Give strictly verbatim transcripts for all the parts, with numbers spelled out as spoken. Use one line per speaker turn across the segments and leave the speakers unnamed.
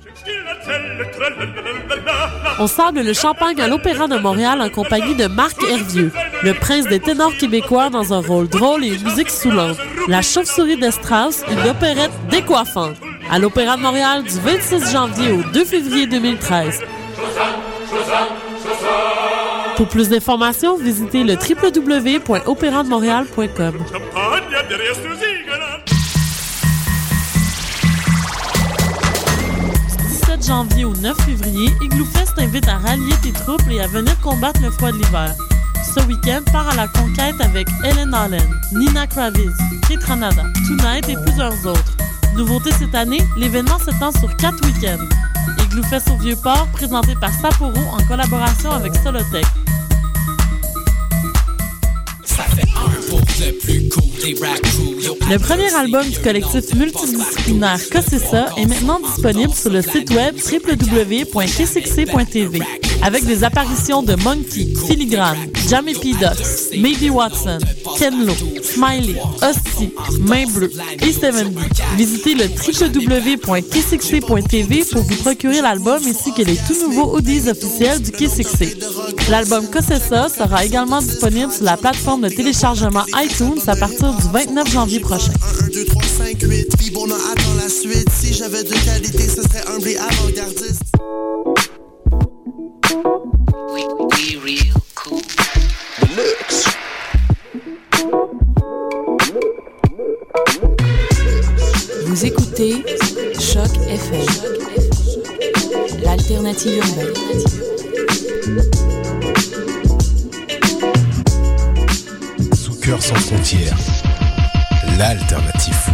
On sable le champagne à l'Opéra de Montréal en compagnie de Marc Hervieux, le prince des ténors québécois dans un rôle drôle et une musique soulante. La chauve-souris de Strauss, une opérette décoiffante. À l'Opéra de Montréal du vingt-six janvier au deux février deux mille treize. Pour plus d'informations, visitez le w w w point opéra de montréal point com. dix-sept janvier au neuf février, Igloo Fest t'invite à rallier tes troupes et à venir combattre le froid de l'hiver. Ce week-end, pars à la conquête avec Ellen Allen, Nina Kraviz, Kate Ranada, Tonight et plusieurs autres. Nouveauté cette année, l'événement s'étend sur quatre week-ends. Igloo Fest au Vieux-Port, présenté par Sapporo en collaboration avec Solotech. Le premier album du collectif multidisciplinaire Cossessa est maintenant disponible sur le site web w w w point k six c point t v avec des apparitions de Monkey, Filigrane, Jamie P. Ducks, Maybe Watson, Ken Lo, Smiley, Hostie, Main Bleue et Seven D. Visitez le w w w point k six c point t v pour vous procurer l'album ainsi que les tout nouveaux audios officiels du K six C. L'album Cossessa sera également disponible sur la plateforme de téléchargement iTunes à partir du vingt-neuf janvier prochain.
un, deux, trois, cinq, huit, puis bon, on attend la suite. Si j'avais de qualité, ce serait humble et avant-gardiste.
We, we real cool.
Deluxe.
Vous écoutez Choc F M, l'alternative urbaine.
Sous cœur sans frontières, l'alternative foot.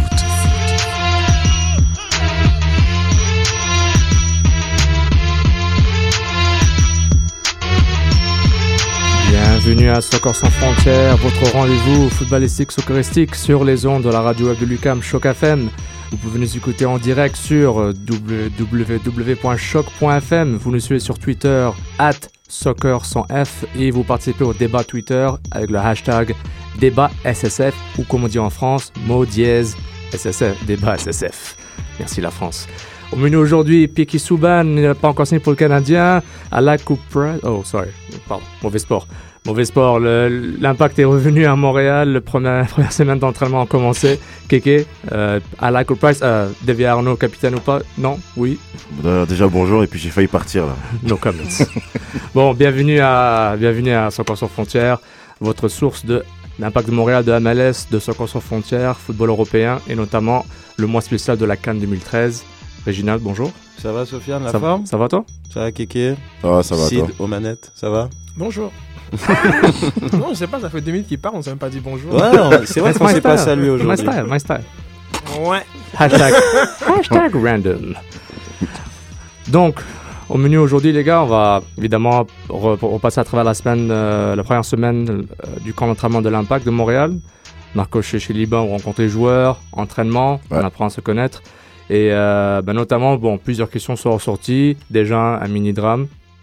Bienvenue à Soccer sans frontières, votre rendez-vous footballistique socceristique sur les ondes de la radio web de l'U Q A M Choc F M. Vous pouvez nous écouter en direct sur w w w point choc point f m. Vous nous suivez sur Twitter arobase soccer sans f et vous participez au débat Twitter avec le hashtag débat S S F ou comme on dit en France, mot dièse S S F, débat S S F. Merci la France. Au menu aujourd'hui, Piquet Souban n'est pas encore signé pour le Canadien. À la Coupe Price. Oh, sorry. Pardon. Mauvais sport. Mauvais sport. Le, l'impact est revenu à Montréal. La première, première semaine d'entraînement a commencé. Kéké, euh, à la Coupe Price. Euh, Davy Arnaud, capitaine ou pas? Non? Oui?
Euh, déjà bonjour et puis j'ai failli partir là.
No comments. Bon, bienvenue à, bienvenue à Soccer sans frontières. Votre source de l'impact de Montréal, de M L S, de Soccer sans frontières, football européen et notamment le mois spécial de la CAN deux mille treize. Réginald, bonjour.
Ça va Sofiane, la
ça,
forme?
Ça va toi?
Ça va Kéké?
Ça va, ça va
Sid
toi?
aux manettes, ça va?
Bonjour. Non, je sais pas, ça fait deux minutes qu'il parle, on s'est même pas dit bonjour.
Ouais, on, c'est vrai qu'on s'est pas salué aujourd'hui.
My style, my style.
Ouais.
Hashtag, hashtag random. Donc, au menu aujourd'hui, les gars, on va évidemment re- repasser à travers la semaine, euh, la première semaine euh, du camp d'entraînement de l'Impact de Montréal. Marco chez chez Liban, on rencontre les joueurs, entraînement, ouais. On apprend à se connaître. Et euh, ben notamment, bon, plusieurs questions sont ressorties. Déjà, un mini-drame.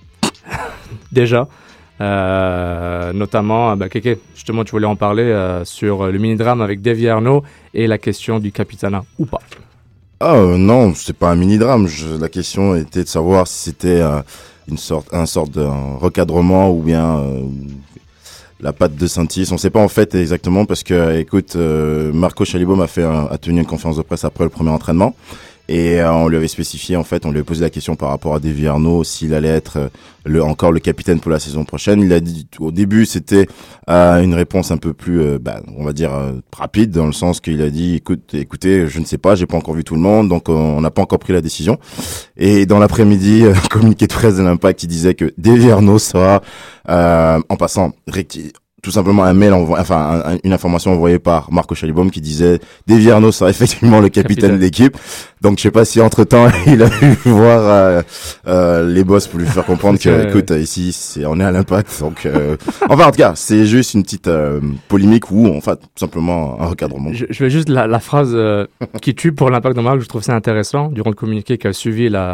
Déjà. Euh, notamment, ben, Kéké, justement, tu voulais en parler euh, sur le mini-drame avec Davy Arnaud et la question du capitanat, ou pas?
Ah euh, non, c'est pas un mini-drame. Je, la question était de savoir si c'était euh, une sorte, un sorte de un recadrement ou bien euh, la patte de Saint-Is. On sait pas en fait exactement parce que, écoute, euh, Marco Chalibaume a fait un, a tenu une conférence de presse après le premier entraînement et euh, on lui avait spécifié en fait, on lui avait posé la question par rapport à Davy Arnaud s'il allait être euh, le encore le capitaine pour la saison prochaine. Il a dit au début c'était euh, une réponse un peu plus, euh, bah, on va dire euh, rapide dans le sens qu'il a dit écoute, écoutez, je ne sais pas, j'ai pas encore vu tout le monde, donc euh, on n'a pas encore pris la décision. Et dans l'après-midi, euh, communiqué de presse de l'Impact, il disait que Davy Arnaud sera euh, en passant recti- tout simplement un mail envoyé, enfin un, une information envoyée par Marco Chalibaume qui disait Davy Arnaud sera effectivement le capitaine, capitaine. de l'équipe. Donc je sais pas si entre temps il a pu voir euh, euh, les boss pour lui faire comprendre que euh... écoute ici c'est on est à l'Impact. Donc euh, enfin en tout cas c'est juste une petite euh, polémique ou en fait tout simplement un recadrement.
Je, je vais juste la, la phrase euh, qui tue pour l'Impact de Montréal, je trouve ça intéressant durant le communiqué qui a suivi la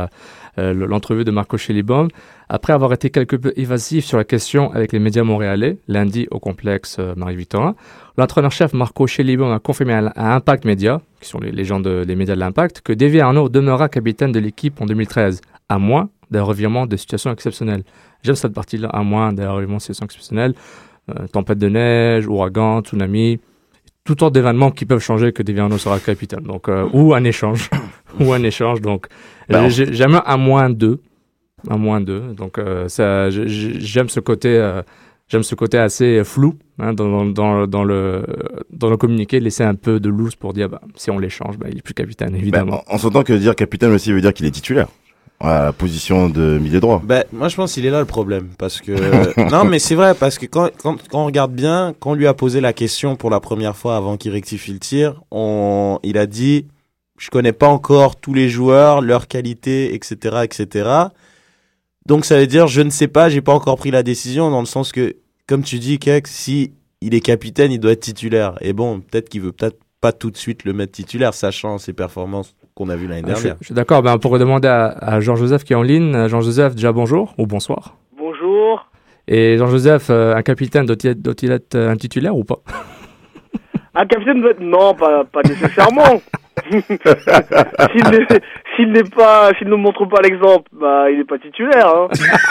euh, l'entrevue de Marco Schellibaum. Après avoir été quelque peu évasif sur la question avec les médias montréalais, lundi au complexe euh, Marie-Victorin, l'entraîneur-chef Marco Schellibaum a confirmé à, à Impact Média, qui sont les, les gens de, des médias de l'Impact, que Davy Arnaud demeurera capitaine de l'équipe en deux mille treize, à moins d'un revirement de situation exceptionnelle. J'aime cette partie-là, à moins d'un revirement de situation exceptionnelle. Euh, tempête de neige, ouragan, tsunami, toutes sortes d'événements qui peuvent changer que Davy Arnaud sera capitaine. Donc, euh, ou un échange. ou un échange. Donc, ben, j'ai, j'aime à moins deux. À moins deux. Donc, euh, ça, j'aime ce côté, euh, j'aime ce côté assez flou hein, dans, dans, dans, le, dans le communiqué, laisser un peu de loose pour dire bah, si on l'échange, bah, il n'est plus capitaine, évidemment.
Ben, en, en s'entendant que dire capitaine aussi veut dire qu'il est titulaire. À la position de milieu droit.
Ben, moi, je pense qu'il est là le problème. Parce que. non, mais c'est vrai, parce que quand, quand, quand on regarde bien, quand on lui a posé la question pour la première fois avant qu'il rectifie le tir, on, il a dit je connais pas encore tous les joueurs, leurs qualités, et cetera, et cetera. Donc, ça veut dire je ne sais pas, j'ai pas encore pris la décision, dans le sens que, comme tu dis, Kek, si il est capitaine, il doit être titulaire. Et bon, peut-être qu'il veut peut-être pas tout de suite le mettre titulaire, sachant ses performances qu'on a vu l'année dernière.
Je, je suis d'accord. Ben, pour demander à, à Jean-Joseph qui est en ligne. Jean-Joseph, déjà bonjour ou bonsoir.
Bonjour.
Et Jean-Joseph, euh, un capitaine, doit-il être, doit-il être un titulaire ou pas?
Un capitaine doit être... Non, pas, pas nécessairement. s'il, n'est, s'il n'est pas, s'il ne montre pas l'exemple, bah, il n'est pas titulaire. Hein.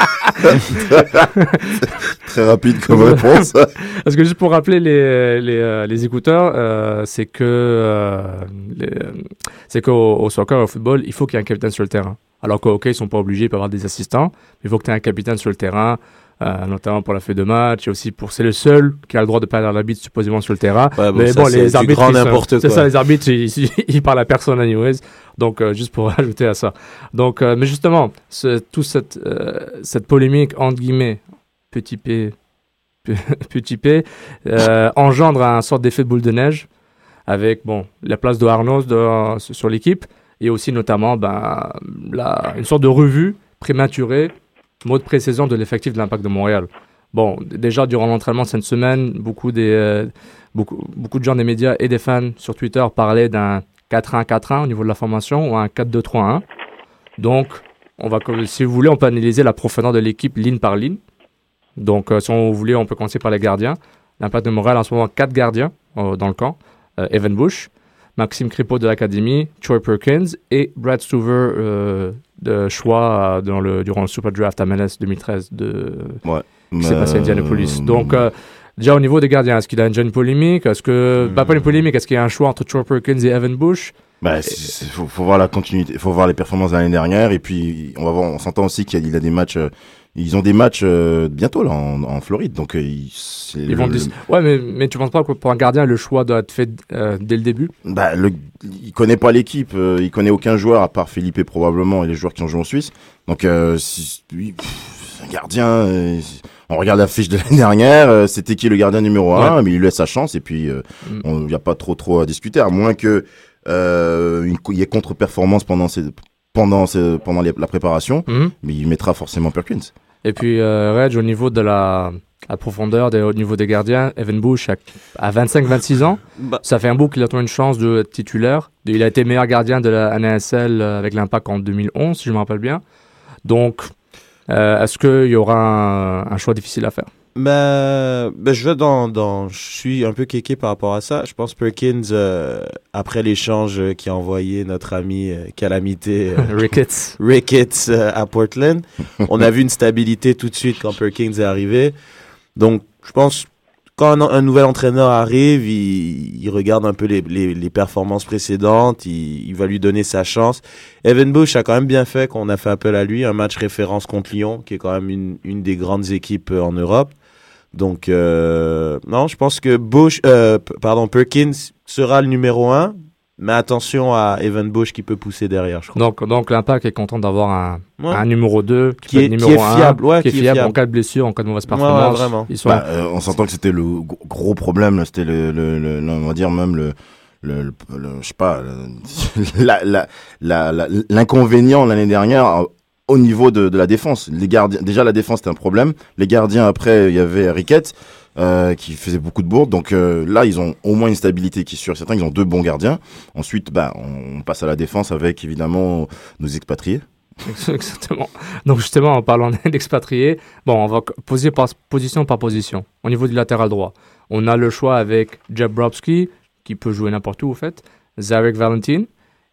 Très rapide comme réponse.
Parce que juste pour rappeler les les, euh, les écouteurs, euh, c'est que euh, les, c'est qu'au au soccer, au football, il faut qu'il y ait un capitaine sur le terrain. Alors qu'au hockey, ils sont pas obligés, ils peuvent avoir des assistants. Mais il faut que tu aies un capitaine sur le terrain. Euh, notamment pour la feuille de match, et aussi pour c'est le seul qui a le droit de parler à l'arbitre supposément sur le terrain.
Ouais, bon,
mais
ça,
bon, les arbitres,
ils sont,
c'est
quoi.
ça, les arbitres, ils, ils, ils parlent à personne anyways. Donc euh, juste pour ajouter à ça. Donc, euh, mais justement, ce, toute cette euh, cette polémique entre guillemets petit p petit p euh, engendre un sorte d'effet de boule de neige avec bon la place de Arnaud de, sur l'équipe et aussi notamment ben la une sorte de revue prématurée. Mode pré-saison de l'effectif de l'Impact de Montréal. Bon, déjà, durant l'entraînement cette semaine, beaucoup, des, euh, beaucoup, beaucoup de gens des médias et des fans sur Twitter parlaient d'un quatre un quatre un au niveau de la formation ou un quatre deux trois un. Donc, on va, si vous voulez, on peut analyser la profondeur de l'équipe ligne par ligne. Donc, euh, si vous voulez, on peut commencer par les gardiens. L'Impact de Montréal a en ce moment quatre gardiens euh, dans le camp. Euh, Evan Bush, Maxime Crépeau de l'Académie, Troy Perkins et Brad Stuver euh, de choix euh, dans le, durant le Super Draft à M L S deux mille treize de,
ouais,
qui s'est passé à Indianapolis. Donc, euh, déjà au niveau des gardiens, est-ce qu'il y a une polémique? Est-ce que, mmh. bah, pas une polémique, est-ce qu'il y a un choix entre Troy Perkins et Evan Bush?
Bah, il faut, faut voir la continuité, faut voir les performances de l'année dernière et puis on va voir, on s'entend aussi qu'il y a, il a des matchs. Euh, Ils ont des matchs euh, bientôt là en, en Floride, donc euh, ils, c'est
ils
le,
vont le... Ouais, mais mais tu penses pas que pour un gardien le choix doit être fait euh, dès le début?
Bah, le, il connaît pas l'équipe, euh, il connaît aucun joueur à part Felipe probablement et les joueurs qui ont joué en Suisse. Donc euh, si, lui, pff, un gardien, euh, on regarde la fiche de l'année dernière, euh, c'était qui le gardien numéro un, ouais. mais il lui laisse sa chance et puis euh, mm. on y a pas trop trop à discuter, à moins que euh, une, il y ait contre-performance pendant ces pendant ce, pendant les, la préparation, mmh. mais il mettra forcément Perkins.
Et puis, euh, Reg, au niveau de la, la profondeur, des, au niveau des gardiens, Evan Bush a, à vingt-cinq vingt-six ans, bah. ça fait un bout qu'il a trouvé une chance de être titulaire. Il a été meilleur gardien de la N A S L avec l'Impact en deux mille onze, si je me rappelle bien. Donc, euh, est-ce qu'il y aura un, un choix difficile à faire?
Ben, ben je vais dans, dans, je suis un peu kéké par rapport à ça. Je pense Perkins, euh, après l'échange qu'a envoyé notre ami euh, Calamité
euh, Ricketts,
Ricketts euh, à Portland, on a vu une stabilité tout de suite quand Perkins est arrivé. Donc, je pense quand un, un nouvel entraîneur arrive, il, il regarde un peu les, les, les performances précédentes, il, il va lui donner sa chance. Evan Bush a quand même bien fait qu'on a fait appel à lui, un match référence contre Lyon, qui est quand même une, une des grandes équipes en Europe. Donc, euh, non, je pense que Bush, euh, p- pardon, Perkins sera le numéro un, mais attention à Evan Bush qui peut pousser derrière, je crois.
Donc, donc l'Impact est content d'avoir un,
ouais.
un numéro deux qui,
qui,
peut
est,
être numéro
qui est fiable,
un,
ouais,
qui est
qui
fiable,
est fiable
en cas de blessure, en cas de mauvaise performance.
Ouais, ouais, vraiment.
Ils sont...
bah, euh, on s'entend que c'était le gros problème, c'était le, le, le, le on va dire même le, le, le, le je sais pas, le, la, la, la, la, l'inconvénient l'année dernière. Au niveau de, de la défense, les gardiens, déjà la défense c'était un problème. Les gardiens après, il y avait Ricketts euh, qui faisait beaucoup de bourdes. Donc euh, là, ils ont au moins une stabilité qui est sûre. Certains, ils ont deux bons gardiens. Ensuite, bah, on passe à la défense avec évidemment nos expatriés.
Exactement. Donc justement, en parlant d'expatriés, bon, on va poser par, position par position. Au niveau du latéral droit, on a le choix avec Jabrowski, qui peut jouer n'importe où, au fait, Zarek Valentin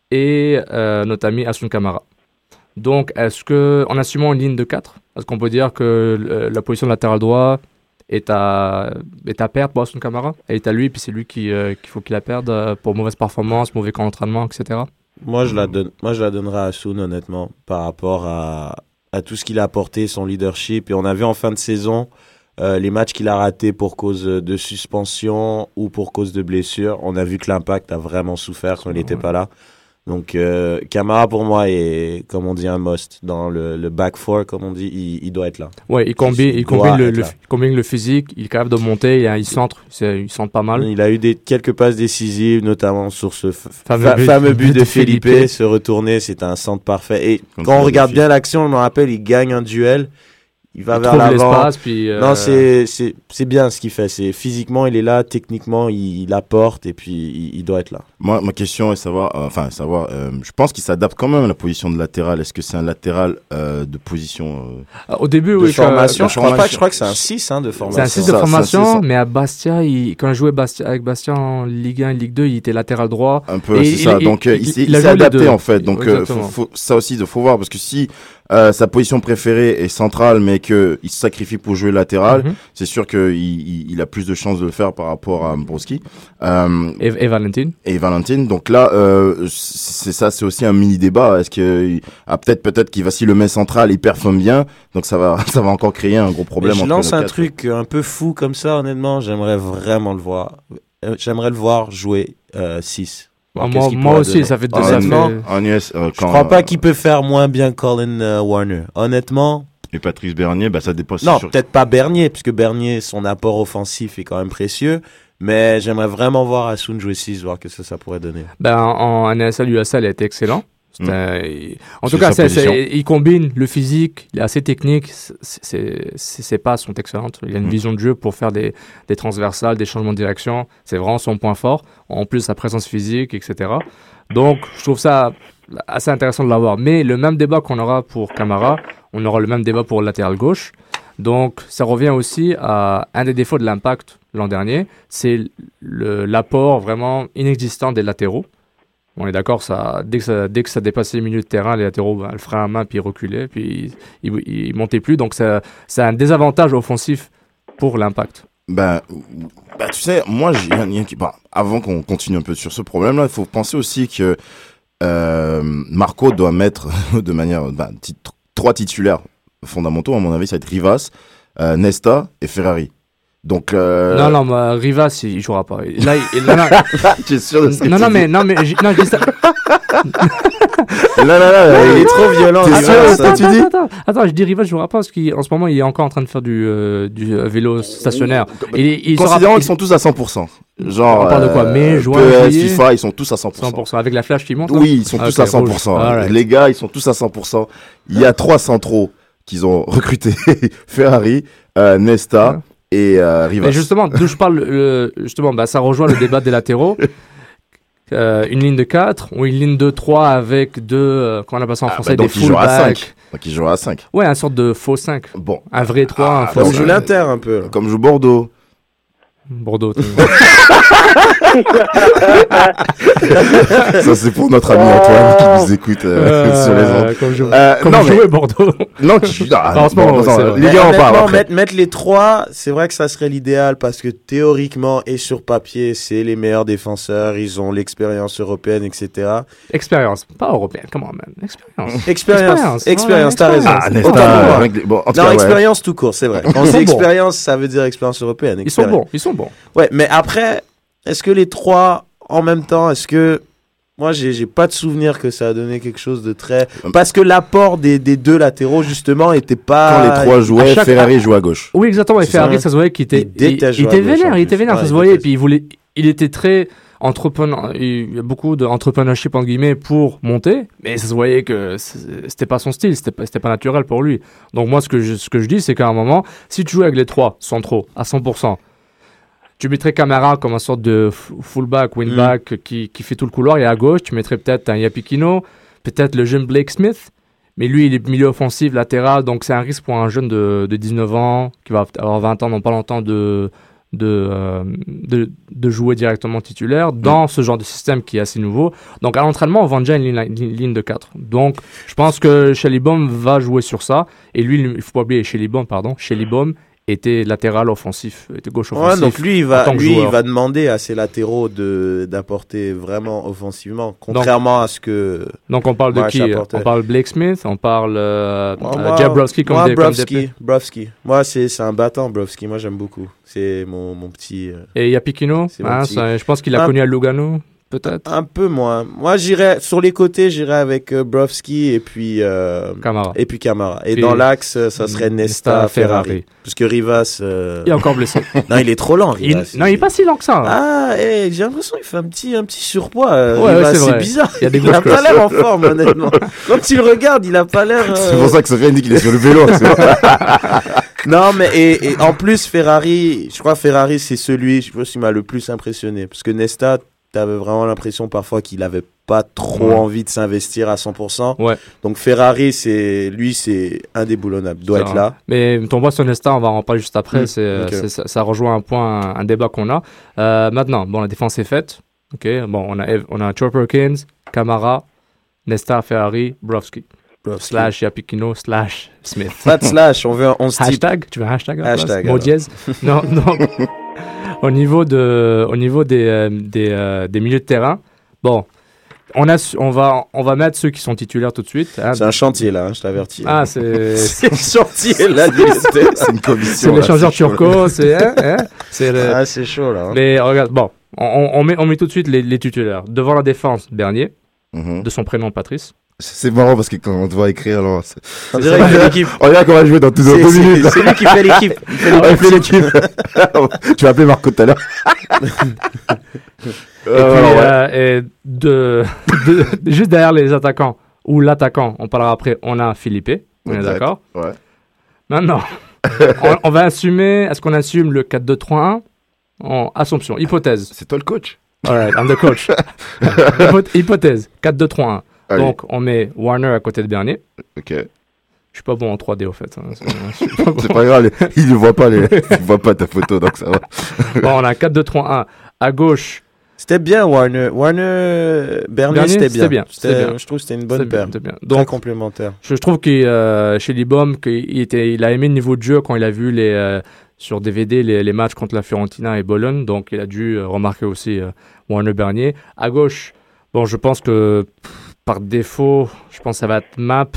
et euh, notre ami Asun Kamara. Donc, est-ce que, en assumant une ligne de quatre, est-ce qu'on peut dire que euh, la position de latéral droit est à, est à perdre pour Asun Kamara? Elle est à lui, puis c'est lui qui, euh, qu'il faut qu'il la perde euh, pour mauvaise performance, mauvais camp d'entraînement, et cetera.
Moi, je la donne, moi, je la donnerai à Asun, honnêtement, par rapport à, à tout ce qu'il a apporté, son leadership. Et on a vu en fin de saison euh, les matchs qu'il a ratés pour cause de suspension ou pour cause de blessure. On a vu que l'impact a vraiment souffert quand il n'était pas là. Donc, euh, Kamara, pour moi, est, comme on dit, un must. Dans le, le back four, comme on dit, il, il doit être là.
Ouais, il combine, il, il combine, le, le, il combine le physique, il est capable de monter, il, il centre, il centre pas mal.
Il a eu des, quelques passes décisives, notamment sur ce f- fameux, fa- but, fameux but de, de Felipe. Felipe. Se retourner, c'est un centre parfait. Et Comme quand on regarde bien l'action, on me rappelle, il gagne un duel. Il va
il
vers l'avant.
Puis euh...
Non, c'est, c'est, c'est bien ce qu'il fait. C'est, physiquement, il est là. Techniquement, il, il apporte et puis il, il doit être là.
Moi, ma question est savoir, euh, enfin, savoir, euh, je pense qu'il s'adapte quand même à la position de latéral. Est-ce que c'est un latéral euh, de position euh,
Au début,
de
oui.
formation, euh, je, crois pas, je crois que c'est un six hein, de formation.
C'est un six de formation, ça, mais à Bastia, il, quand il jouait Bastia, avec Bastia en Ligue un et Ligue deux, il était latéral droit.
Un peu, c'est il, ça. Il, Donc, il, il, il, il s'est adapté en fait. Donc, euh, faut, faut, ça aussi, il faut voir parce que si Euh, sa position préférée est centrale, mais que il se sacrifie pour jouer latéral, mm-hmm. c'est sûr qu'il il, il a plus de chances de le faire par rapport à Mbroski.
Euh, et, et Valentin.
Et Valentin. Donc là, euh, c'est ça, c'est aussi un mini débat. Est-ce que ah, peut-être, peut-être qu'il va si le met central, il performe bien, donc ça va, ça va encore créer un gros problème.
Mais je
entre
lance un
quatre.
truc un peu fou comme ça, honnêtement, j'aimerais vraiment le voir. Euh, j'aimerais le voir jouer euh, six.
Ah, moi, moi aussi, donner. ça fait deux
Honnêtement,
en U S, euh, quand,
je crois pas qu'il peut faire moins bien Colin euh, Warner. Honnêtement.
Et Patrice Bernier, bah ça dépend.
Non,
sur...
peut-être pas Bernier, puisque Bernier, son apport offensif est quand même précieux. Mais j'aimerais vraiment voir Asun jouer six, voir que ça, ça pourrait donner.
Ben, en, en N S L, U S L, il a été excellent. Mmh. Un... En tout cas, c'est, c'est, il combine le physique, il est assez technique, c'est, c'est, ses passes sont excellentes. Il a une mmh. vision de jeu pour faire des, des transversales, des changements de direction. C'est vraiment son point fort. En plus, sa présence physique, et cetera. Donc, je trouve ça assez intéressant de l'avoir. Mais le même débat qu'on aura pour Kamara, on aura le même débat pour le latéral gauche. Donc, ça revient aussi à un des défauts de l'Impact l'an dernier, c'est le, l'apport vraiment inexistant des latéraux. On est d'accord, ça, dès, que ça, dès que ça dépassait les milieux de terrain, les latéraux, ben, le frein à main, puis ils reculaient, puis ils ne montaient plus. Donc, ça, c'est un désavantage offensif pour l'Impact.
Ben, ben, tu sais, moi, j'ai un, un, bon, avant qu'on continue un peu sur ce problème-là, il faut penser aussi que euh, Marco doit mettre de manière ben, tit- trois titulaires fondamentaux, à mon avis, ça va être Rivas, euh, Nesta et Ferrari. Donc euh...
non non bah, Rivas il jouera pas là il, là, là...
tu es sûr de ce que
non
tu
non
dis?
mais non mais j- non je dis ça
là là là il est trop violent.
T'es sûr de ce que tu dis? Attends, attends je dis Rivas jouera pas parce qu'en ce moment il est encore en train de faire du euh, du euh, vélo stationnaire.
Il, il considérant sera... qu'ils sont tous à cent pour cent. Genre
on parle de quoi? Mais
joueurs P S, FIFA ils sont tous à cent pour cent.
cent pour cent avec la flash qui monte.
Oui ils sont ah, tous okay, à cent pour cent. Right. Les gars ils sont tous à cent pour cent. Il y a trois centraux qu'ils ont recrutés Ferrari, euh, Nesta. Ouais. Et euh, Rivas.
Mais justement, d'où je parle, euh, justement, bah, ça rejoint le débat des latéraux. Euh, une ligne de quatre ou une ligne de trois avec deux, euh, comment on appelle ça en
ah,
français,
bah
des fullbacks.
Donc il jouera à cinq.
Ouais, un sorte de faux cinq.
Bon.
Un vrai trois,
ah,
un faux
Comme joue l'Inter un peu.
Comme joue Bordeaux.
Bordeaux.
Ça c'est pour notre ami Antoine qui nous écoute euh, euh, sur les ondes.
Comme, je... euh, comme non, jouer mais... Bordeaux.
Non, qui ah,
en ce moment,
les gars, on parle. Mettre, mettre les trois, c'est vrai que ça serait l'idéal parce que théoriquement et sur papier, c'est les meilleurs défenseurs. Ils ont l'expérience européenne, et cetera.
Expérience, pas européenne. Comment man? Expérience.
Expérience. Expérience. T'as raison.
Ah, Nesta, avec les... bon,
non, cas, expérience ouais. tout court, c'est vrai. Quand c'est expérience, ça veut dire expérience européenne.
Ils sont bons. Ils sont bons.
Ouais, mais après, est-ce que les trois en même temps, est-ce que moi j'ai, j'ai pas de souvenir que ça a donné quelque chose de très parce que l'apport des, des deux latéraux justement était pas
quand les trois jouaient, chaque... Ferrari jouait à gauche.
Oui, exactement. Et Ferrari, ça, ça se voyait qu'il était il, il, il était vénère, il était vénère, ouais, ça se voyait. Et puis il voulait, il était très entrepreneur. Il y a beaucoup d'entrepreneurship entre guillemets pour monter, mais ça se voyait que c'était pas son style, c'était pas, c'était pas naturel pour lui. Donc moi, ce que je, ce que je dis, c'est qu'à un moment, si tu joues avec les trois centraux à cent pour cent. Tu mettrais Kamara comme une sorte de fullback, wingback mm. qui, qui fait tout le couloir. Et à gauche, tu mettrais peut-être un Yapikino, peut-être le jeune Blake Smith. Mais lui, il est milieu offensif, latéral, donc c'est un risque pour un jeune de, de dix-neuf ans, qui va avoir vingt ans dans pas longtemps, de, de, euh, de, de jouer directement titulaire dans mmh. ce genre de système qui est assez nouveau. Donc à l'entraînement, on vend déjà une ligne, une ligne de quatre. Donc je pense que Shelleybaum va jouer sur ça. Et lui, il ne faut pas oublier, Shelleybaum, pardon, Shelleybaum était latéral offensif, était gauche offensif.
Ouais, donc lui, il va, lui, il va demander à ses latéraux de, d'apporter vraiment offensivement, contrairement donc, à ce que.
Donc on parle de qui? On parle Blake Smith, on parle euh,
moi,
euh, Jabrowski comme
moi,
des
Brovski, Brovski. Moi, c'est, c'est un battant, Brovski. Moi, j'aime beaucoup. C'est mon, mon petit. Euh...
Et il y a Piquino, hein, petit... ça, je pense qu'il a un... connu à Lugano. Peut-être.
Un peu moins. Moi, j'irais sur les côtés, j'irais avec euh, Brovski et puis euh,
Camara.
Et puis Camara. Et puis, dans l'axe, euh, ça serait Nesta, Nesta Ferrari. Ferrari. Parce que Rivas. Euh...
Il est encore blessé.
Non, il est trop lent. Rivas,
il... Non, il est pas si lent que ça. Hein.
Ah, hey, j'ai l'impression qu'il fait un petit, un petit surpoirs. Euh,
ouais,
Rivas,
ouais, c'est,
c'est
vrai.
bizarre.
Il, y a des
il a pas l'air en forme, honnêtement. Quand tu le regardes, il a pas l'air. Euh...
C'est pour ça que Sofiane dit qu'il est sur le vélo.
Non, mais et, et en plus Ferrari, je crois que Ferrari c'est celui, je pense, qui m'a le plus impressionné, parce que Nesta. T'avais vraiment l'impression parfois qu'il avait pas trop ouais. envie de s'investir à cent pour cent.
Ouais.
Donc Ferrari, c'est lui, c'est indéboulonnable, doit c'est être vrai. Là.
Mais ton voix sur Nesta, on va en parler juste après. Mmh. C'est, okay. c'est, ça, ça rejoint un point, un, un débat qu'on a. Euh, maintenant, bon, la défense est faite. Ok, bon, on a on a Troy Perkins, Camara, Nesta, Ferrari, Brovski. Brovski. Slash Yapikino, slash Smith.
Pas de slash, on veut un onze type.
Hashtag, tu veux un hashtag?
Hashtag.
Mot dièse. Non, non. Au niveau, de, au niveau des, euh, des, euh, des milieux de terrain, bon, on, a, on, va, on va mettre ceux qui sont titulaires tout de suite. Hein.
C'est un chantier là, hein, je t'avertis.
Ah, c'est.
C'est un chantier là,
c'est une commission.
C'est l'échangeur turco, c'est. Hein, hein, c'est le...
Ah, c'est chaud là. Hein.
Mais regarde, bon, on, on, met, on met tout de suite les, les titulaires. Devant la défense, Bernier,
mm-hmm.
de son prénom Patrice.
C'est marrant parce que quand on te voit écrire, alors. C'est...
On dirait qu'il fait l'équipe.
On dirait qu'on va jouer dans toutes
c'est,
deux
c'est,
minutes.
C'est lui qui fait l'équipe. Il fait l'équipe.
Ah, fait l'équipe. Tu vas appeler Marco tout à l'heure.
Et euh, puis, ouais. euh, et de, de, de, juste derrière les attaquants, ou l'attaquant, on parlera après, on a Philippe. On exact. Est d'accord?
Ouais.
Maintenant, on, on va assumer. Est-ce qu'on assume le quatre deux trois un en Assumption, hypothèse.
C'est toi le coach.
Alright, I'm the coach. Hypothèse, quatre deux trois un. Allez. Donc, on met Warner à côté de Bernier.
Ok.
Je suis pas bon en trois D, au fait. Hein.
C'est, pas, bon. C'est pas grave, il ne voit pas, les... il voit pas ta photo, donc ça va.
Bon, on a quatre deux trois un. À gauche.
C'était bien, Warner. Warner, Bernier,
Bernier
c'était, bien.
C'était bien.
C'était,
c'était bien.
Je trouve que c'était une bonne paire. C'était bien.
Donc,
très complémentaire.
Je, je trouve que euh, chez Libom, qu'il était, il a aimé le niveau de jeu quand il a vu les, euh, sur D V D les, les matchs contre la Fiorentina et Bologne. Donc, il a dû euh, remarquer aussi euh, Warner Bernier. À gauche, bon, je pense que. Pff, par défaut, je pense que ça va être Map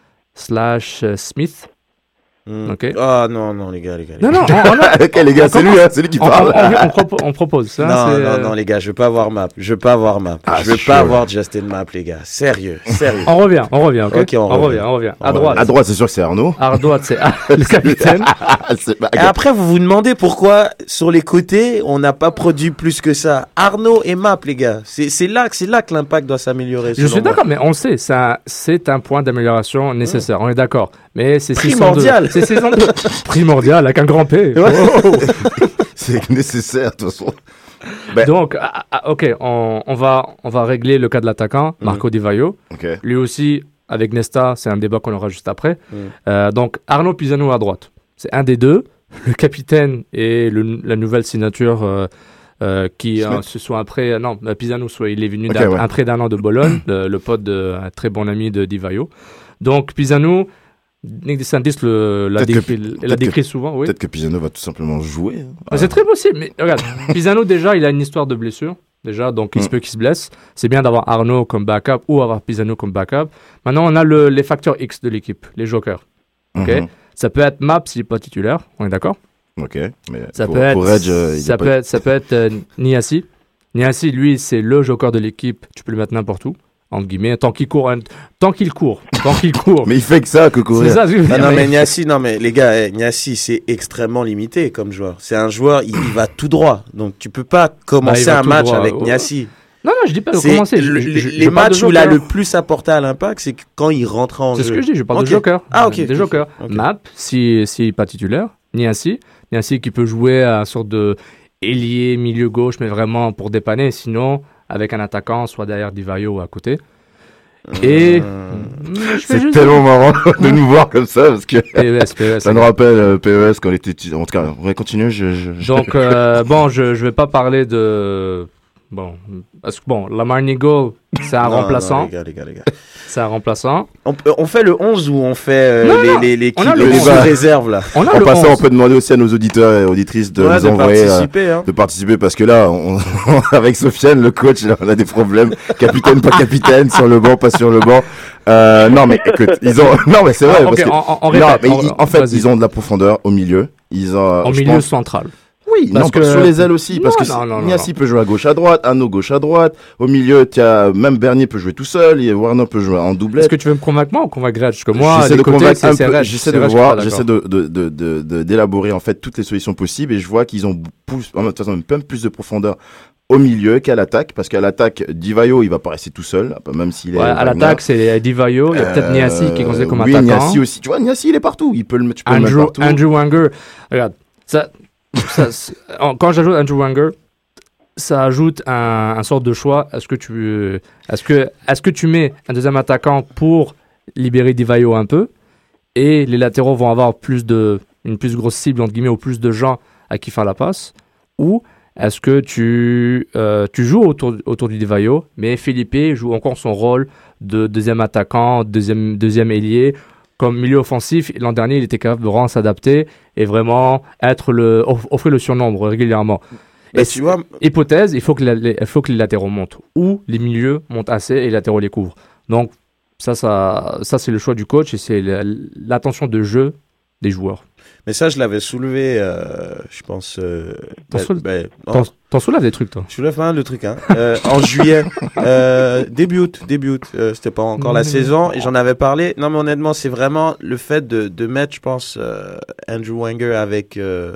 slash euh, Smith.
Mm.
Ok.
Ah non, non, les gars, les gars. Les
non,
gars.
non, on, on a,
ok, les gars, on, c'est lui, hein, c'est lui qui
on,
parle.
On, on, on, propo, on propose ça.
Non,
c'est,
non,
euh...
non, les gars, je veux pas avoir Map. Je veux pas avoir Map.
Ah,
je veux
chaud,
pas
là.
avoir Justin Map, les gars. Sérieux, sérieux.
On revient, on revient, ok.
okay on,
on
revient.
revient, on revient. À droite.
À droite, c'est sûr que c'est Arnaud.
À droite, c'est le capitaine.
c'est... Bah,
et après, vous vous demandez pourquoi sur les côtés, on n'a pas produit plus que ça. Arnaud et Map, les gars. C'est, c'est là, c'est là que l'impact doit s'améliorer.
Je suis
moi.
d'accord, mais on le sait, ça, c'est un point d'amélioration nécessaire. Ouais. On est d'accord. Mais c'est
primordial.
C'est saison deux. Primordial avec un grand P.
Ouais.
Oh.
C'est nécessaire, de toute façon.
Ben. Donc, ah, ah, ok, on, on, va, on va régler le cas de l'attaquant, Marco mm. Di Vaio.
Okay.
Lui aussi, avec Nesta, c'est un débat qu'on aura juste après.
Mm.
Euh, donc, Arnaud Pisano à droite. C'est un des deux. Le capitaine et le, la nouvelle signature euh, euh, qui euh, se sont après. Euh, non, Pisano, soit il est venu okay, ouais. après d'un an de Bologne, le, le pote de un très bon ami de Di Vaio. Donc, Pisano. Nick DeSantis le, l'a, décrit, que, l'a décrit
que,
souvent, oui.
Peut-être que Pisano va tout simplement jouer. Hein.
Ah. C'est très possible, mais regarde, Pisano déjà, il a une histoire de blessure, déjà, donc il mm. se peut qu'il se blesse. C'est bien d'avoir Arnaud comme backup ou avoir Pisano comme backup. Maintenant, on a le, les facteurs X de l'équipe, les jokers. Okay? Mm-hmm. Ça peut être Map s'il n'est pas titulaire, on est d'accord?
Ok, mais
ça
pour,
peut être,
pour Reg, euh,
ça, peut être, ça peut être euh, Niassi. Niassi, lui, c'est le joker de l'équipe, tu peux le mettre n'importe où. Entre guillemets, tant qu'il court, tant qu'il court, tant qu'il court.
Mais il fait que ça, que courir.
C'est ça, je veux dire.
Ah non, mais Niassi, non, mais les gars, Niassi, c'est extrêmement limité comme joueur. C'est un joueur, il, il va tout droit. Donc, tu peux pas commencer bah, un match droit. avec Niassi.
Non, non, je dis pas de commencer.
Le,
je,
je,
je,
les
je
matchs où il a le plus apporté à l'impact, c'est quand il rentre en
c'est
jeu.
C'est ce que je dis, je parle
okay.
de joker.
Ah, ok.
Des jokers. Okay. Map, si, si pas titulaire. Niassi. Niassi qui peut jouer à une sorte de ailier, milieu gauche, mais vraiment pour dépanner. Sinon, avec un attaquant, soit derrière Di Vaio ou à côté. Et
mmh. c'est tellement marrant de nous voir comme ça parce que P E S, P E S, ça nous rappelle euh, P E S quand on était étudiant. En tout cas, on va continuer. Je, je...
Donc euh, bon, je je vais pas parler de bon parce que bon, Lamar Neagle, c'est un non, remplaçant. Non, les gars, les gars, les gars. C'est un remplaçant.
On, on fait le onze ou on fait euh, non, les, non. les, les, les, les, les réserves là.
On a en passant, on peut demander aussi à nos auditeurs et auditrices de
ouais,
nous
de
envoyer
participer, euh, hein.
de participer parce que là, on, avec Sofiane, le coach, là, on a des problèmes. Capitaine, pas capitaine, sur le banc, pas sur le banc. Euh, non mais écoute, ils ont non mais c'est vrai ah, okay, parce que
on, on
non,
répète,
mais
on,
ils, en fait, ils ont de la profondeur au milieu. Ils ont
au milieu pense, central.
Oui, parce non, que sur les ailes aussi, non, parce que non, non, Niassi peut jouer à gauche à droite, Anno gauche à droite, au milieu, tu as même Bernier peut jouer tout seul, et Warner peut jouer en doublette.
Est-ce que tu veux me convaincre moi ou convaincre Gretsch? Parce que moi,
j'essaie de
côtés,
convaincre un peu,
Rech,
j'essaie de Rech, voir, j'essaie de, de, de, de, de, d'élaborer en fait toutes les solutions possibles, et je vois qu'ils ont plus, en toute façon, même plus de profondeur au milieu qu'à l'attaque, parce qu'à l'attaque, Divayo, il va pas rester tout seul, même s'il est...
Ouais, à l'attaque, c'est Divayo, il y a peut-être euh, Niassi qui est considéré comme
oui,
attaquant.
Oui, Niassi aussi. Tu vois, Niassi, il est partout. Il peut le, tu peux
Andrew,
le mettre partout.
Andrew Wenger, regarde, ça, ça, quand j'ajoute Andrew Wenger, ça ajoute un, un sorte de choix. Est-ce que tu, est-ce que, est-ce que tu mets un deuxième attaquant pour libérer Divayo un peu, et les latéraux vont avoir plus de, une plus grosse cible, entre guillemets, ou plus de gens à qui faire la passe, ou est-ce que tu, euh, tu joues autour, autour du Divayo, mais Felipe joue encore son rôle de deuxième attaquant, deuxième, deuxième ailier, comme milieu offensif. L'an dernier, il était capable de vraiment s'adapter et vraiment être le, offrir le surnombre régulièrement.
Bah, et tu vois...
Hypothèse, il faut, que la, les, il faut que les latéraux montent, ou les milieux montent assez et les latéraux les couvrent. Donc ça, ça, ça c'est le choix du coach et c'est la, l'attention de jeu des joueurs.
Mais ça, je l'avais soulevé, euh, je pense... Euh,
t'en, bah, soule... bah, t'en, t'en soulèves des trucs, toi?
Je soulève pas mal de trucs, hein. euh, en juillet, euh, début août, début août, euh, c'était pas encore mmh. la saison, et j'en avais parlé. Non, mais honnêtement, c'est vraiment le fait de, de mettre, je pense, euh, Andrew Wenger avec... Euh,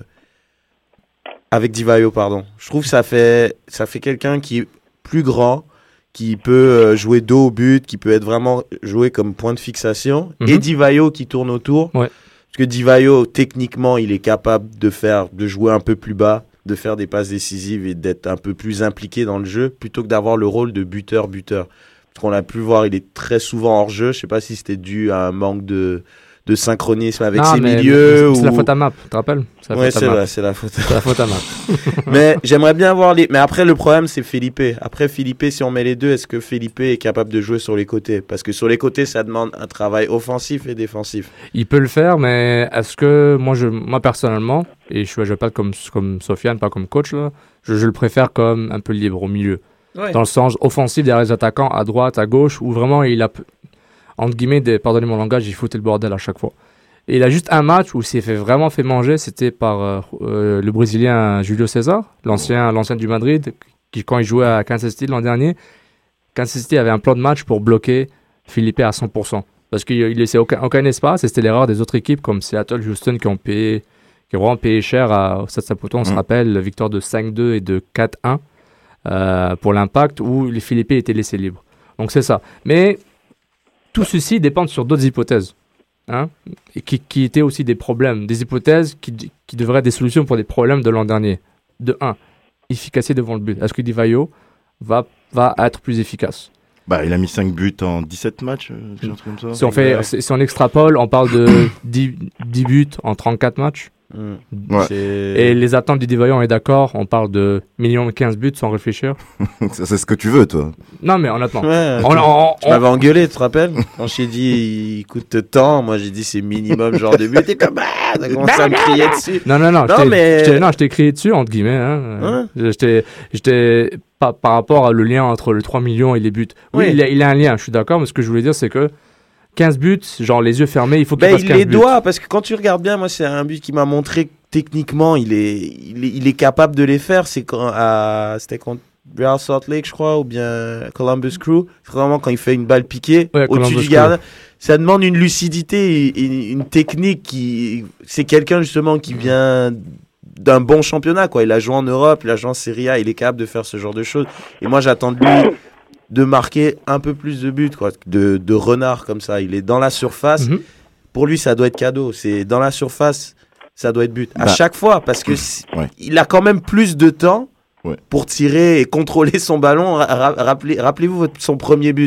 avec Divayo, pardon. Je trouve que ça fait, ça fait quelqu'un qui est plus grand, qui peut euh, jouer dos au but, qui peut être vraiment joué comme point de fixation, mmh. et Divayo qui tourne autour.
Ouais.
Parce que Divayo, techniquement, il est capable de faire, de jouer un peu plus bas, de faire des passes décisives et d'être un peu plus impliqué dans le jeu, plutôt que d'avoir le rôle de buteur-buteur. Parce qu'on l'a pu voir, il est très souvent hors jeu. Je sais pas si c'était dû à un manque de, de synchronisme avec
non,
ses
mais
milieux.
C'est
ou...
la faute à Map, tu te rappelles?
Oui, c'est vrai, c'est la faute à,
c'est la faute à Map.
Mais j'aimerais bien voir les... Mais après, le problème, c'est Felipe. Après, Felipe, si on met les deux, est-ce que Felipe est capable de jouer sur les côtés? Parce que sur les côtés, ça demande un travail offensif et défensif.
Il peut le faire, mais est-ce que... Moi, je, moi personnellement, et je ne vais pas comme, comme Sofiane, pas comme coach, là, je, je le préfère comme un peu libre au milieu. Ouais. Dans le sens offensif derrière les attaquants, à droite, à gauche, où vraiment il a... Entre guillemets, des, pardonnez mon langage, il foutait le bordel à chaque fois. Et il a juste un match où il s'est fait, vraiment fait manger, c'était par euh, euh, le Brésilien Julio César, l'ancien, l'ancien du Madrid, qui quand il jouait à Kansas City l'an dernier, Kansas City avait un plan de match pour bloquer Felipe à cent pour cent. Parce qu'il ne laissait aucun, aucun espace, et c'était l'erreur des autres équipes comme Seattle, Houston, qui ont payé, qui ont vraiment payé cher à, au Stade Saputo, on mmh. se rappelle, la victoire de cinq deux et de quatre un euh, pour l'Impact, où les Felipe étaient laissés libres. Donc c'est ça. Mais tout ceci dépend sur d'autres hypothèses. Hein, et qui, qui étaient aussi des problèmes, des hypothèses qui, qui devraient être des solutions pour des problèmes de l'an dernier. De un, efficacité devant le but. Est-ce que Divayo va, va être plus efficace?
Bah, il a mis cinq buts en dix-sept matchs, euh, un truc comme ça.
Si on, fait, si, si on extrapole, on parle de dix, dix buts en trente-quatre matchs.
Mmh. Ouais.
Et les attentes du Divayo, on est d'accord, on parle de millions quinze buts sans réfléchir.
Ça, c'est ce que tu veux, toi.
Non, mais honnêtement.
Ouais,
on,
tu,
on,
tu on... m'avais engueulé, tu te rappelles? Quand je t'ai dit, il coûte tant, moi j'ai dit c'est minimum genre de but. T'es comme, ah, t'as commencé à me crier dessus.
Non, non, non, non, je t'ai, mais... je t'ai, non, je t'ai crié dessus, entre guillemets. Hein. Hein? Je, je t'ai, je t'ai, par, par rapport à le lien entre les trois millions et les buts. Oui, oui. Il, a, il a un lien, je suis d'accord, mais ce que je voulais dire, c'est que quinze buts, genre les yeux fermés, il faut qu'il ben, fasse quinze buts.
Il les doit, parce que quand tu regardes bien, moi, c'est un but qui m'a montré que techniquement, il est, il est, il est capable de les faire. C'est quand, à, c'était contre Real Salt Lake, je crois, ou bien Columbus Crew. C'est vraiment quand il fait une balle piquée ouais, au-dessus Columbus du gardien. Ça demande une lucidité et, et une technique qui, c'est quelqu'un justement qui vient d'un bon championnat, quoi. Il a joué en Europe, il a joué en Serie A, il est capable de faire ce genre de choses. Et moi, j'attends de lui de marquer un peu plus de buts, quoi, de, de renard comme ça. Il est dans la surface. Mm-hmm. Pour lui, ça doit être cadeau. C'est dans la surface, ça doit être but. À bah, chaque fois, parce que ouais. il a quand même plus de temps ouais. pour tirer et contrôler son ballon. Ra- rappelez, rappelez-vous votre, son premier but.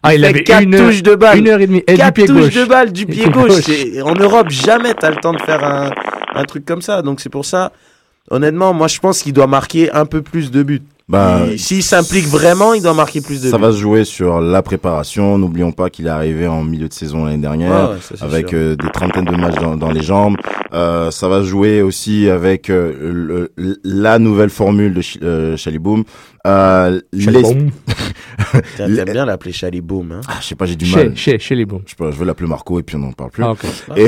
Ah, il,
il fait
avait
quatre
une heure,
touches de balle.
Une heure et demie. Et
quatre
du pied
touches
gauche.
de balle du pied
Pied
gauche.
gauche.
C'est- En Europe, jamais t'as le temps de faire un, un truc comme ça. Donc c'est pour ça, honnêtement, moi je pense qu'il doit marquer un peu plus de buts.
Bah,
Et S'il s'implique vraiment, il doit marquer plus de
ça
buts.
va se jouer sur la préparation. N'oublions pas qu'il est arrivé en milieu de saison l'année dernière,
Ouais, ouais, ça, c'est
avec
sûr.
euh, des trentaines de matchs dans, dans les jambes. Euh, ça va se jouer aussi avec euh, le, la nouvelle formule de Ch- euh, Chaliboum. Euh, les-
Chaliboum.
T'aimes t'aimes bien l'appeler Chaliboum, hein.
Ah, je sais pas, j'ai du
Chez,
mal.
chez, chez les bons.
Je sais pas, je veux l'appeler Marco et puis on n'en parle plus.
Ah, ok.
Et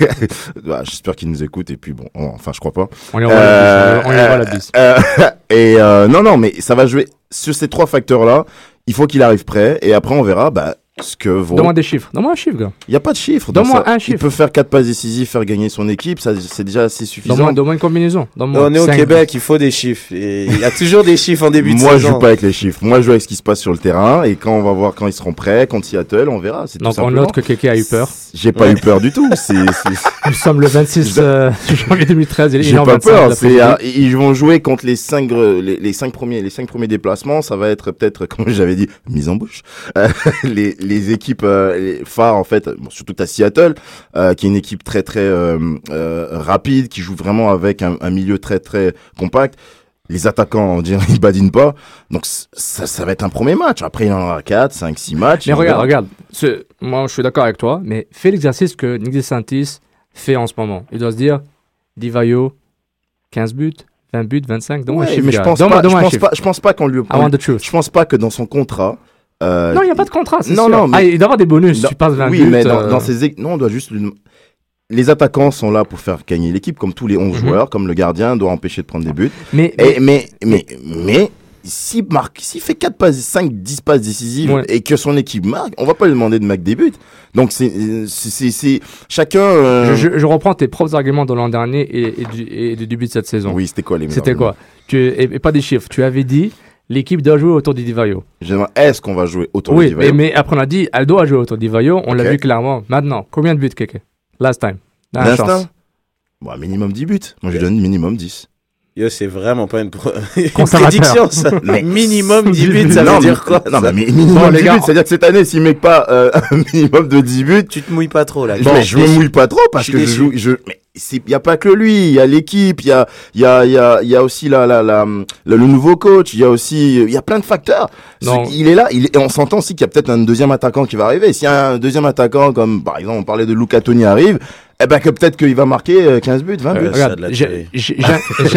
bah, j'espère qu'il nous écoute et puis bon, on- enfin je crois pas.
On lui envoie la bise. On lui envoie la bise.
Euh, et euh, non non mais ça va jouer sur ces trois facteurs là. Il faut qu'il arrive prêt et après on verra bah ce que vaut.
Donne-moi des chiffres. Donne-moi un chiffre, gars.
Il y a pas de chiffre. dans
Donne-moi
ça.
un
Il
chiffre.
peut faire quatre passes décisives, faire gagner son équipe, ça c'est déjà assez suffisant.
Donne-moi donne-moi une combinaison. Donne-moi
On est au
cinq.
Québec, il faut des chiffres. Et il y a toujours des chiffres en début de
Moi je
saison.
joue pas avec les chiffres. Moi je joue avec ce qui se passe sur le terrain et quand on va voir quand ils seront prêts, contre Seattle, on verra. C'est tout
Donc on
simplement.
note que quelqu'un a eu peur.
J'ai pas
Ouais.
eu peur du tout. C'est c'est-
Nous sommes le vingt-six euh, janvier deux mille treize. Il est
J'ai
une heure
pas
vingt-cinq
peur.
l'après-midi.
C'est, euh, ils vont jouer contre les cinq, euh, les, les cinq premiers, les cinq premiers déplacements. Ça va être peut-être, comme j'avais dit, mise en bouche. Euh, les, les équipes euh, les phares en fait, bon, surtout à Seattle, euh, qui est une équipe très très euh, euh, rapide, qui joue vraiment avec un, un milieu très très compact. Les attaquants, on dirait, ils badinent pas. Donc c- ça, ça va être un premier match. Après, il y en aura quatre, cinq, six matchs.
Mais
On
regarde,
verra.
regarde. Ce- moi, je suis d'accord avec toi, mais fais l'exercice que Nick DeSantis fait en ce moment. Il doit se dire, Divayo, quinze buts, vingt buts, vingt-cinq. Donne-moi
Ouais,
un chiffre.
mais je
gars.
pense
Donne-moi-
pas, je
donne-moi un
pense
chiffre.
pas, je pense pas qu'on lui.
I want the truth.
Je pense pas que dans son contrat. euh,
Non, il n'y a pas de contrat, c'est
non,
sûr.
non, mais-
Ah, il doit avoir des bonus.
Non,
Si tu passes vingt
oui,
buts.
mais dans,
euh,
dans ces é- non, on doit juste lui- les attaquants sont là pour faire gagner l'équipe, comme tous les onze
Mhm.
joueurs, comme le gardien doit empêcher de prendre des buts.
Mais,
Et, mais, mais, mais, s'il marque, s'il fait quatre passes, cinq, dix passes décisives
Ouais.
et que son équipe marque, on va pas lui demander de marquer des buts. Donc c'est, c'est, c'est, c'est- chacun. euh,
je, je- je reprends tes propres arguments de l'an dernier et, et du, et du début de cette saison.
Oui, c'était quoi les
C'était quoi tu, et, et pas des chiffres. Tu avais dit, l'équipe doit jouer autour du Divayo.
J'aimerais- Est-ce qu'on va jouer autour
Oui,
du
mais,
Divayo
mais après on a dit, elle doit jouer autour du Divayo. On l'a
Ok.
vu clairement. Maintenant, combien de buts, Kéké? Last time. Dans la
L'instinct
chance.
Bon, minimum dix buts. Moi, je lui donne minimum dix.
Yo, c'est vraiment pas une, pro- une
Conservateur.
prédiction, ça.
Mais-
minimum dix buts, ça
non,
veut
mais-
dire quoi?
Non,
ça
mais minimum
Bon, les
dix
gars,
buts, c'est-à-dire que cette année, s'il met pas euh, un minimum de dix buts,
Tu te mouilles pas trop, là.
je,
Bon,
mais je me
déçu.
mouille pas trop parce
Je
que
suis
je
déçu.
joue. Je, mais il y a pas que lui, il y a l'équipe, il y a, il y a, il y a, il y a aussi la, la, la, le, le nouveau coach, il y a aussi, il y a plein de facteurs.
Non.
Ce- Il est là, il est, et on s'entend aussi qu'il y a peut-être un deuxième attaquant qui va arriver. S'il y a un deuxième attaquant, comme par exemple on parlait de Luca Toni arrive, eh ben que peut-être qu'il va marquer euh, quinze buts, vingt buts.
Ouais, ça a de
Regarde,
la
j'ai-
tuerie.
j'ai- j'ai-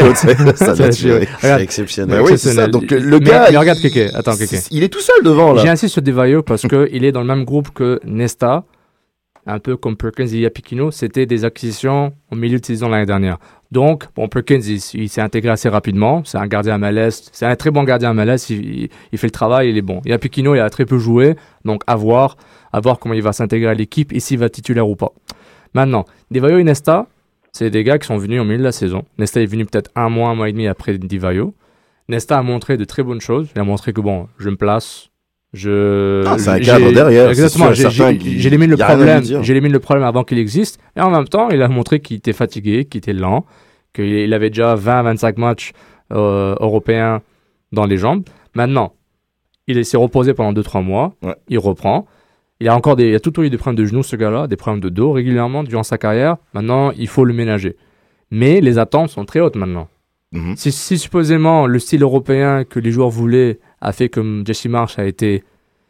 Ça doit tirer.
C'est
Regarde,
exceptionnel.
Bah oui, c'est ça. Donc, euh, le
mais-
gars,
mais
il-
regarde Kéké. Attends, Kéké.
C'est- Il est tout seul devant là.
J'ai insisté sur Divayo parce qu'il est dans le même groupe que Nesta, un peu comme Perkins et Yapikino. C'était des acquisitions au milieu de saison l'année dernière. Donc, bon, Perkins, il, il s'est intégré assez rapidement. C'est un gardien à malaise. C'est un très bon gardien à malaise. Il, il, il fait le travail, il est bon. Yapikino, il a très peu joué. Donc, à voir, à voir comment il va s'intégrer à l'équipe et s'il va titulaire ou pas. Maintenant, Divayo et Nesta, c'est des gars qui sont venus au milieu de la saison. Nesta est venu peut-être un mois, un mois et demi après Divayo. Nesta a montré de très bonnes choses. Il a montré que, bon, je me place. Je,
Ah, c'est un
j'ai-
cadre derrière,
Exactement.
c'est sûr et
J'ai-
certain
j'ai-
qu'il-
J'élimine le
y a rien à lui
problème.
dire.
J'élimine le problème avant qu'il existe. Et en même temps, il a montré qu'il était fatigué, qu'il était lent, qu'il il avait déjà vingt à vingt-cinq matchs euh, européens dans les jambes. Maintenant, il s'est reposé pendant deux trois mois.
Ouais.
Il reprend. Il a encore des, il a tout eu des problèmes de genoux, ce gars-là, des problèmes de dos régulièrement durant sa carrière. Maintenant, il faut le ménager. Mais les attentes sont très hautes maintenant.
Mhm.
Si, si supposément le style européen que les joueurs voulaient a fait que Jesse Marsh a été...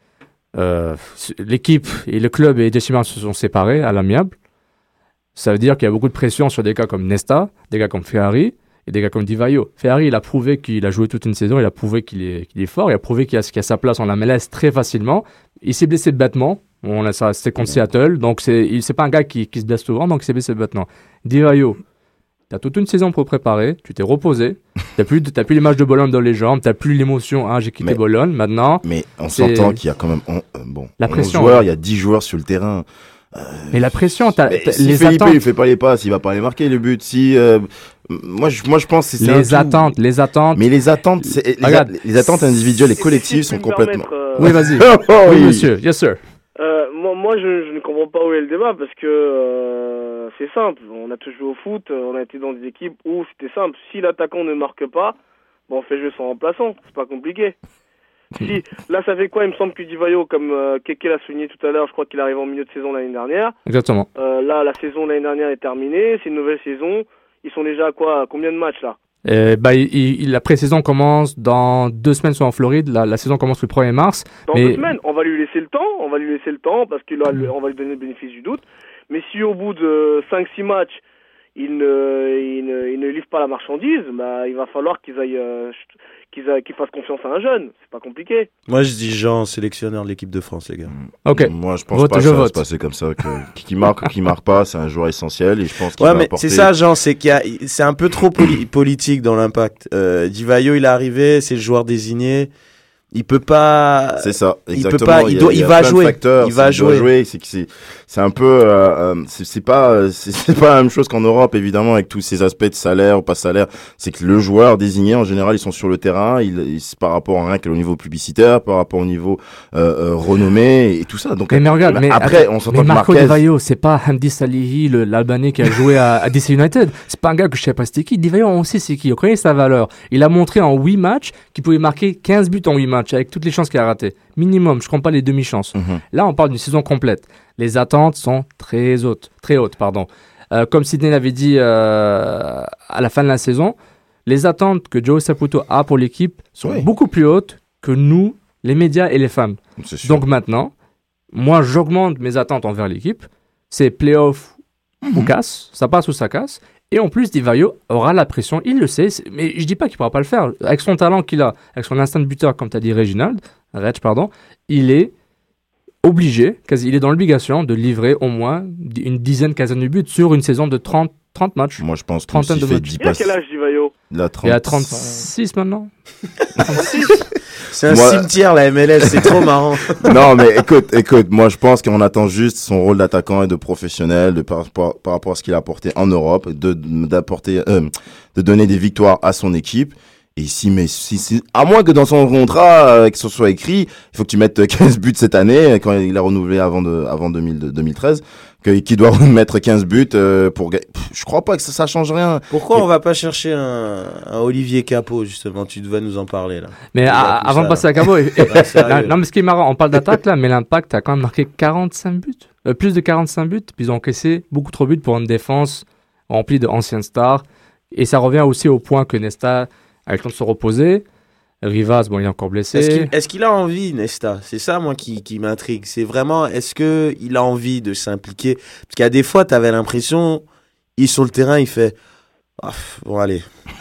euh, l'équipe et le club et Jesse Marsh se sont séparés à l'amiable, ça veut dire qu'il y a beaucoup de pression sur des gars comme Nesta, des gars comme Ferrari et des gars comme Divayo. Ferrari, il a prouvé qu'il a joué toute une saison, il a prouvé qu'il est, qu'il est fort, il a prouvé qu'il a, qu'il a sa place en la M L S très facilement. Il s'est blessé bêtement. On a ça, c'était contre Seattle, donc c'est, il, c'est pas un gars qui, qui se blesse souvent, donc il s'est blessé bêtement. Divayo, t'as toute une saison pour préparer, tu t'es reposé, t'as plus, t'as plus les matchs de Bologne dans les jambes, t'as plus l'émotion, ah j'ai quitté
Mais-
Bologne, maintenant.
Mais on
c'est-
s'entend qu'il y a quand même on- euh, bon,
La
onze
pression,
joueurs,
ouais.
il y a dix joueurs sur le terrain.
Mais la pression, t'as,
Mais
t'as-
si
les
Felipe,
attentes.
il fait pas les passes, il va pas les marquer les buts. Si euh, moi je moi je pense que c'est un
Les
tout.
attentes, les attentes.
Mais les attentes, c'est- les,
Regarde.
a- les attentes individuelles et collectives
Si je
sont
puis me
complètement.
permettre, euh,
Oui, vas-y.
Oh,
Oui,
oui.
monsieur. Yes, sir.
Euh, moi, moi je, je ne comprends pas où est le débat parce que euh, c'est simple. On a tous joué au foot, euh, on a été dans des équipes où c'était simple. Si l'attaquant ne marque pas, bon, on fait jouer son remplaçant. C'est pas compliqué. Si, là, ça fait quoi? Il me semble que Divayo, comme euh, Keke l'a souligné tout à l'heure, je crois qu'il arrive en milieu de saison l'année dernière.
Exactement.
Euh, là, la saison l'année dernière est terminée. C'est une nouvelle saison. Ils sont déjà à quoi? À combien de matchs, là?
Et bah, il, il, la pré-saison commence dans deux semaines sur en Floride. La, la saison commence le premier mars.
Dans
mais...
deux semaines, on va lui laisser le temps. On va lui laisser le temps parce qu'on va lui donner le bénéfice du doute. Mais si au bout de cinq six matchs, il ne, il ne, il ne livre pas la marchandise, bah, il va falloir qu'ils aillent, euh, qu'ils, aillent, qu'ils fassent confiance à un jeune. C'est pas compliqué.
Moi, je dis Jean, sélectionneur de l'équipe de France, les gars.
Ok.
Moi, je pense
vote,
pas
je
que ça va
vote.
se passer comme ça. Que, qui marque ou qui marque pas, c'est un joueur essentiel et je pense qu'il
Ouais,
va
mais
apporter...
c'est ça, Jean, c'est qu'il y a, c'est un peu trop poli- politique dans l'impact. Euh, Divayo, il est arrivé, c'est le joueur désigné. Il peut pas.
C'est ça,
Il peut
exactement.
pas. Il,
y a-
doit,
y
il
a
va
plein de
jouer.
facteurs.
Il va
S'il doit
jouer.
C'est que c'est, c'est un peu, euh, euh, c'est, c'est pas, c'est, c'est pas la même chose qu'en Europe, évidemment, avec tous ces aspects de salaire ou pas salaire. C'est que le joueur désigné, en général, ils sont sur le terrain. Il, il c'est par rapport à rien qu'au niveau publicitaire, par rapport au niveau euh, euh, renommé et tout ça. Donc
Mais, mais regarde, mais
après,
attends,
on s'entend
mais
que
Marco
Marquez.
Divayo, c'est pas Hamdi Salihi, le, l'Albanais qui a joué à, à D C United. C'est pas un gars que je sais pas c'était qui. Divayo, on sait c'est qui. On connaît sa valeur. Il a montré en huit matchs qu'il pouvait marquer quinze buts en huit matchs avec toutes les chances qu'il a ratées. Minimum, je compte pas les demi-chances.
Mhm.
Là, on parle d'une saison complète. Les attentes sont très hautes, très hautes, pardon. Euh, comme Sidney l'avait dit euh, à la fin de la saison, les attentes que Joe Saputo a pour l'équipe sont
Oui.
beaucoup plus hautes que nous, les médias et les fans.
C'est sûr.
Donc maintenant, moi, j'augmente mes attentes envers l'équipe. C'est playoff ou casse. Ça passe ou ça casse. Et en plus, Divayo aura la pression. Il le sait. c'est- Mais je dis pas qu'il pourra pas le faire. Avec son talent qu'il a, avec son instinct de buteur, comme tu as dit, Reginald, Reg, pardon, il est obligé, quasi, il est dans l'obligation de livrer au moins une dizaine, quinzaine de buts sur une saison de trente, trente matchs.
Moi, je pense que
Trentaine
s'il
de
fait
matchs.
dix
Il a
passes,
quel âge, Divayo?
il a
Il est à
trente.
trente-six maintenant.
C'est un
Moi-
cimetière, la M L S. C'est trop marrant.
Non, mais écoute, écoute, moi je pense qu'on attend juste son rôle d'attaquant et de professionnel de par, par, par rapport à ce qu'il a apporté en Europe, de d'apporter, euh, de donner des victoires à son équipe. Et si, mais si, si, à moins que dans son contrat, euh, que ce soit écrit, il faut que tu mettes quinze buts cette année, quand il a renouvelé avant de, avant deux mille, deux mille treize, que, qu'il doit mettre quinze buts, euh, pour, ga- Pff, je crois pas que ça, ça change rien.
Pourquoi on va pas chercher un, un Olivier Capot, justement? Tu devais nous en parler, là.
Mais
Il y a
à-
tout
avant
ça,
de passer
là.
à Cabo, et- et-
Ouais, sérieux.
non, non, mais ce qui est marrant, on parle d'attaque là, mais l'Impact a quand même marqué quarante-cinq buts. Euh, plus de quarante-cinq buts, puis ils ont encaissé beaucoup trop de buts pour une défense remplie d'anciennes stars. Et ça revient aussi au point que Nesta a le temps de se reposer. Rivas, bon, il est encore blessé.
Est-ce qu'il, est-ce qu'il a envie, Nesta? C'est ça, moi, qui, qui m'intrigue. C'est vraiment, est-ce que il a envie de s'impliquer? Parce qu'il y a des fois, t'avais l'impression, il est sur le terrain, il fait, ah, pff, bon, allez.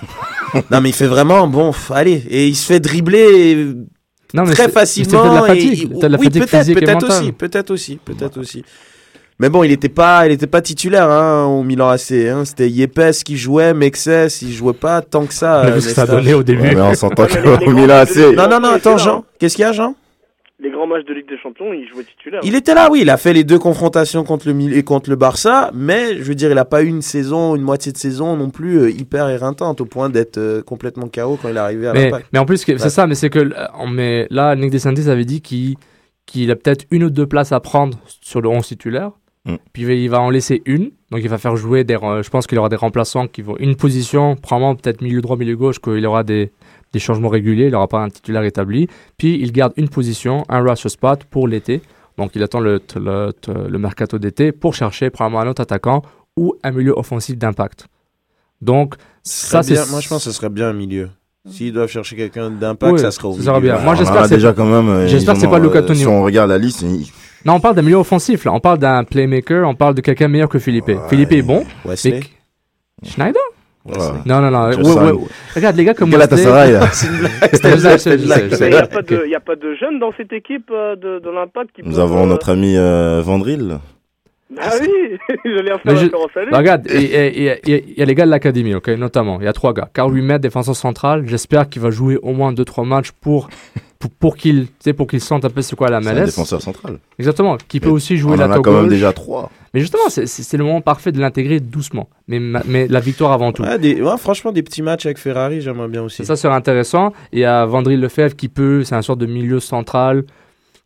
Non, mais il fait vraiment, bon, pff, allez. Et il se fait dribbler
Non, mais
très
c'est-
facilement.
mais c'est de la
et-
fatigue.
et-
T'as de la
oui,
fatigue
peut-être,
physique et
peut-être
mentale.
aussi, peut-être aussi, peut-être aussi. Mais bon, il était pas, il était pas titulaire, hein, au Milan A C, hein. C'était Yepes qui jouait, Mexès, il jouait pas tant que ça.
On a
euh,
vu ce que ça a
Nesta.
donné au début.
Ouais, mais on s'entend
Ouais, mais les-
qu'au
les
Milan
grands
A
matchs de
C.
Ligue
Non, non, non,
Il était
attends,
là,
Jean.
hein.
Qu'est-ce qu'il y a, Jean?
Les grands matchs de Ligue des Champions, il jouait titulaire.
Il était là, oui, il a fait les deux confrontations contre le Milan et contre le Barça, mais je veux dire, il a pas eu une saison, une moitié de saison non plus euh, hyper éreintante au point d'être euh, complètement K O quand il est arrivé à
Mais,
l'Impact.
mais en plus, que- c'est
Ouais.
ça, mais c'est que euh, on met, là, Nick DeSantis avait dit qu'il, qu'il a peut-être une ou deux places à prendre sur le onze titulaire.
Mm.
Puis il va- il va en laisser une. Donc il va faire jouer des. re- Je pense qu'il aura des remplaçants qui vont. Une position, probablement peut-être milieu droit, milieu gauche, qu'il aura des, des changements réguliers. Il n'aura pas un titulaire établi. Puis il garde une position, un roster spot pour l'été. Donc il attend le, t- le, t- le mercato d'été pour chercher probablement un autre attaquant ou un milieu offensif d'impact. Donc
Ce
ça,
serait
c'est.
bien- moi, je pense que ce serait bien un milieu. S'ils doivent chercher quelqu'un d'impact,
Oui,
ça serait au
ça
milieu.
serait bien. Moi,
On
j'espère
en a
que c'est-
déjà quand même. euh,
j'espère
ils
que c'est
en
pas
ont,
Luca
euh, Si
Tonio.
on regarde la liste, il-
Non, on parle d'un milieu offensif, là. On parle d'un playmaker, on parle de quelqu'un meilleur que Philippe.
Ouais.
Philippe est bon.
Wesley.
Mais... Schneider?
Wesley.
Ouais.
Non, non, non.
Je
Ouais,
sens-
ouais, ouais. Regarde, les gars comme
Galatasaray, là.
C'est une blague.
C'était une blague, c'était une blague.
Mais il n'y a, pas de- y a pas de jeunes dans cette équipe euh, de, de l'Impact qui
Nous
peuvent,
avons
euh,
notre ami euh, Vandril.
Ah oui, j'allais en faire
Mais je-
référence à lui.
Bah, regarde, il y, a- il y a- il y a- il y a les gars de l'académie, ok, notamment. Il y a trois gars. Carl Humet, défenseur central. J'espère qu'il va jouer au moins deux trois matchs pour, pour, pour qu'il tu sais, pour qu'il sente un peu c'est quoi la
C'est un
malaise.
défenseur central.
Exactement. Qui peut
Mais
aussi
On
jouer
en
la
a quand même déjà trois.
Mais justement, c'est- c'est c'est le moment parfait de l'intégrer doucement. Mais, ma- mais la victoire avant tout.
Ouais, des, ouais, franchement, des petits matchs avec Ferrari, j'aimerais bien aussi.
Ça serait intéressant. Et il y a Vandril Lefebvre qui peut, c'est un sorte de milieu central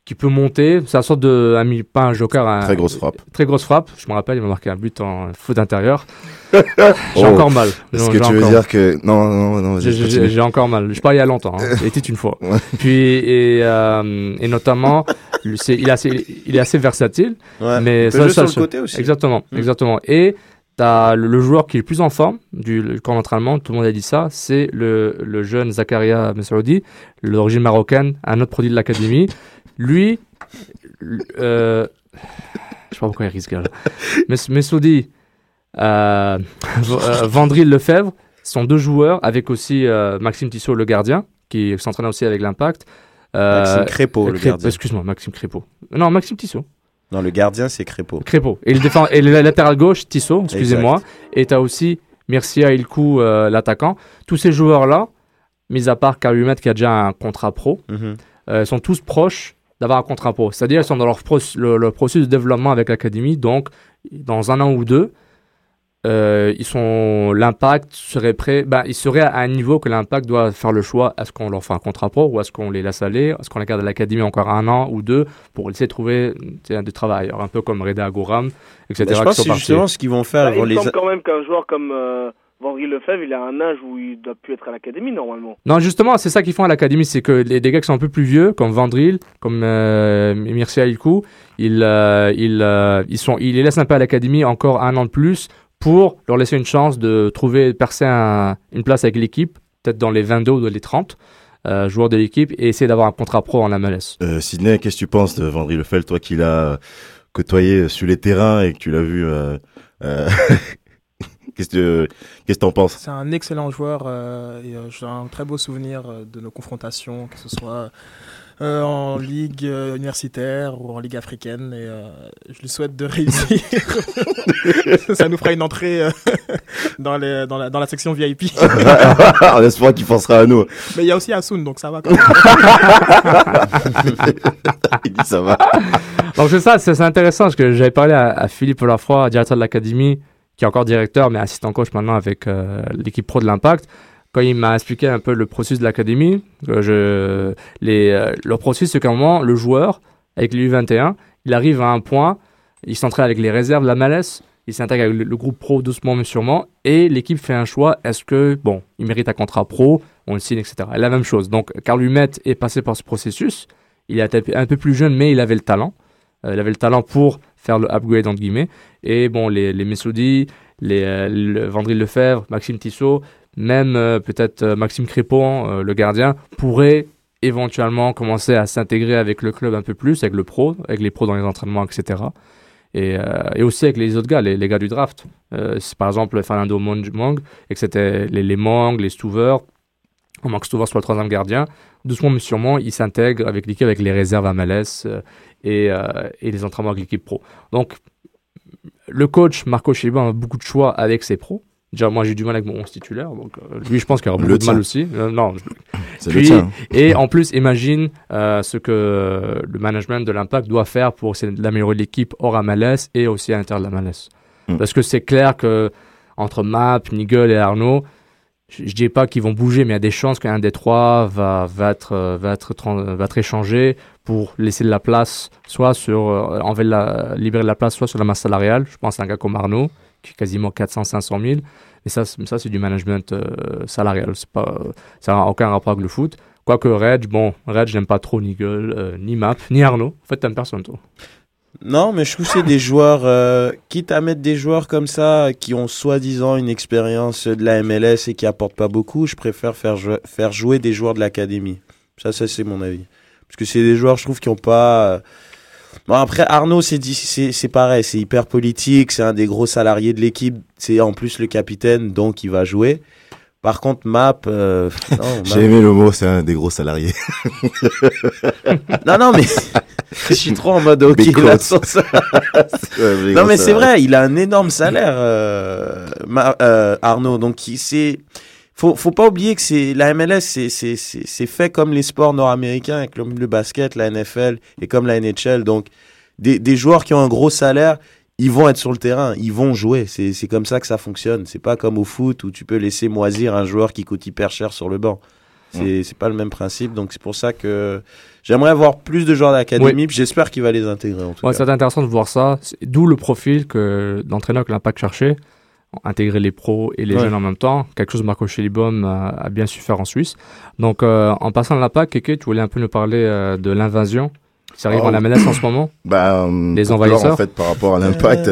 qui peut monter. C'est une sorte de, un, pas un joker, un,
très grosse frappe.
Très grosse frappe. Je me rappelle, il m'a marqué un but en faute intérieur. J'ai
oh,
encore mal.
Est-ce
non,
que tu
encore...
veux dire que non, non, non.
J'ai, j'ai, j'ai encore mal. Je parlais il y a longtemps. Hein. C'était une fois. Ouais. Puis et, euh, et notamment, c'est, il est assez, il est assez versatile.
Ouais.
Mais
il peut
ça,
jouer
ça,
sur le côté aussi.
Exactement,
mmh.
exactement. Et t'as le, le joueur qui est le plus en forme du le camp d'entraînement, tout le monde a dit ça, c'est le, le jeune Zakaria Messoudi, l'origine marocaine, un autre produit de l'académie. Lui, euh, je sais pas pourquoi il risque là. Messoudi, euh, Vandril Lefebvre sont deux joueurs, avec aussi euh, Maxime Tissot, le gardien, qui s'entraîne aussi avec l'Impact.
Euh, Maxime Crépeau, le
Cré-
gardien.
Excuse-moi, Maxime Crépeau. Non, Maxime Tissot.
Non, le gardien, c'est Crépeau.
Crépeau. Et le, défend, et le latéral gauche, Tissot, excusez-moi. Exact. Et tu as aussi Mircea Ilkou, euh, l'attaquant. Tous ces joueurs-là, mis à part Kalumet qui a déjà un contrat pro, mm-hmm. euh, sont tous proches d'avoir un contrat pro. C'est-à-dire qu'ils sont dans leur, pro- le, le processus de développement avec l'académie. Donc, dans un an ou deux, euh, ils sont, l'Impact serait prêt, ben, ils seraient à un niveau que l'Impact doit faire le choix. Est-ce qu'on leur fait un contrat pro ou est-ce qu'on les laisse aller? Est-ce qu'on les garde à l'académie encore un an ou deux pour essayer de trouver du travail? Un peu comme Reda Agoram, et cetera.
Ben, je pense que c'est justement ce qu'ils vont faire.
Bah, il me
les...
semble quand même qu'un joueur comme euh, Vandril Lefebvre, il a un âge où il doit plus être à l'académie normalement.
Non, justement, c'est ça qu'ils font à l'académie, c'est que les, des gars qui sont un peu plus vieux, comme Vandril, comme euh, Mircea Ilkou, ils, euh, ils, euh, ils, sont, ils les laissent un peu à l'académie encore un an de plus pour leur laisser une chance de trouver, percer un, une place avec l'équipe, peut-être dans les vingt-deux ou dans les trente euh, joueurs de l'équipe, et essayer d'avoir un contrat pro en M L S.
Euh, Sidney, qu'est-ce que tu penses de Vandril Lefebvre, toi qui l'as côtoyé sur les terrains et que tu l'as vu euh, euh, Qu'est-ce que qu'est-ce que t'en penses?
C'est un excellent joueur euh, et euh, j'ai un très beau souvenir euh, de nos confrontations, que ce soit euh, en ligue euh, universitaire ou en ligue africaine, et euh, je lui souhaite de réussir. Ça nous fera une entrée euh, dans, les, dans, la, dans la section V I P.
En espérant qu'il pensera à nous.
Mais il y a aussi Assoun, donc ça va quand même.
Il dit ça va.
Donc c'est ça, c'est, c'est intéressant parce que j'avais parlé à, à Philippe Lafroy, directeur de l'académie, qui est encore directeur, mais assistant coach maintenant avec euh, l'équipe pro de l'Impact. Quand il m'a expliqué un peu le processus de l'académie, euh, je, les, euh, le processus, c'est qu'à un moment, le joueur, avec l'U vingt et un, il arrive à un point, il s'entraîne avec les réserves de la M L S, il s'intègre avec le, le groupe pro doucement mais sûrement, et l'équipe fait un choix, est-ce que, bon, il mérite un contrat pro, on le signe, et cetera. Et la même chose. Donc, Carl Humet est passé par ce processus, il était un peu plus jeune, mais il avait le talent. Euh, il avait le talent pour faire le upgrade, entre guillemets. Et bon, les, les Messoudi, les, euh, le Vandril Lefebvre, Maxime Tissot, même euh, peut-être euh, Maxime Crépeau, euh, le gardien, pourraient éventuellement commencer à s'intégrer avec le club un peu plus, avec le pro, avec les pros dans les entraînements, et cetera. Et, euh, et aussi avec les autres gars, les, les gars du draft. Euh, c'est par exemple Fernando Mong, et que c'était les, les Mong, les Stuver. On manque Stuver soit le troisième gardien. Doucement mais sûrement, il s'intègre avec l'équipe, avec les réserves à M L S euh, et, euh, et les entraînements avec l'équipe pro. Donc, le coach Marco Chiban a beaucoup de choix avec ses pros. Déjà, moi, j'ai du mal avec mon onze titulaire. Donc, euh, lui, je pense qu'il aura beaucoup
le
de
tien.
mal aussi. Euh, non,
c'est
puis,
le tien.
Et en plus, imagine euh, ce que euh, le management de l'Impact doit faire pour essayer d'améliorer l'équipe hors M L S et aussi à l'intérieur de la M L S. Mm. Parce que c'est clair que entre Map, Nigel et Arnaud, je ne dis pas qu'ils vont bouger, mais il y a des chances qu'un des trois va, va, être, va, être, va être échangé pour laisser de la place, soit sur, euh, enlever la, libérer de la place, soit sur la masse salariale. Je pense à un gars comme Arnaud, qui est quasiment quatre cents à cinq cent mille. Mais ça, ça c'est du management euh, salarial. C'est pas, ça n'a aucun rapport avec le foot. Quoique Reg, bon, Reg, j'aime pas trop Nigel, euh, ni Map, ni Arnaud. En fait, t'aimes personne, toi.
Non, mais je trouve que c'est des joueurs, euh, quitte à mettre des joueurs comme ça, qui ont soi-disant une expérience de la M L S et qui apportent pas beaucoup, je préfère faire, jou- faire jouer des joueurs de l'académie. Ça, ça, c'est mon avis. Parce que c'est des joueurs, je trouve, qui ont pas... Bon, après, Arnaud, c'est, c'est, c'est pareil, c'est hyper politique, c'est un des gros salariés de l'équipe, c'est en plus le capitaine, donc il va jouer. Par contre, Map... Euh, non,
J'ai
Map...
aimé le mot, c'est un des gros salariés.
non, non, mais... Je suis trop en mode ok, il a son ouais, non mais c'est vrai, il a un énorme salaire, euh, Ma, euh, Arnaud. Donc il, c'est, faut, faut pas oublier que c'est la M L S, c'est, c'est, c'est, c'est fait comme les sports nord-américains, comme le basket, la N F L et comme la N H L. Donc des, des joueurs qui ont un gros salaire, ils vont être sur le terrain, ils vont jouer. C'est, c'est comme ça que ça fonctionne. C'est pas comme au foot où tu peux laisser moisir un joueur qui coûte hyper cher sur le banc. C'est, c'est pas le même principe. Donc, c'est pour ça que j'aimerais avoir plus de joueurs d'académie.
Oui.
Puis j'espère qu'il va les intégrer, en tout
Ouais,
cas.
c'est intéressant de voir ça. C'est- D'où le profil que l'entraîneur que l'Impact cherchait, intégrer les pros et les
Ouais.
jeunes en même temps. Quelque chose que Marco Schellibaum a, a bien su faire en Suisse. Donc, euh, en passant à l'Impact, Kéké, tu voulais un peu nous parler euh, de l'invasion qui arrive
Oh.
en M L S en ce moment.
Bah, euh,
Les
pour
envahisseurs.
clore, en fait, par rapport à l'impact.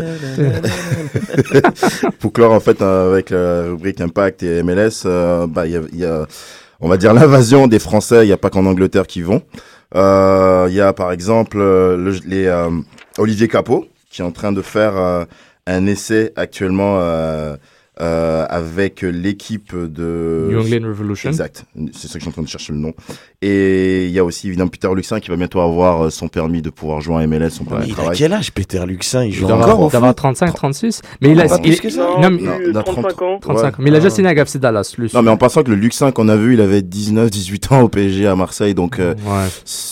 Pour clore, en fait, euh, avec la rubrique Impact et M L S, euh, bah, il y a, il y a, on va dire, l'invasion des Français. Il n'y a pas qu'en Angleterre qui vont. Euh, Il y a, par exemple, euh, le, les, euh, Olivier Capot, qui est en train de faire euh, un essai actuellement euh, euh, avec l'équipe de...
New England Revolution.
Exact. C'est ça que je suis en train de chercher le nom. Et il y a aussi, évidemment, Peter Luxin qui va bientôt avoir euh, son permis de pouvoir jouer en M L S, son permis de
Il a
travail.
quel âge, Peter Luxin? Il
Il
joue
doit
encore
avoir,
au
il doit avoir
foot?
trente-cinq, trente-six. Mais il a,
Pas
il-
plus que ça.
Non,
non,
Non,
mais-
plus,
il a
trente-cinq ans.
trente-cinq.
Ouais.
Mais il a déjà
Ah.
signé avec F C Dallas, lui.
Non, mais en passant que le Luxin qu'on a vu, il avait dix-neuf, dix-huit ans au P S G à Marseille, donc euh,
Ouais.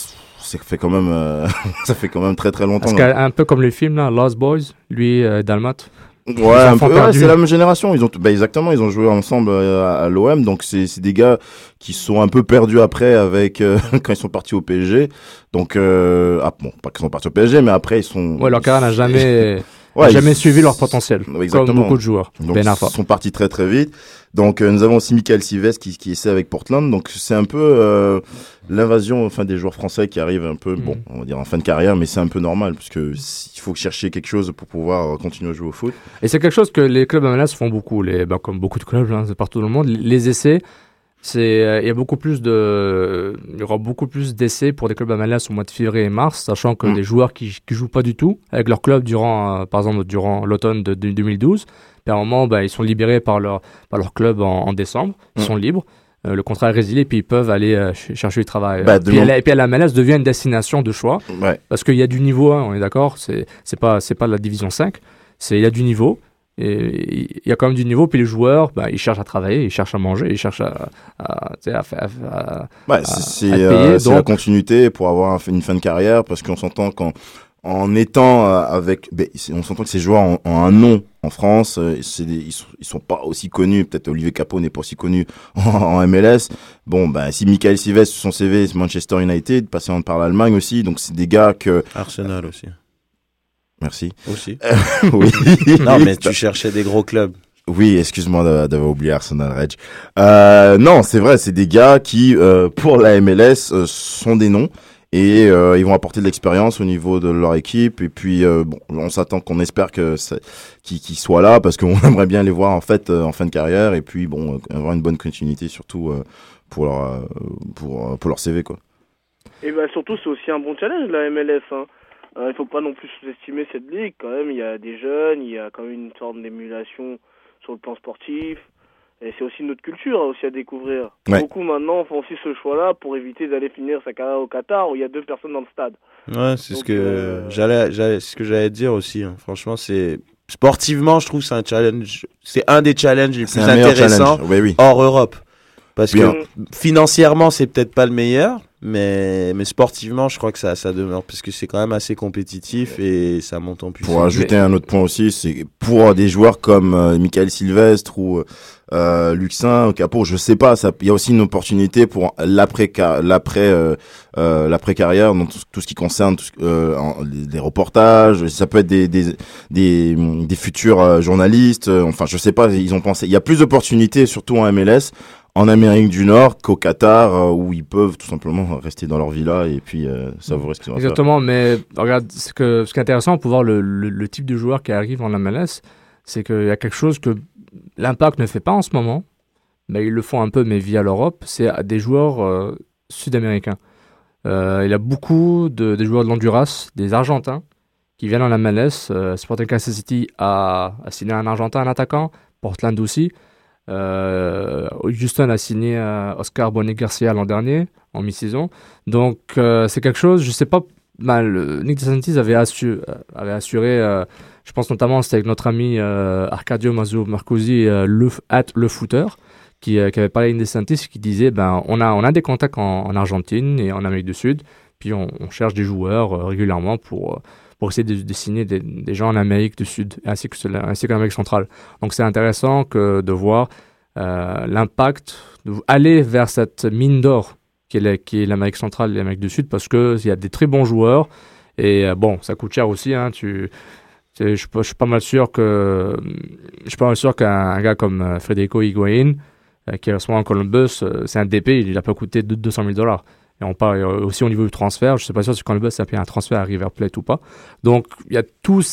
ça fait quand même, euh, ça fait quand même très très longtemps.
Parce qu'un peu comme les films, là, Lost Boys, lui, euh, Dalmat.
Ouais, un
enfants
peu, ouais,
perdus.
c'est la même génération. Ils ont, bah, exactement, ils ont joué ensemble euh, à, à l'O M, donc c'est c'est des gars qui sont un peu perdus après avec euh, quand ils sont partis au P S G. Donc, euh, ah, bon, pas qu'ils sont partis au P S G, mais après ils sont.
Ouais, leur carrière n'a jamais,
Ouais,
n'a jamais
ils-
suivi leur potentiel.
Ouais, exactement.
Comme beaucoup de joueurs.
Donc,
Ben
ils
Arfa.
sont partis très très vite. Donc, euh, nous avons aussi Michael Silvestre qui, qui essaie avec Portland. Donc, c'est un peu euh, l'invasion, enfin, des joueurs français qui arrivent un peu,
Mhm.
bon, on va dire en fin de carrière, mais c'est un peu normal puisque il faut chercher quelque chose pour pouvoir euh, continuer à jouer au foot.
Et c'est quelque chose que les clubs M L S font beaucoup, les, ben, comme beaucoup de clubs hein, c'est partout dans le monde. Les essais, c'est, euh, il y a beaucoup plus de, il y aura beaucoup plus d'essais pour des clubs M L S au mois de février et mars, sachant que
Mm.
des joueurs qui, qui jouent pas du tout avec leur club durant, euh, par exemple, durant l'automne de, de deux mille douze, puis à un moment, ben, ils sont libérés par leur, par leur club en, en décembre, ils
Mm.
sont libres. Euh, le contrat est résilié, puis ils peuvent aller euh, ch- chercher du travail.
Bah,
Euh,
de
puis,
mon-
la, et puis la M L S devient une destination de choix.
Ouais.
Parce qu'il y a du niveau, hein, on est d'accord, c'est c'est pas c'est pas la division cinq, c'est il y a du niveau et il y a quand même du niveau puis les joueurs bah, ils cherchent à travailler, ils cherchent à manger, ils cherchent à à, tu sais, à, à, à-
Ouais,
à-
c'est
à
c'est,
être
euh,
payé,
c'est la
donc-
continuité pour avoir un- une fin de carrière parce qu'on s'entend qu'en en étant euh, avec, ben, c'est- on s'entend que ces joueurs ont, ont un nom en France, euh, c'est des, ils, sont, ils sont pas aussi connus, peut-être Olivier Capot n'est pas aussi connu en, en M L S. Bon, ben, si Michael Silvestre, son C V, c'est Manchester United, passé par l'Allemagne aussi, donc c'est des gars que...
Arsenal aussi.
Merci.
Aussi.
oui.
Non, mais tu cherchais des gros clubs.
Oui, excuse-moi d'avoir d'avoir oublié Arsenal, Reg. Euh, non, c'est vrai, c'est des gars qui, euh, pour la M L S, euh, sont des noms et euh, ils vont apporter de l'expérience au niveau de leur équipe. Et puis, euh, bon, on s'attend, qu'on espère que ça- qu'ils qu'ils soient là parce qu'on aimerait bien les voir en fait euh, en fin de carrière et puis bon, euh, avoir une bonne continuité surtout euh, pour leur euh, pour euh, pour leur C V quoi.
Et bah surtout, c'est aussi un bon challenge, la M L S. Hein. Euh, il faut pas non plus sous-estimer cette ligue. Quand même, il y a des jeunes, il y a quand même une sorte d'émulation sur le plan sportif. Et c'est aussi notre culture hein, aussi à découvrir.
Ouais.
Beaucoup maintenant font aussi ce choix-là pour éviter d'aller finir sa carrière au Qatar où il y a deux personnes dans le stade.
Ouais, c'est ce
Donc,
que
euh,
j'allais, j'allais, c'est ce que j'allais dire aussi. hein. Franchement, c'est sportivement, je trouve que c'est un challenge. C'est un des challenges les
C'est
plus
un meilleur
intéressants
challenge. Oui, oui.
hors Europe. Parce
Oui,
que
hein.
financièrement, c'est peut-être pas le meilleur, mais mais sportivement, je crois que ça ça demeure parce que c'est quand même assez compétitif et ça monte en puissance.
Pour ajouter un autre point aussi, c'est pour des joueurs comme euh, Michael Silvestre ou euh, Luxin, Capot, je sais pas, ça, il y a aussi une opportunité pour l'après l'après euh, euh, l'après carrière, donc tout, tout ce qui concerne tout ce- euh, en- les, les reportages, ça peut être des des des, des futurs euh, journalistes, euh, enfin je sais pas, ils ont pensé, il y a plus d'opportunités surtout en M L S. En Amérique du Nord qu'au Qatar euh, où ils peuvent tout simplement rester dans leur villa et puis euh, savourer ce qu'ils vont faire.
Exactement, mais regarde, ce, que, ce qui est intéressant pour voir le, le, le type de joueur qui arrive en M L S, c'est qu'il y a quelque chose que l'Impact ne fait pas en ce moment, mais ils le font un peu, mais via l'Europe, c'est des joueurs euh, sud-américains. Euh, il y a beaucoup de, de joueurs de l'Honduras, des Argentins, qui viennent en M L S. Euh, Sporting Kansas City a, a signé un Argentin, un attaquant, Portland aussi. Euh, Houston a signé euh, Oscar Bonnet Garcia l'an dernier, en mi-saison. Donc, euh, c'est quelque chose, je sais pas, mal. euh, Nick DeSantis avait, assu- euh, avait assuré, euh, je pense notamment, c'était avec notre ami euh, Arcadio Mazzo Marcosi, euh, le, at le footer, qui, euh, qui avait parlé à Nick DeSantis, qui disait ben, on, a, on a des contacts en, en Argentine et en Amérique du Sud, puis on, on cherche des joueurs euh, régulièrement pour. Euh, pour essayer de, de signer des, des gens en Amérique du Sud ainsi que ainsi qu'en Amérique centrale. Donc c'est intéressant que de voir euh, l'impact d'aller vers cette mine d'or qui est, la, qui est l'Amérique centrale et l'Amérique du Sud, parce qu'il y a des très bons joueurs. Et euh, bon, ça coûte cher aussi. Hein, tu, je suis pas, pas mal sûr que je suis pas mal sûr qu'un un gars comme euh, Federico Higuaín, euh, qui est en ce moment en Columbus, euh, c'est un D P, il n'a pas coûté deux cent mille dollars. Et on parle aussi au niveau du transfert. Je ne sais pas sûr si Columbus a payé un transfert à River Plate ou pas. Donc il y a tout,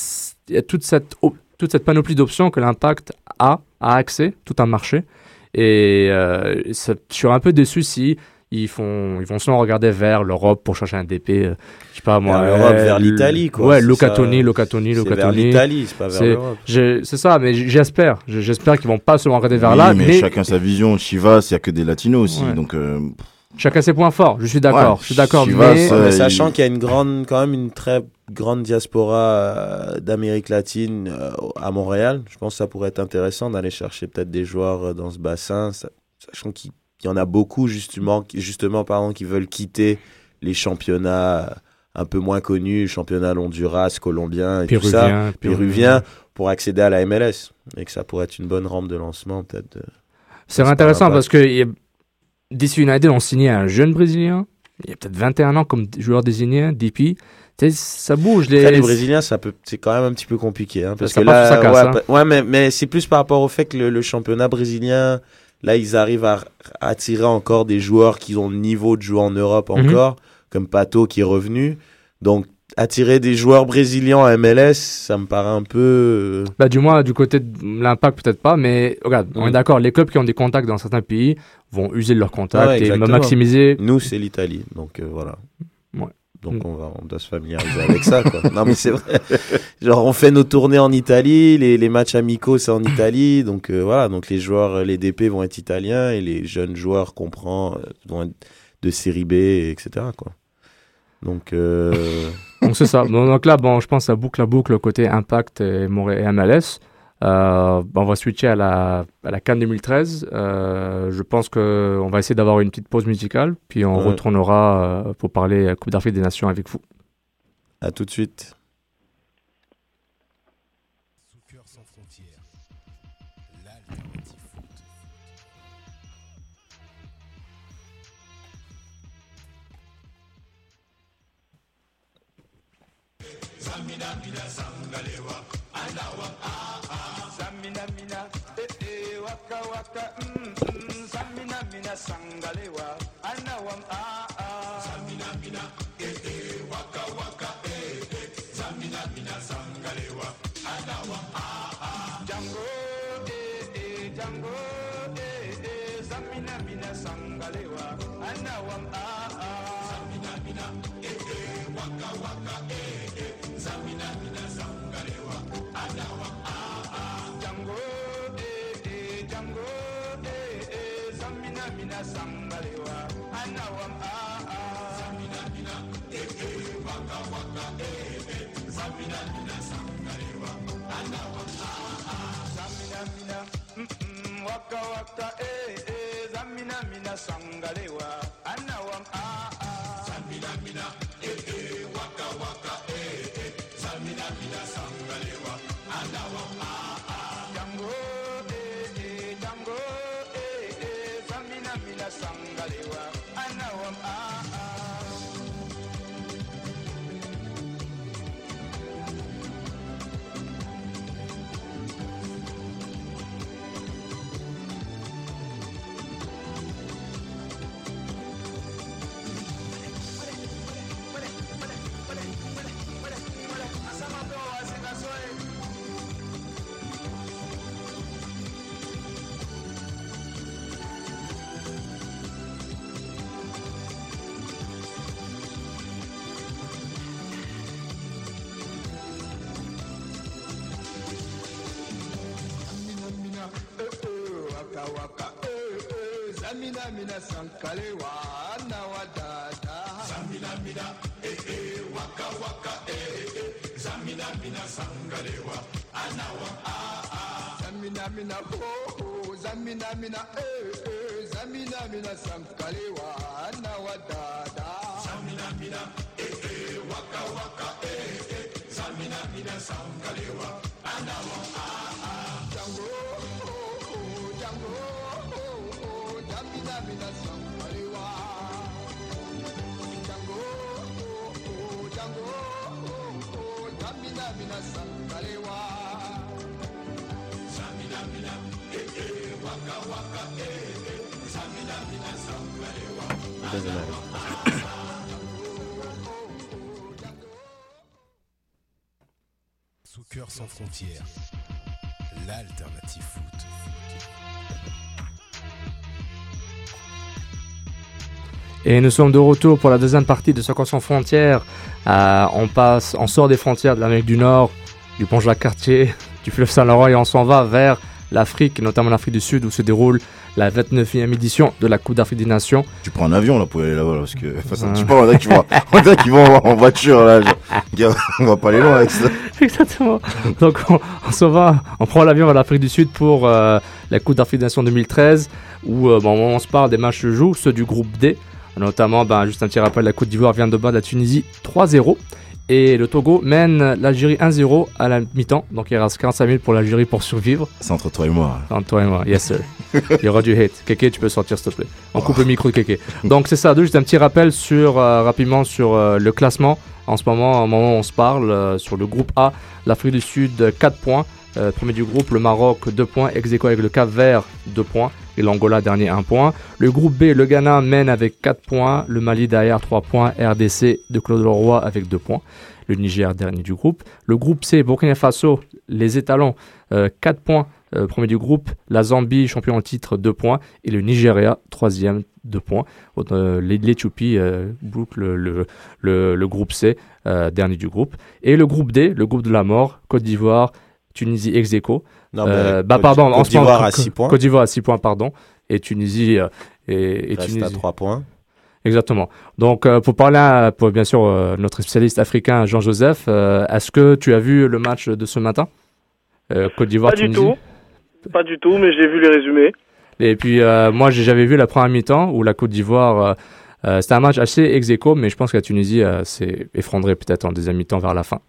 il y a toute cette toute cette panoplie d'options que l'Impact a a accès, tout un marché. Et euh, ça, je suis un peu déçu si Ils, font, ils vont souvent regarder vers l'Europe pour chercher un D P. Euh, je sais pas moi.
Vers l'Europe,
euh,
vers l'Italie, quoi.
Ouais,
c'est
Locatoni,
ça.
Locatoni,
c'est
Locatoni.
vers l'Italie, c'est pas vers
c'est,
l'Europe.
j'ai, c'est ça, mais j'espère. J'espère qu'ils vont pas seulement regarder vers
oui,
là.
Mais,
mais
chacun sa vision. Chivas, il n'y a que des latinos aussi.
Ouais.
Donc, euh...
chacun ses points forts. Je suis d'accord.
Ouais,
je suis d'accord.
Chivas,
mais...
euh,
mais sachant
il...
qu'il y a une grande, quand même une très grande diaspora euh, d'Amérique latine euh, à Montréal, je pense que ça pourrait être intéressant d'aller chercher peut-être des joueurs euh, dans ce bassin, ça, sachant qu'il y en a beaucoup justement, qui, justement pardon, qui veulent quitter les championnats un peu moins connus, championnats Honduras, colombiens et
Péruvien,
tout ça,
Péruvien.
péruviens, pour accéder à la M L S. Et que ça pourrait être une bonne rampe de lancement peut-être. De...
C'est intéressant parce que y a... D C United ont signé un jeune Brésilien, il y a peut-être vingt et un ans comme joueur désigné, D P. T'sais, ça bouge. Les...
Après, les Brésiliens, ça peut, c'est quand même un petit peu compliqué. Hein, parce
ça
que
là,
là,
casse,
ouais,
hein.
pa- ouais, mais, mais c'est plus par rapport au fait que le, le championnat brésilien, là, ils arrivent à, à attirer encore des joueurs qui ont le niveau de jouer en Europe encore, mm-hmm. comme Pato qui est revenu. Donc, attirer des joueurs brésiliens en M L S, ça me paraît un peu...
Bah, du moins, du côté de l'Impact, peut-être pas, mais regarde, mm. on est d'accord, les clubs qui ont des contacts dans certains pays vont user de leurs contacts
ouais,
et maximiser...
Nous, c'est l'Italie, donc euh, voilà.
Ouais.
Donc on va, on doit se familiariser avec ça, quoi. Non mais c'est vrai. Genre on fait nos tournées en Italie, les, les matchs amicaux c'est en Italie, donc euh, voilà, donc les joueurs, les D P vont être italiens et les jeunes joueurs qu'on prend euh, vont être de série B, et cetera quoi. Donc euh...
donc c'est ça. Donc là, bon, je pense que ça boucle la boucle côté Impact et, Moré- et M L S. Euh, on va switcher à la, à la CAN deux mille treize. Euh, je pense qu'on va essayer d'avoir une petite pause musicale, puis on ouais. retournera euh, pour parler Coupe d'Afrique des Nations avec vous.
À tout de suite.
Soccer sans frontières, l'alternative foot.
Zamina mina sangalewa, anawa ah ah. Zamina mina eh eh waka waka mm mm. Zamina mina sangalewa, anawa ah ah. Zamina mina eh eh waka waka eh eh. Zamina mina sangalewa, anawa ah ah. Django eh eh Django eh eh. Zamina mina sangalewa, anawa ah ah. Zamina mina eh eh waka waka eh eh. Zamina mina sangalewa, anawa ah ah. Django eh eh Django eh eh. Zamina mina sangalewa, anawa ah ah. Zamina mina eh eh waka waka eh eh. Zamina mina sangalewa, anawa ah ah. Zamina mina mm mm waka waka eh eh. Zamina mina sangalewa, anawa ah ah. Zamina mina eh eh waka waka eh eh. Zamina mina sangalewa, anawa ah ah. Django eh eh Django eh eh. Zamina mina sangalewa, anawa ah ah. Waka eh eh. Zamina mina sankalewa, anawa dada. Zamina mina eh eh waka waka eh eh. Zamina mina sangalewa, anawa ah ah. Zamina mina ho ho. Zamina mina eh eh. Zamina mina sankalewa, anawa dada. Zamina mina eh eh waka waka eh eh. Zamina mina sangalewa, anawa ah ah. Django oh oh Django.
Sous cœur sans frontières, l'alternative foot.
Et nous sommes de retour pour la deuxième partie de Soccer sans frontières. Euh, on passe, on sort des frontières de l'Amérique du Nord, du pont Jacques-Cartier, du fleuve Saint-Laurent et on s'en va vers l'Afrique, notamment l'Afrique du Sud où se déroule la vingt-neuvième édition de la Coupe d'Afrique des Nations.
Tu prends un avion là pour aller là-bas parce que enfin, je sais pas, on dirait qu'ils vont, on dirait qu'ils vont en voiture là. Je... On va pas aller loin avec ça.
Exactement. Donc on, on s'en va, on prend l'avion vers l'Afrique du Sud pour euh, la Coupe d'Afrique des Nations deux mille treize où euh, bon, on se parle des matchs se jouent, ceux du groupe D. Notamment, ben, juste un petit rappel, la Côte d'Ivoire vient de battre la Tunisie trois zéro. Et le Togo mène l'Algérie un zéro à la mi-temps. Donc il reste quarante-cinq minutes pour l'Algérie pour survivre.
C'est entre toi et moi.
Entre toi et moi, yes sir. Il y aura du hate. Kéké, tu peux sortir s'il te plaît. On coupe oh. le micro de Kéké. Donc c'est ça, juste un petit rappel sur, euh, rapidement sur euh, le classement. En ce moment, au moment où on se parle, euh, sur le groupe A, l'Afrique du Sud quatre points. Euh, premier du groupe, le Maroc deux points. Ex-aequo avec le Cap-Vert deux points. Et l'Angola dernier un point. Le groupe B, le Ghana mène avec quatre points. Le Mali derrière trois points. R D C de Claude Leroy avec deux points. Le Niger dernier du groupe. Le groupe C, Burkina Faso, les étalons, euh, quatre points. Euh, premier du groupe. La Zambie, champion en titre, deux points. Et le Nigeria, troisième, deux points. Euh, L'Éthiopie euh, boucle le, le, le, le groupe C, euh, dernier du groupe. Et le groupe D, le groupe de la mort, Côte d'Ivoire, Tunisie ex-aequo.
Non,
euh,
mais
bah
Côte,
pardon,
Côte d'Ivoire à six points.
Côte d'Ivoire à six points, pardon. Et Tunisie euh, et, et
reste
Tunisie
à trois points.
Exactement. Donc euh, pour parler à, pour bien sûr euh, notre spécialiste africain Jean-Joseph, euh, est-ce que tu as vu le match de ce matin euh, Côte d'Ivoire
Pas
Tunisie?
du tout. Pas du tout, mais j'ai vu les résumés.
Et puis euh, moi j'ai j'avais vu la première mi-temps où la Côte d'Ivoire euh, euh, c'était un match assez ex-aequo, mais je pense que la Tunisie euh, s'est effondrée peut-être en deuxième mi-temps vers la fin.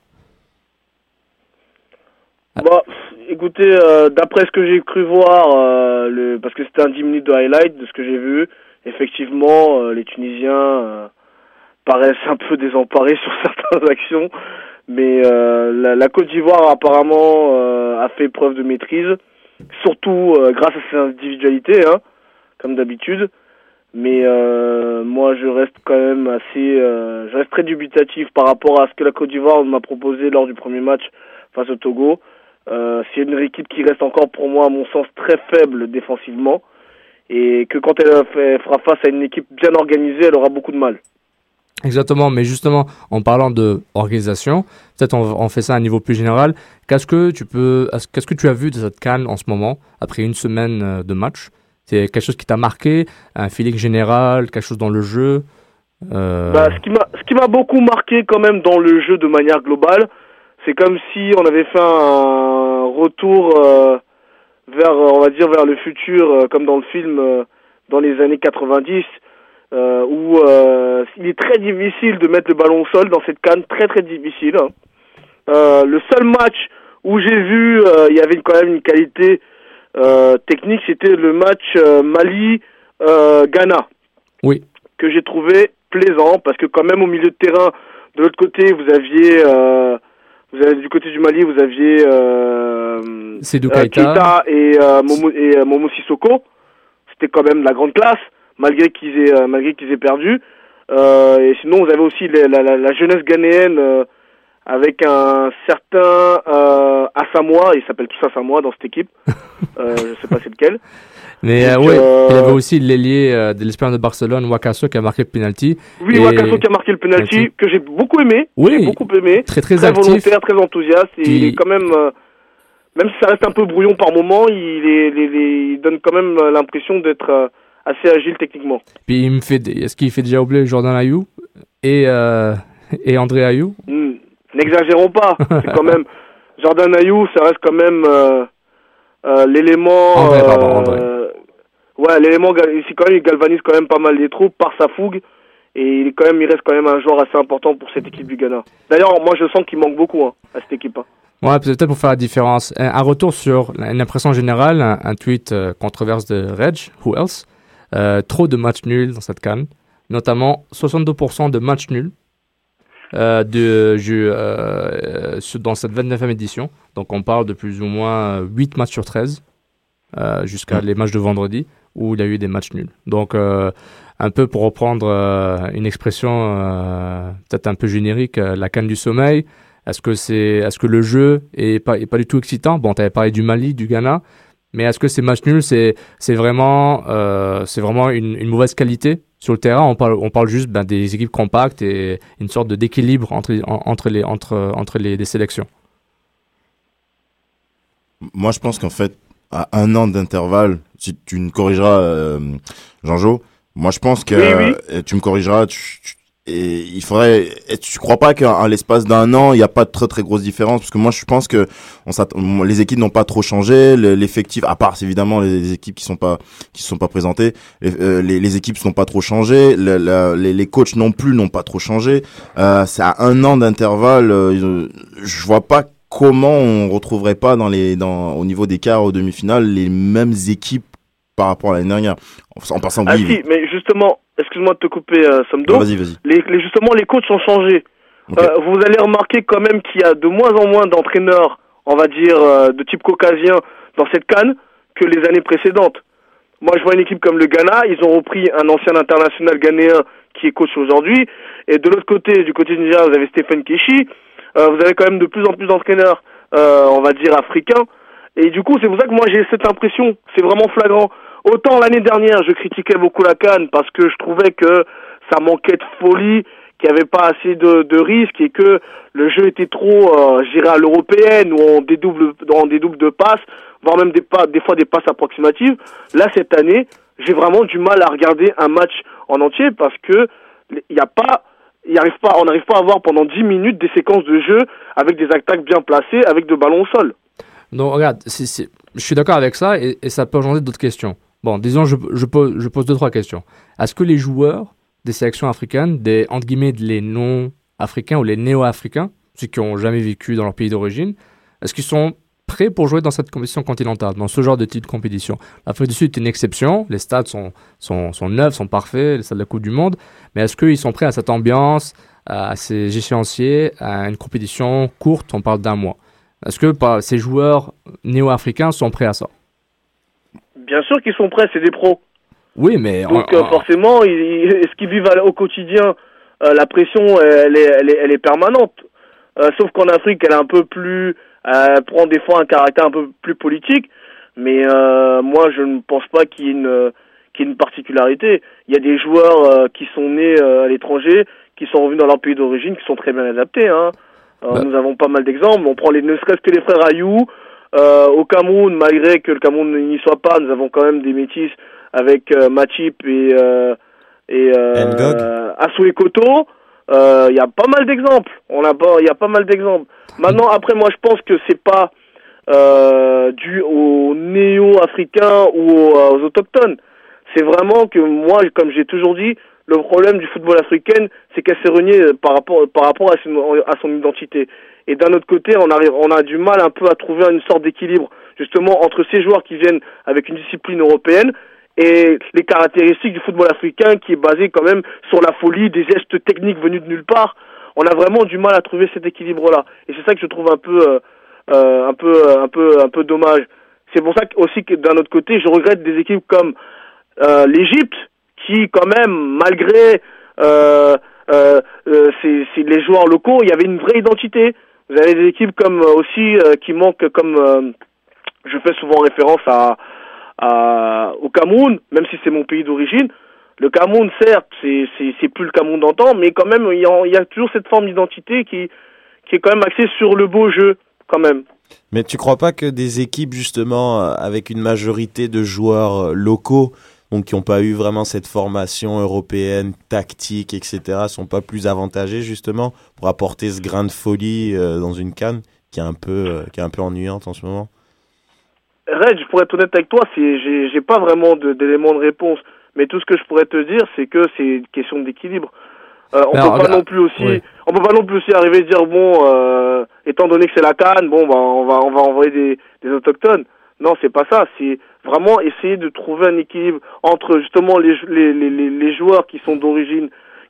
Bon, écoutez, euh, d'après ce que j'ai cru voir, euh, le, parce que c'était un dix minutes de highlight de ce que j'ai vu, effectivement, euh, les Tunisiens euh, paraissent un peu désemparés sur certaines actions, mais euh, la, la Côte d'Ivoire apparemment euh, a fait preuve de maîtrise, surtout euh, grâce à ses individualités, hein, comme d'habitude. Mais euh, moi, je reste quand même assez, euh, je reste très dubitatif par rapport à ce que la Côte d'Ivoire m'a proposé lors du premier match face au Togo. Euh, c'est une équipe qui reste encore pour moi, à mon sens, très faible défensivement, et que quand elle fait, fera face à une équipe bien organisée, elle aura beaucoup de mal.
Exactement, mais justement, en parlant de organisation, peut-être on, on fait ça à un niveau plus général. Qu'est-ce que tu peux, qu'est-ce que tu as vu de cette CAN en ce moment, après une semaine de match? C'est quelque chose qui t'a marqué, un feeling général, quelque chose dans le jeu? euh...
bah, ce qui m'a, ce qui m'a beaucoup marqué quand même dans le jeu de manière globale, c'est comme si on avait fait un retour euh, vers, on va dire, vers le futur, euh, comme dans le film, euh, dans les années quatre-vingt-dix, euh, où euh, il est très difficile de mettre le ballon au sol dans cette CAN, très très difficile. Hein. Euh, le seul match où j'ai vu, euh, il y avait quand même une qualité euh, technique, c'était le match euh, Mali-Ghana,
oui,
que j'ai trouvé plaisant, parce que quand même au milieu de terrain, de l'autre côté, vous aviez... Euh, Vous avez, du côté du Mali, vous aviez euh,
Seydou
euh,
Keita.
Keita et, euh, Momo, et euh, Momo Sissoko. C'était quand même de la grande classe, malgré qu'ils aient, euh, malgré qu'ils aient perdu. Euh, et sinon, vous avez aussi les, la, la, la jeunesse ghanéenne euh, avec un certain euh, Asamoah. Ils s'appellent tous Asamoah dans cette équipe. euh, je sais pas c'est lequel.
Mais
Donc,
euh, ouais,
euh...
il y avait aussi l'ailier euh, de l'Espérance de Barcelone, Wakaso, qui a marqué le penalty.
Oui,
et...
Wakaso qui a marqué le penalty, penalty. que j'ai beaucoup aimé.
Oui,
j'ai beaucoup aimé.
Très très,
très
actif.
volontaire, très enthousiaste. Et
Puis...
il est quand même, euh, même si ça reste un peu brouillon par moment, il, est, il, est, il donne quand même l'impression d'être euh, assez agile techniquement.
Puis il me fait, est-ce qu'il fait déjà oublier Jordan Ayew et euh, et André Ayew?
mmh, N'exagérons pas. C'est quand même Jordan Ayew, ça reste quand même euh, euh, l'élément.
André, pardon, André.
Euh, Ouais, l'élément, ici quand même, il galvanise quand même pas mal les troupes par sa fougue, et il est quand même, il reste quand même un joueur assez important pour cette équipe du Ghana. D'ailleurs, moi je sens qu'il manque beaucoup hein, à cette équipe. Hein.
Ouais, peut-être pour faire la différence. Un, un retour sur une impression générale, un, un tweet euh, controverse de Reg, who else, euh, trop de matchs nuls dans cette CAN, notamment soixante-deux pour cent de matchs nuls euh, de jeu euh, dans cette vingt-neuvième édition. Donc on parle de plus ou moins huit matchs sur treize. euh, jusqu'à les matchs de vendredi où il y a eu des matchs nuls. Donc, euh, un peu pour reprendre euh, une expression euh, peut-être un peu générique, euh, la canne du sommeil. Est-ce que, c'est, est-ce que le jeu est pas, est pas du tout excitant? Bon, tu avais parlé du Mali, du Ghana, mais est-ce que ces matchs nuls, c'est, c'est vraiment, euh, c'est vraiment une, une mauvaise qualité sur le terrain? On parle, on parle juste ben, des équipes compactes et une sorte de d'équilibre entre, en, entre, les, entre, entre les, les sélections.
Moi, je pense qu'en fait, à un an d'intervalle, si tu me corrigeras, euh, Jean-Jo, moi, je pense que
oui, oui.
Euh, tu me corrigeras, tu, tu, et il faudrait, et tu crois pas qu'en l'espace d'un an, il n'y a pas de très très grosse différence? Parce que moi, je pense que on s'attend, les équipes n'ont pas trop changé, l'effectif, à part évidemment les, les équipes qui sont pas, qui se sont pas présentées, les, euh, les, les équipes n'ont pas trop changé, le, le, les, les coachs non plus n'ont pas trop changé. Euh, c'est à un an d'intervalle, euh, je vois pas comment on retrouverait pas dans les, dans, au niveau des quarts, aux demi-finales, les mêmes équipes par rapport à l'année dernière. En, en passant,
ah
oui.
si, mais justement, excuse-moi de te couper, euh, Samdo.
Non, vas-y, vas-y.
Les, les, justement, les coachs ont changé.
Okay.
Euh, vous allez remarquer quand même qu'il y a de moins en moins d'entraîneurs, on va dire, euh, de type caucasien dans cette CAN que les années précédentes. Moi, je vois une équipe comme le Ghana, ils ont repris un ancien international ghanéen qui est coach aujourd'hui. Et de l'autre côté, du côté du Nigeria, vous avez Stephen Keshi. Euh, vous avez quand même de plus en plus d'entraîneurs, euh, on va dire, africains. Et du coup, c'est pour ça que moi, j'ai cette impression. C'est vraiment flagrant. Autant l'année dernière, je critiquais beaucoup la CAN parce que je trouvais que ça manquait de folie, qu'il n'y avait pas assez de, de risques et que le jeu était trop, euh, je dirais, à l'européenne, où on dédouble, on dédouble de passes, voire même des, pas, des fois des passes approximatives. Là, cette année, j'ai vraiment du mal à regarder un match en entier parce que il n'y a pas, il arrive pas, on n'arrive pas à avoir pendant dix minutes des séquences de jeu avec des attaques bien placées, avec de ballons au sol.
Non, regarde, c'est, c'est, je suis d'accord avec ça et, et ça peut engendrer d'autres questions. Bon, disons, je, je, pose, je pose deux, trois questions. Est-ce que les joueurs des sélections africaines, des, entre guillemets, les non-africains ou les néo-africains, ceux qui n'ont jamais vécu dans leur pays d'origine, est-ce qu'ils sont prêts pour jouer dans cette compétition continentale, dans ce genre de type de compétition? L'Afrique du Sud est une exception, les stades sont, sont, sont neufs, sont parfaits, les stades de la Coupe du Monde, mais est-ce qu'ils sont prêts à cette ambiance, à ces échéanciers, à une compétition courte, on parle d'un mois? Est-ce que bah, ces joueurs néo-africains sont prêts à ça?
Bien sûr qu'ils sont prêts, c'est des pros.
Oui, mais...
Donc
on,
euh,
on...
forcément, ils, ils, est-ce qu'ils vivent au quotidien, euh, la pression, elle est, elle est, elle est permanente. Euh, sauf qu'en Afrique, elle est un peu plus... Elle prend des fois un caractère un peu plus politique. Mais euh, moi, je ne pense pas qu'il y ait une, qu'il y ait une particularité. Il y a des joueurs euh, qui sont nés euh, à l'étranger, qui sont revenus dans leur pays d'origine, qui sont très bien adaptés. Hein. Euh, bah. Nous avons pas mal d'exemples. On prend les, ne serait-ce que les frères Ayou. Euh, au Cameroun, malgré que le Cameroun n'y soit pas, nous avons quand même des métis avec euh, Matip et euh, et euh, Assou Koto. Il euh, y a pas mal d'exemples. On a pas, il y a pas mal d'exemples. Maintenant, après, moi, je pense que c'est pas euh, dû aux néo-africains ou aux, aux autochtones. C'est vraiment que moi, comme j'ai toujours dit, le problème du football africain, c'est qu'elle s'est reniée par rapport par rapport à son, à son identité. Et d'un autre côté, on arrive, on a du mal un peu à trouver une sorte d'équilibre, justement, entre ces joueurs qui viennent avec une discipline européenne et les caractéristiques du football africain qui est basé quand même sur la folie, des gestes techniques venus de nulle part. On a vraiment du mal à trouver cet équilibre-là. Et c'est ça que je trouve un peu, euh, un peu, un peu, un peu dommage. C'est pour ça que, aussi que d'un autre côté, je regrette des équipes comme euh, l'Égypte, qui quand même, malgré euh, euh, euh, c'est, c'est les joueurs locaux, il y avait une vraie identité. Vous avez des équipes comme euh, aussi euh, qui manquent, comme euh, je fais souvent référence à, à au Cameroun, même si c'est mon pays d'origine. Le Cameroun, certes, c'est c'est, c'est plus le Cameroun d'antan, mais quand même il y a, il y a toujours cette forme d'identité qui qui est quand même axée sur le beau jeu, quand même.
Mais tu crois pas que des équipes justement avec une majorité de joueurs locaux, donc qui n'ont pas eu vraiment cette formation européenne, tactique, et cetera, sont pas plus avantagés justement pour apporter ce grain de folie euh, dans une CAN qui est un peu, euh, qui est un peu ennuyante en ce moment?
Reg, pour être honnête avec toi, c'est, j'ai, j'ai pas vraiment de, d'éléments de réponse, mais tout ce que je pourrais te dire, c'est que c'est une question d'équilibre. Euh, on Alors, peut pas euh, non plus aussi, oui. on peut pas non plus aussi arriver à dire bon, euh, étant donné que c'est la CAN, bon, bah, on va, on va envoyer des, des autochtones. Non, c'est pas ça. C'est vraiment essayer de trouver un équilibre entre justement les les les, les joueurs qui sont d'origine,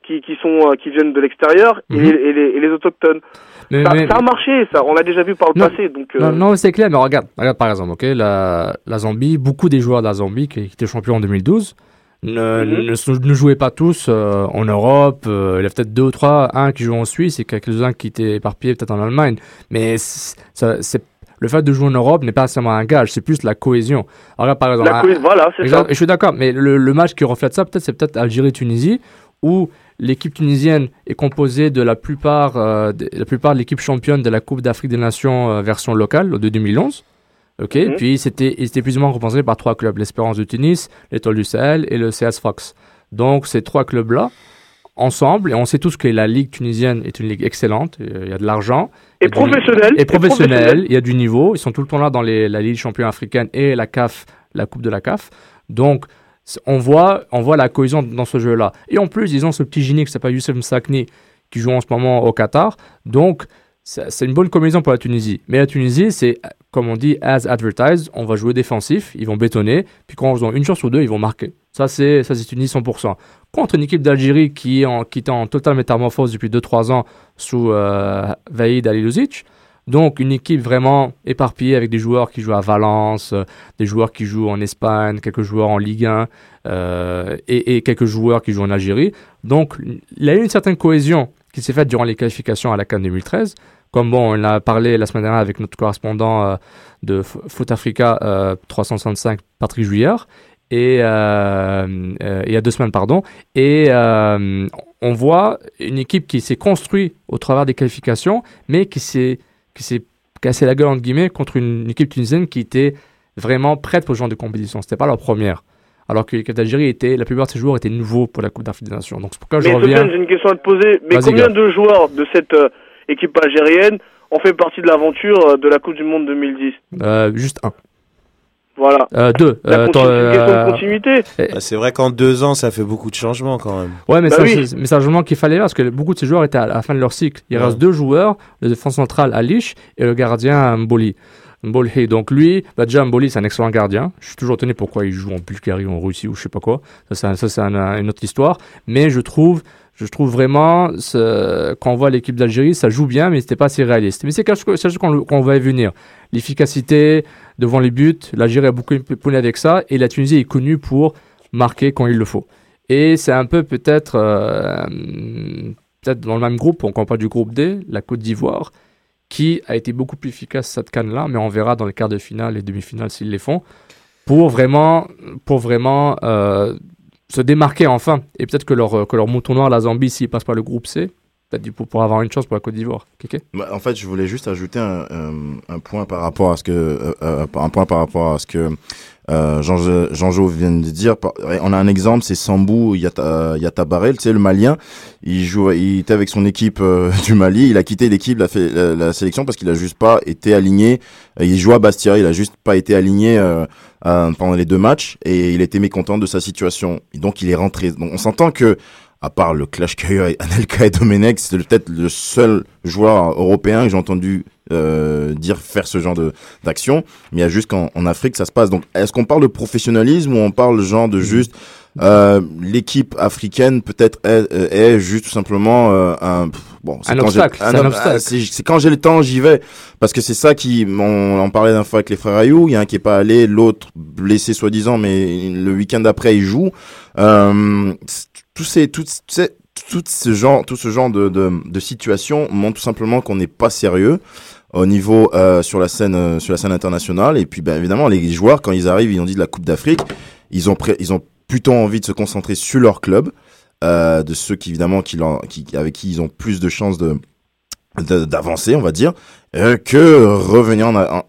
qui, qui sont euh, qui viennent de l'extérieur
Mhm.
et, les, et, les, et les autochtones.
Mais-
ça,
mais-
ça a marché, ça. On l'a déjà vu par le
Non,
passé. Donc, euh,
Non, non, c'est clair, mais regarde, regarde par exemple, ok, la, la Zambie, beaucoup des joueurs de la Zambie qui, qui étaient champions en deux mille douze ne,
Mhm.
ne, se- ne jouaient pas tous euh, en Europe. euh, il y a peut-être deux ou trois, un qui joue en Suisse et quelques-uns qui étaient éparpillés peut-être en Allemagne. Mais c'est, ça- c'est- le fait de jouer en Europe n'est pas seulement un gage, c'est plus la cohésion. Alors, regarde, par exemple,
la
un-
cohésion- voilà, c'est
Exemple,
ça.
et je suis d'accord, mais le, le match qui reflète ça, peut-être, c'est peut-être Algérie-Tunisie, où l'équipe tunisienne est composée de la plupart, euh, de, la plupart de l'équipe championne de la Coupe d'Afrique des Nations euh, version locale de deux mille onze. Ok,
Mhm.
puis c'était, ils étaient plus ou moins représentés par trois clubs, l'Espérance de Tunis, l'Étoile du Sahel et le C S Fox. Donc ces trois clubs-là, ensemble, et on sait tous que la Ligue tunisienne est une ligue excellente, euh, il y a de l'argent.
Et
il y a du-
professionnelle.
Et
Et
professionnelle,
professionnelle.
il y a du niveau, ils sont tout le temps là dans les, la Ligue champion africaine et la C A F, la Coupe de la C A F. Donc c- on voit, on voit la cohésion dans ce jeu-là. Et en plus, ils ont ce petit génie qui s'appelle Youssef Msakni, qui joue en ce moment au Qatar. Donc, c'est c'est une bonne combinaison pour la Tunisie. Mais la Tunisie, c'est, comme on dit, as advertised, on va jouer défensif, ils vont bétonner, puis quand ils ont une chance sur deux, ils vont marquer. Ça, c'est, ça, c'est Tunisie cent pour cent. Contre une équipe d'Algérie qui est en, qui est en totale métamorphose depuis deux trois ans sous euh, Vaïd Alilouzic. Donc, une équipe vraiment éparpillée avec des joueurs qui jouent à Valence, euh, des joueurs qui jouent en Espagne, quelques joueurs en Ligue un euh, et, et quelques joueurs qui jouent en Algérie. Donc, il y a eu une certaine cohésion qui s'est faite durant les qualifications à la CAN deux mille treize. Comme bon, on a parlé la semaine dernière avec notre correspondant euh, de F- Foot Africa euh, trois cent soixante-cinq, Patrick Juillard, et euh, euh, il y a deux semaines, pardon. Et euh, on voit une équipe qui s'est construite au travers des qualifications, mais qui s'est qui s'est cassé la gueule entre guillemets contre une équipe tunisienne qui était vraiment prête pour ce genre de compétition. C'était pas leur première. Alors que l'équipe d'Algérie était, la plupart de ses joueurs étaient nouveaux pour la Coupe d'Afrique des Nations. Donc c'est pourquoi je
Mais
reviens.
Sofiane, j'ai une question à te poser. Mais
Vas-y,
combien
gars.
de joueurs de cette euh, équipe algérienne ont fait partie de l'aventure euh, de la Coupe du Monde deux mille dix?
Euh, juste un.
Voilà.
Euh, deux.
La
Euh,
continu-
attends,
c'est une question
euh,
de continuité.
Bah, c'est vrai qu'en deux ans, ça fait beaucoup de changements quand même.
Ouais, mais
Bah
ça,
oui.
c'est, mais c'est un changement qu'il fallait là, parce que beaucoup de ces joueurs étaient à la fin de leur cycle. Il
Ouais.
reste deux joueurs, le défense central Alish et le gardien Mboli. Mboli. Donc lui, bah déjà Mboli, c'est un excellent gardien. Je suis toujours étonné pourquoi il joue en Bulgarie ou en Russie ou je sais pas quoi. Ça, c'est, un- ça, c'est un- une autre histoire. Mais je trouve, je trouve vraiment, ce- quand on voit l'équipe d'Algérie, ça joue bien, mais c'était pas assez réaliste. Mais c'est quelque chose, c'est quelque chose qu'on, qu'on va y venir. L'efficacité devant les buts, l'Algérie a beaucoup épaulé avec ça, et la Tunisie est connue pour marquer quand il le faut. Et c'est un peu peut-être, euh, peut-être dans le même groupe, on parle du groupe D, la Côte d'Ivoire, qui a été beaucoup plus efficace cette canne-là, mais on verra dans les quarts de finale et demi-finales s'ils les font, pour vraiment, pour vraiment euh, se démarquer enfin. Et peut-être que leur, que leur mouton noir, la Zambie, s'ils passent par le groupe C, peut-être pour, pour avoir une chance pour la Côte d'Ivoire. Kéké ?
Bah, en fait, je voulais juste ajouter un, un, un point par rapport à ce que euh, euh, un point par rapport à ce que euh, Jean Jean-Jo vient de dire. On a un exemple, c'est Sambou Yata, Yatabaré, tu sais, le Malien. Il joue, il était avec son équipe euh, du Mali. Il a quitté l'équipe, la, fait, la, la sélection parce qu'il a juste pas été aligné. Il joue à Bastia, il a juste pas été aligné euh, euh, pendant les deux matchs et il était mécontent de sa situation. Et donc il est rentré. Donc on s'entend que à part le clash qu'il y a eu avec Anelka et Domenech, c'est peut-être le seul joueur européen que j'ai entendu euh, dire faire ce genre de d'action. Mais il y a juste qu'en en Afrique ça se passe. Donc est-ce qu'on parle de professionnalisme ou on parle genre de juste euh, l'équipe africaine peut-être est, est juste tout simplement euh, un bon c'est
Un
quand
obstacle,
j'ai-
c'est un
ob-
obstacle.
ah, c'est, c'est quand j'ai le temps j'y vais parce que c'est ça qui on en parlait d'un fois avec les frères Ayou. Il y a un qui est pas allé, l'autre blessé soi-disant, mais le week-end d'après il joue. Euh, tous ces tout ces tout ce genre tout ce genre de de, de situations montrent tout simplement qu'on n'est pas sérieux au niveau euh, sur la scène euh, sur la scène internationale. Et puis ben évidemment les joueurs quand ils arrivent, ils ont dit de la Coupe d'Afrique, ils ont pré- ils ont plutôt envie de se concentrer sur leur club, euh, de ceux qui évidemment qui, l'en- qui avec qui ils ont plus de chances de, de d'avancer, on va dire, euh, que revenir en, en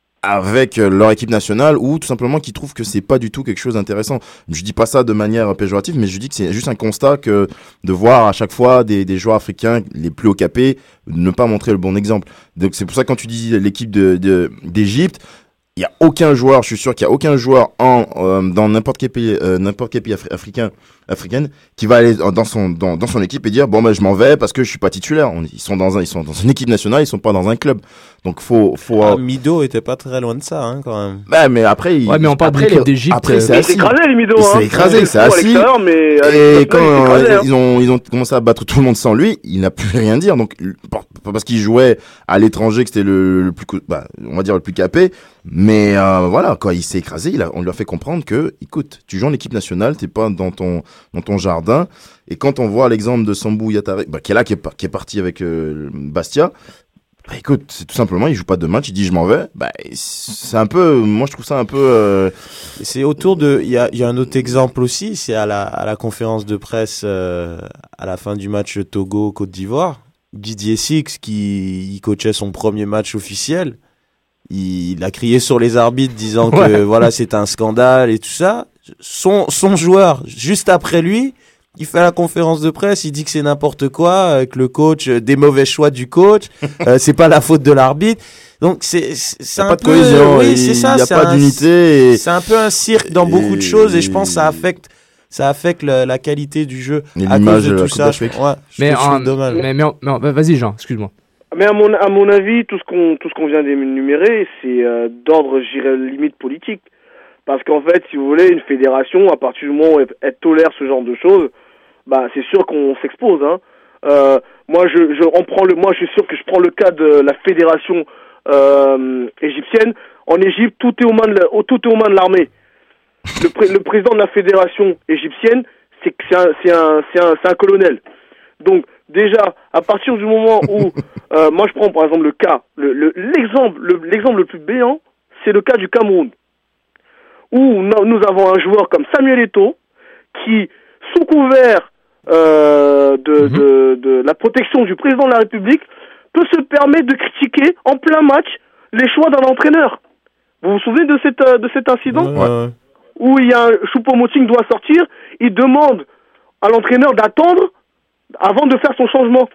avec leur équipe nationale ou tout simplement qui trouvent que c'est pas du tout quelque chose d'intéressant. Je dis pas ça de manière péjorative, mais je dis que c'est juste un constat que de voir à chaque fois des, des joueurs africains les plus haut capés ne pas montrer le bon exemple. Donc c'est pour ça que quand tu dis l'équipe de, de, d'Égypte, il y a aucun joueur, je suis sûr qu'il y a aucun joueur en euh, dans n'importe quel pays, euh, n'importe quel pays afri- africain, africaine, qui va aller dans son dans, dans son équipe et dire bon ben je m'en vais parce que je suis pas titulaire. On, ils sont dans un, ils sont dans une équipe nationale, ils sont pas dans un club. Donc faut faut.
Ah,
euh,
Mido était pas très loin de ça, hein, quand même.
Bah mais après. Il,
ouais, mais on parle de l'équipe d'Égypte.
Après c'est
Il
assis.
s'est écrasé les Mido.
Il
hein.
s'est écrasé, c'est assis.
Mais
et quand euh, ils ont ils ont commencé à battre tout le monde sans lui, il n'a plus rien dire. Donc pas parce qu'il jouait à l'étranger que c'était le, le plus bah on va dire le plus capé. Mais euh, voilà, quand il s'est écrasé, il a, on lui a fait comprendre que, écoute, tu joues en équipe nationale, t'es pas dans ton dans ton jardin. Et quand on voit l'exemple de Sambou Yatare, bah, qui est là, qui est, qui est parti avec euh, Bastia, bah, écoute, c'est tout simplement, il joue pas de match, il dit je m'en vais. Bah, c'est un peu, moi je trouve ça un peu. Euh...
C'est autour de, il y a, il y a un autre exemple aussi, c'est à la à la conférence de presse euh, à la fin du match Togo Côte d'Ivoire, Didier Six qui il coachait son premier match officiel. Il a crié sur les arbitres disant que ouais. voilà, c'est un scandale et tout ça. Son, son joueur, juste après lui, il fait la conférence de presse, il dit que c'est n'importe quoi, que le coach, des mauvais choix du coach, euh, c'est pas la faute de l'arbitre. Donc c'est, c'est, c'est un
pas
peu,
de cohésion,
oui, c'est ça,
il y a
c'est
pas
un,
d'unité. Et...
C'est un peu un cirque dans beaucoup de choses et je pense que ça affecte, ça affecte la, la qualité du jeu
et
à cause de
de
tout ça. Je, ouais, je
mais,
trouve
en,
dommage.
mais, mais, mais vas-y Jean, excuse-moi.
Mais à mon, à mon avis, tout ce qu'on, tout ce qu'on vient d'énumérer, c'est euh, d'ordre, je dirais, limite politique. Parce qu'en fait, si vous voulez, une fédération, à partir du moment où elle, elle tolère ce genre de choses, bah, c'est sûr qu'on s'expose, hein. Euh, moi, je, je, on prend le, moi, je suis sûr que je prends le cas de la fédération euh, égyptienne. En Égypte, tout est aux mains de, la, tout est aux mains de l'armée. Le, pré, le président de la fédération égyptienne, c'est, c'est, un, c'est, un, c'est, un, c'est un colonel. Donc, déjà, à partir du moment où, euh, moi je prends par exemple le cas, le, le, l'exemple, le, l'exemple le plus béant, c'est le cas du Cameroun, où nous avons un joueur comme Samuel Eto'o, qui, sous couvert euh, de, mm-hmm. de, de la protection du président de la République, peut se permettre de critiquer en plein match les choix d'un entraîneur. Vous vous souvenez de, cette, de cet incident
ouais.
où il y a un Choupo-Moting doit sortir, il demande à l'entraîneur d'attendre avant de faire son changement.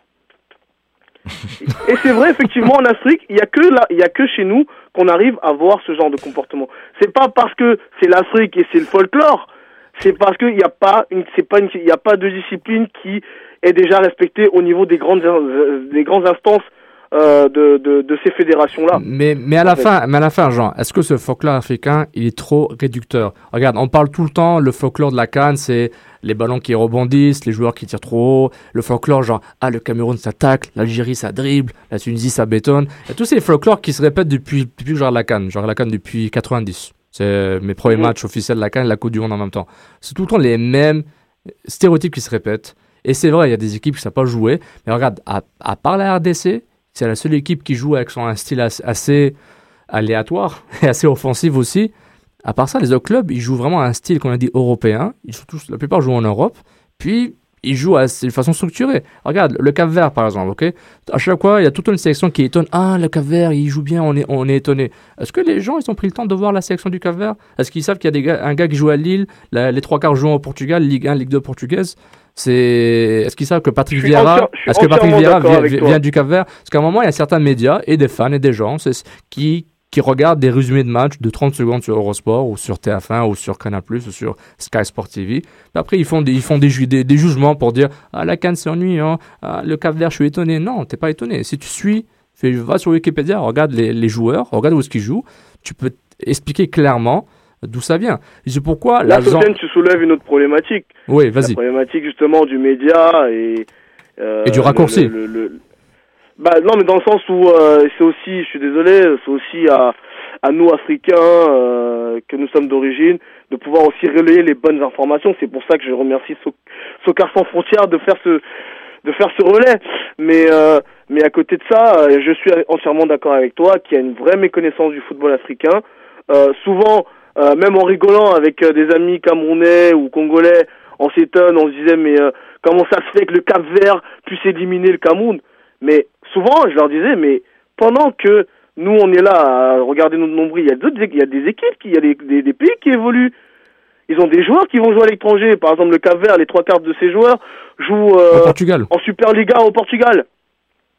Et c'est vrai, effectivement, en Afrique, il y a que là, il y a que chez nous qu'on arrive à voir ce genre de comportement. C'est pas parce que c'est l'Afrique et c'est le folklore, c'est parce qu'il n'y a pas une, c'est pas une, il y a pas de discipline qui est déjà respectée au niveau des grandes, des grandes instances euh, de, de, de ces fédérations-là.
Mais, mais à la fait. fin, mais à la fin, Jean, est-ce que ce folklore africain, il est trop réducteur? Regarde, on parle tout le temps, le folklore de la CAN, c'est les ballons qui rebondissent, les joueurs qui tirent trop haut, le folklore genre, ah, le Cameroun ça tacle, l'Algérie ça dribble, la Tunisie ça bétonne. Il y a tous ces folklores qui se répètent depuis, depuis genre la CAN, genre la CAN depuis quatre-vingt-dix. C'est mes premiers mmh. matchs officiels de la CAN et la Coupe du Monde en même temps. C'est tout le temps les mêmes stéréotypes qui se répètent. Et c'est vrai, il y a des équipes qui ne savent pas jouer, mais regarde, à, à part la R D C, c'est la seule équipe qui joue avec son, un style assez, assez aléatoire et assez offensif aussi. À part ça, les autres clubs, ils jouent vraiment un style qu'on a dit européen. Ils sont tous, la plupart jouent en Europe. Puis, ils jouent de façon structurée. Regarde, le Cap-Vert, par exemple, ok. À chaque fois, il y a toute une sélection qui étonne. Ah, le Cap-Vert, il joue bien, on est, on est étonné. Est-ce que les gens, ils ont pris le temps de voir la sélection du Cap-Vert? Est-ce qu'ils savent qu'il y a des gars, un gars qui joue à Lille, la, les trois quarts jouent au Portugal, Ligue un, Ligue deux portugaise? C'est... Est-ce qu'ils savent que Patrick Vieira,
entière,
est-ce que Patrick Vieira vient, vient du Cap-Vert? Parce qu'à un moment, il y a certains médias et des fans et des gens c'est, qui qui regardent des résumés de matchs de trente secondes sur Eurosport ou sur T F un ou sur Canal plus, ou sur Sky Sport T V. Puis après, ils font des, ils font des, ju- des, des jugements pour dire « Ah, la CAN, c'est ennuyant. Ah, le Cap-Vert, je suis étonné. » Non, t'es pas étonné. Si tu suis, fais, va sur Wikipédia, regarde les, les joueurs, regarde où est-ce qu'ils jouent. Tu peux expliquer clairement d'où ça vient. Et c'est pourquoi...
Là, Sofiane, tu soulèves une autre problématique.
Oui, vas-y.
La problématique, justement, du média et... Euh,
et du raccourci.
Le, le, le, Bah non, mais dans le sens où euh, c'est aussi, je suis désolé, c'est aussi à, à nous Africains euh, que nous sommes d'origine de pouvoir aussi relayer les bonnes informations. C'est pour ça que je remercie so- Soccer sans frontières de faire ce de faire ce relais. Mais euh, mais à côté de ça, euh, je suis entièrement d'accord avec toi qu'il y a une vraie méconnaissance du football africain. Euh, souvent, euh, même en rigolant avec euh, des amis camerounais ou congolais, on s'étonne, on se disait mais euh, comment ça se fait que le Cap-Vert puisse éliminer le Cameroun? Mais souvent, je leur disais, mais pendant que nous, on est là à regarder notre nombril, il y a d'autres, il y a des équipes, il y a des, des, des pays qui évoluent. Ils ont des joueurs qui vont jouer à l'étranger. Par exemple, le Cap-Vert, les trois quarts de ces joueurs jouent euh,
au Portugal.
en Superliga au Portugal.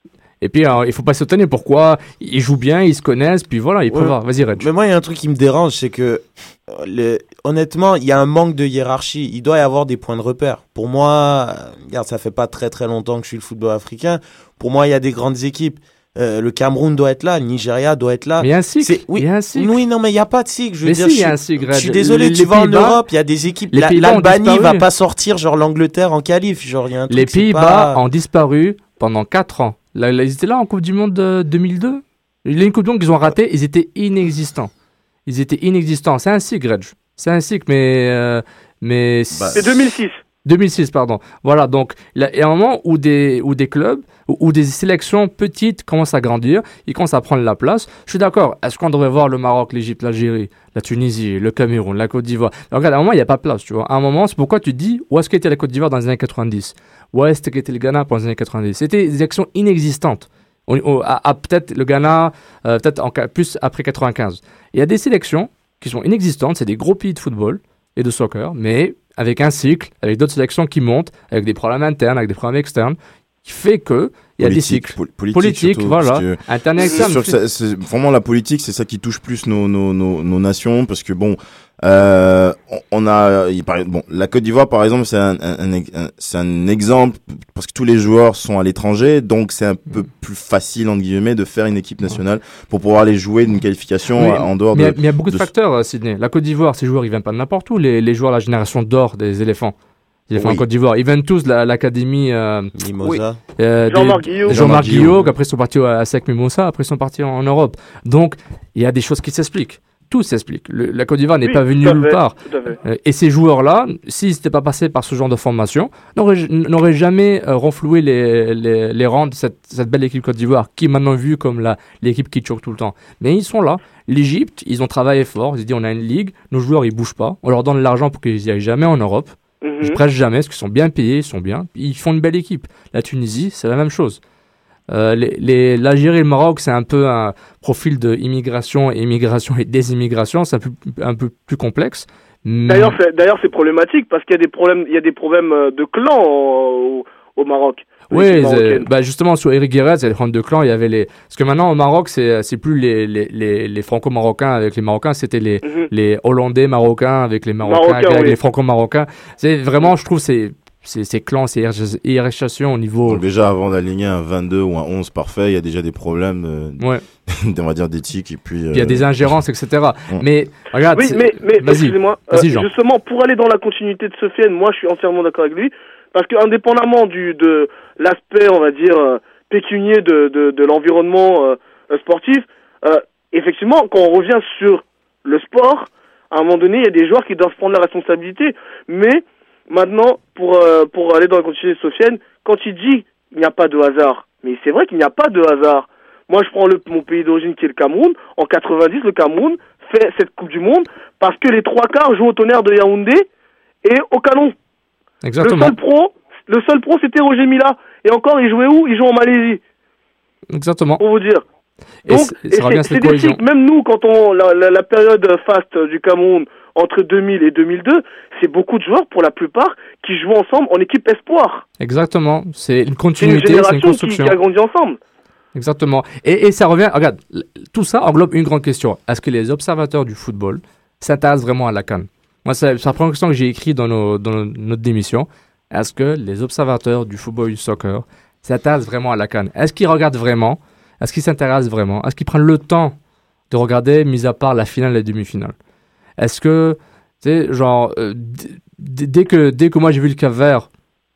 Et puis, alors, il faut pas s'étonner pourquoi ils jouent bien, ils se connaissent, puis voilà, ils peuvent
Ouais.
voir. Vas-y, Reg.
Mais moi, il y a un truc qui me dérange, c'est que, euh, le- honnêtement, il y a un manque de hiérarchie. Il doit y avoir des points de repère. Pour moi, euh, regarde, ça fait pas très très longtemps que je suis le football africain. Pour moi, il y a des grandes équipes. Euh, le Cameroun doit être là, le Nigeria doit être là.
Mais il y a un cycle.
C'est- oui,
Il y a un cycle.
oui, non, mais il n'y a pas de cycle. Je veux
Mais
dire,
si, il
je
y a
suis-
un cycle,
Je
Reg.
suis désolé,
Les
tu vas en
Pays-Bas-
Europe, il y a des équipes.
les
la-
Pays-Bas ont
L'Albanie
disparu.
va pas sortir genre l'Angleterre en qualif. Genre, il y a un truc,
Les
c'est
Pays-Bas
pas-
ont disparu pendant quatre ans. Là, là, ils étaient là en Coupe du Monde de deux mille deux. Il y a une Coupe du Monde qu'ils ont ratée, ils étaient inexistants. Ils étaient inexistants. C'est un cycle, Reg. C'est un cycle, mais... euh, mais
Bah,
C'est deux mille six.
deux mille six, pardon. Voilà, donc là, il y a un moment où des, où des clubs, où, où des sélections petites commencent à grandir, ils commencent à prendre la place. Je suis d'accord, est-ce qu'on devrait voir le Maroc, l'Égypte, l'Algérie, la Tunisie, le Cameroun, la Côte d'Ivoire? Alors, regarde, à un moment, il n'y a pas de place, tu vois. À un moment, c'est pourquoi tu te dis, où est-ce qu'était la Côte d'Ivoire dans les années quatre-vingt-dix? Où est-ce qu'était le Ghana pendant les années quatre-vingt-dix? C'était des actions inexistantes. On, on- à, à peut-être le Ghana, euh, peut-être en, ca- plus après quatre-vingt-quinze. Il y a des sélections qui sont inexistantes, c'est des gros pays de football et de soccer, mais avec un cycle, avec d'autres sélections qui montent, avec des problèmes internes, avec des problèmes externes, qui fait que il y a des
Politique,
cycles
pol- politique,
politiques,
surtout,
voilà,
parce que
internes et
c'est
externes.
sûr que ça- c'est vraiment la politique, c'est ça qui touche plus nos nos nos, nos nations, parce que bon, euh, on, on a, il paraît- bon, la Côte d'Ivoire par exemple, c'est un, un, un, un- c'est un exemple parce que tous les joueurs sont à l'étranger, donc c'est un peu plus facile entre guillemets de faire une équipe nationale pour pouvoir aller jouer d'une qualification
Oui,
en dehors
mais il y a-
de.
mais il y a beaucoup de,
de-
facteurs, euh, Sydney. La Côte d'Ivoire, ces joueurs, ils viennent pas de n'importe où. Les, les joueurs de la génération d'or des éléphants. Les éléphants
Oui.
en Côte d'Ivoire. Ils viennent tous de la- l'académie. Euh,
Mimosa.
euh, des-
Jean-Marc Guillot.
Jean-Marc
Jean-Marc
Guillot,
Guillot.
qu'après ils sont partis à Sec Mimosa, après ils sont partis en, en Europe. Donc, il y a des choses qui s'expliquent. Tout s'explique. Le- La Côte d'Ivoire n'est
Oui,
pas venue
tout à
nulle
fait,
part.
tout à fait.
Euh, Et ces joueurs-là, s'ils n'étaient pas passés par ce genre de formation, n'auraient n'auraient jamais euh, renfloué les, les, les rangs de cette, cette belle équipe Côte d'Ivoire, qui est maintenant vue comme la- l'équipe qui choque tout le temps. Mais ils sont là. L'Égypte, ils ont travaillé fort. Ils ont dit, on a une ligue, nos joueurs, ils bougent pas. On leur donne l'argent pour qu'ils n'y aillent jamais en Europe.
Mhm.
Ils prêchent jamais, parce qu'ils sont bien payés, ils sont bien. Ils font une belle équipe. La Tunisie, c'est la même chose. Euh, les, les, l'Algérie et le Maroc, c'est un peu un profil de immigration, immigration et désimmigration. C'est un peu, un peu plus complexe. Mm.
D'ailleurs, c'est, d'ailleurs, c'est problématique parce qu'il y a des problèmes, il y a des problèmes euh, de clans au, au Maroc.
Oui,
L'équipe
c'est-
marocaine.
bah justement, sur Eric Guérez, il y a les trente-deux clans, il y avait les... Parce que maintenant, au Maroc, c'est, c'est plus les, les, les, les franco-marocains avec les Marocains, c'était les,
Mhm.
les Hollandais marocains avec les Marocains,
Marocains,
avec
oui.
les franco-marocains. C'est vraiment, je trouve, c'est, c'est, c'est clans, c'est hiérarch- hiérarchisation au niveau...
Donc déjà avant d'aligner un vingt-deux ou un onze parfait, il y a déjà des problèmes, euh,
Ouais.
on va dire d'éthique et puis.
Puis il y a des ingérences, et cetera.
Ouais.
Mais, regarde...
Oui,
c'est-
mais, mais
Vas-y,
excusez-moi, euh,
vas-y, Jean.
justement, pour aller dans la continuité de Sofiane, moi je suis entièrement d'accord avec lui, parce que indépendamment du, de l'aspect, on va dire, euh, pécunier de, de, de l'environnement euh, euh, sportif, euh, effectivement, quand on revient sur le sport, à un moment donné, il y a des joueurs qui doivent prendre la responsabilité, mais maintenant, pour, euh, pour aller dans la continuité de Sofiane, quand il dit il n'y a pas de hasard, mais c'est vrai qu'il n'y a pas de hasard. Moi, je prends le, mon pays d'origine qui est le Cameroun. En quatre-vingt-dix, le Cameroun fait cette Coupe du Monde parce que les trois quarts jouent au Tonnerre de Yaoundé et au Canon.
Exactement.
Le seul pro, le seul pro, c'était Roger Mila. Et encore, il jouait où? Il joue en Malaisie,
Exactement.
pour vous dire.
Et
Donc,
c'est-
et
ça revient à
c'est,
cette
c'est des
cohésion.
cycles. Même nous, quand on la, la, la période faste du Cameroun entre deux mille et deux mille deux, c'est beaucoup de joueurs, pour la plupart, qui jouent ensemble en équipe espoir.
Exactement. C'est une
C'est une
continuité, c'est une
génération qui,
construction.
qui a grandi ensemble.
Exactement. Et, et ça revient, regarde, l- tout ça englobe une grande question. Est-ce que les observateurs du football s'intéressent vraiment à la CAN? Moi, c'est c'est la première question que j'ai écrite dans, nos, dans nos- notre démission. Est-ce que les observateurs du football et du soccer s'intéressent vraiment à la CAN? Est-ce qu'ils regardent vraiment? Est-ce qu'ils s'intéressent vraiment? Est-ce qu'ils prennent le temps de regarder, mis à part la finale et la demi-finale? Est-ce que, tu sais, genre, euh, d- d- dès, que, dès que moi j'ai vu le Cap-Vert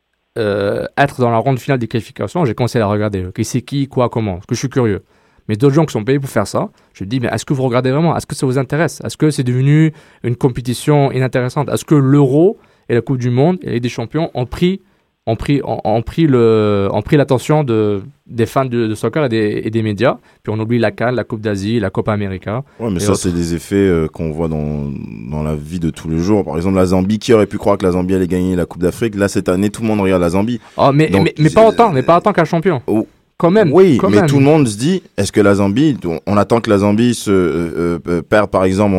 euh, être dans la ronde finale des qualifications, j'ai commencé à regarder. Ok, c'est qui, quoi, comment? Parce que je suis curieux. Mais d'autres gens qui sont payés pour faire ça, je me dis, mais est-ce que vous regardez vraiment? Est-ce que ça vous intéresse? Est-ce que c'est devenu une compétition inintéressante? Est-ce que l'Euro et la Coupe du Monde et la Ligue des Champions ont pris, ont pris, ont, ont pris, le, ont pris l'attention de, des fans de, de soccer et des, et des médias? Puis on oublie la CAN, la Coupe d'Asie, la Copa América.
Ouais, mais
et
ça,
autres.
c'est des effets euh, qu'on voit dans, dans la vie de tous les jours. Par exemple, la Zambie, qui aurait pu croire que la Zambie allait gagner la Coupe d'Afrique? Là, cette année, tout le monde regarde la Zambie.
Oh, mais,
Donc,
mais, mais pas autant, mais pas autant qu'un champion.
Oh.
Quand même.
Oui,
quand
mais
même.
tout le monde se dit, est-ce que la Zambie, on, on attend que la Zambie se euh, euh, perde, par exemple, en,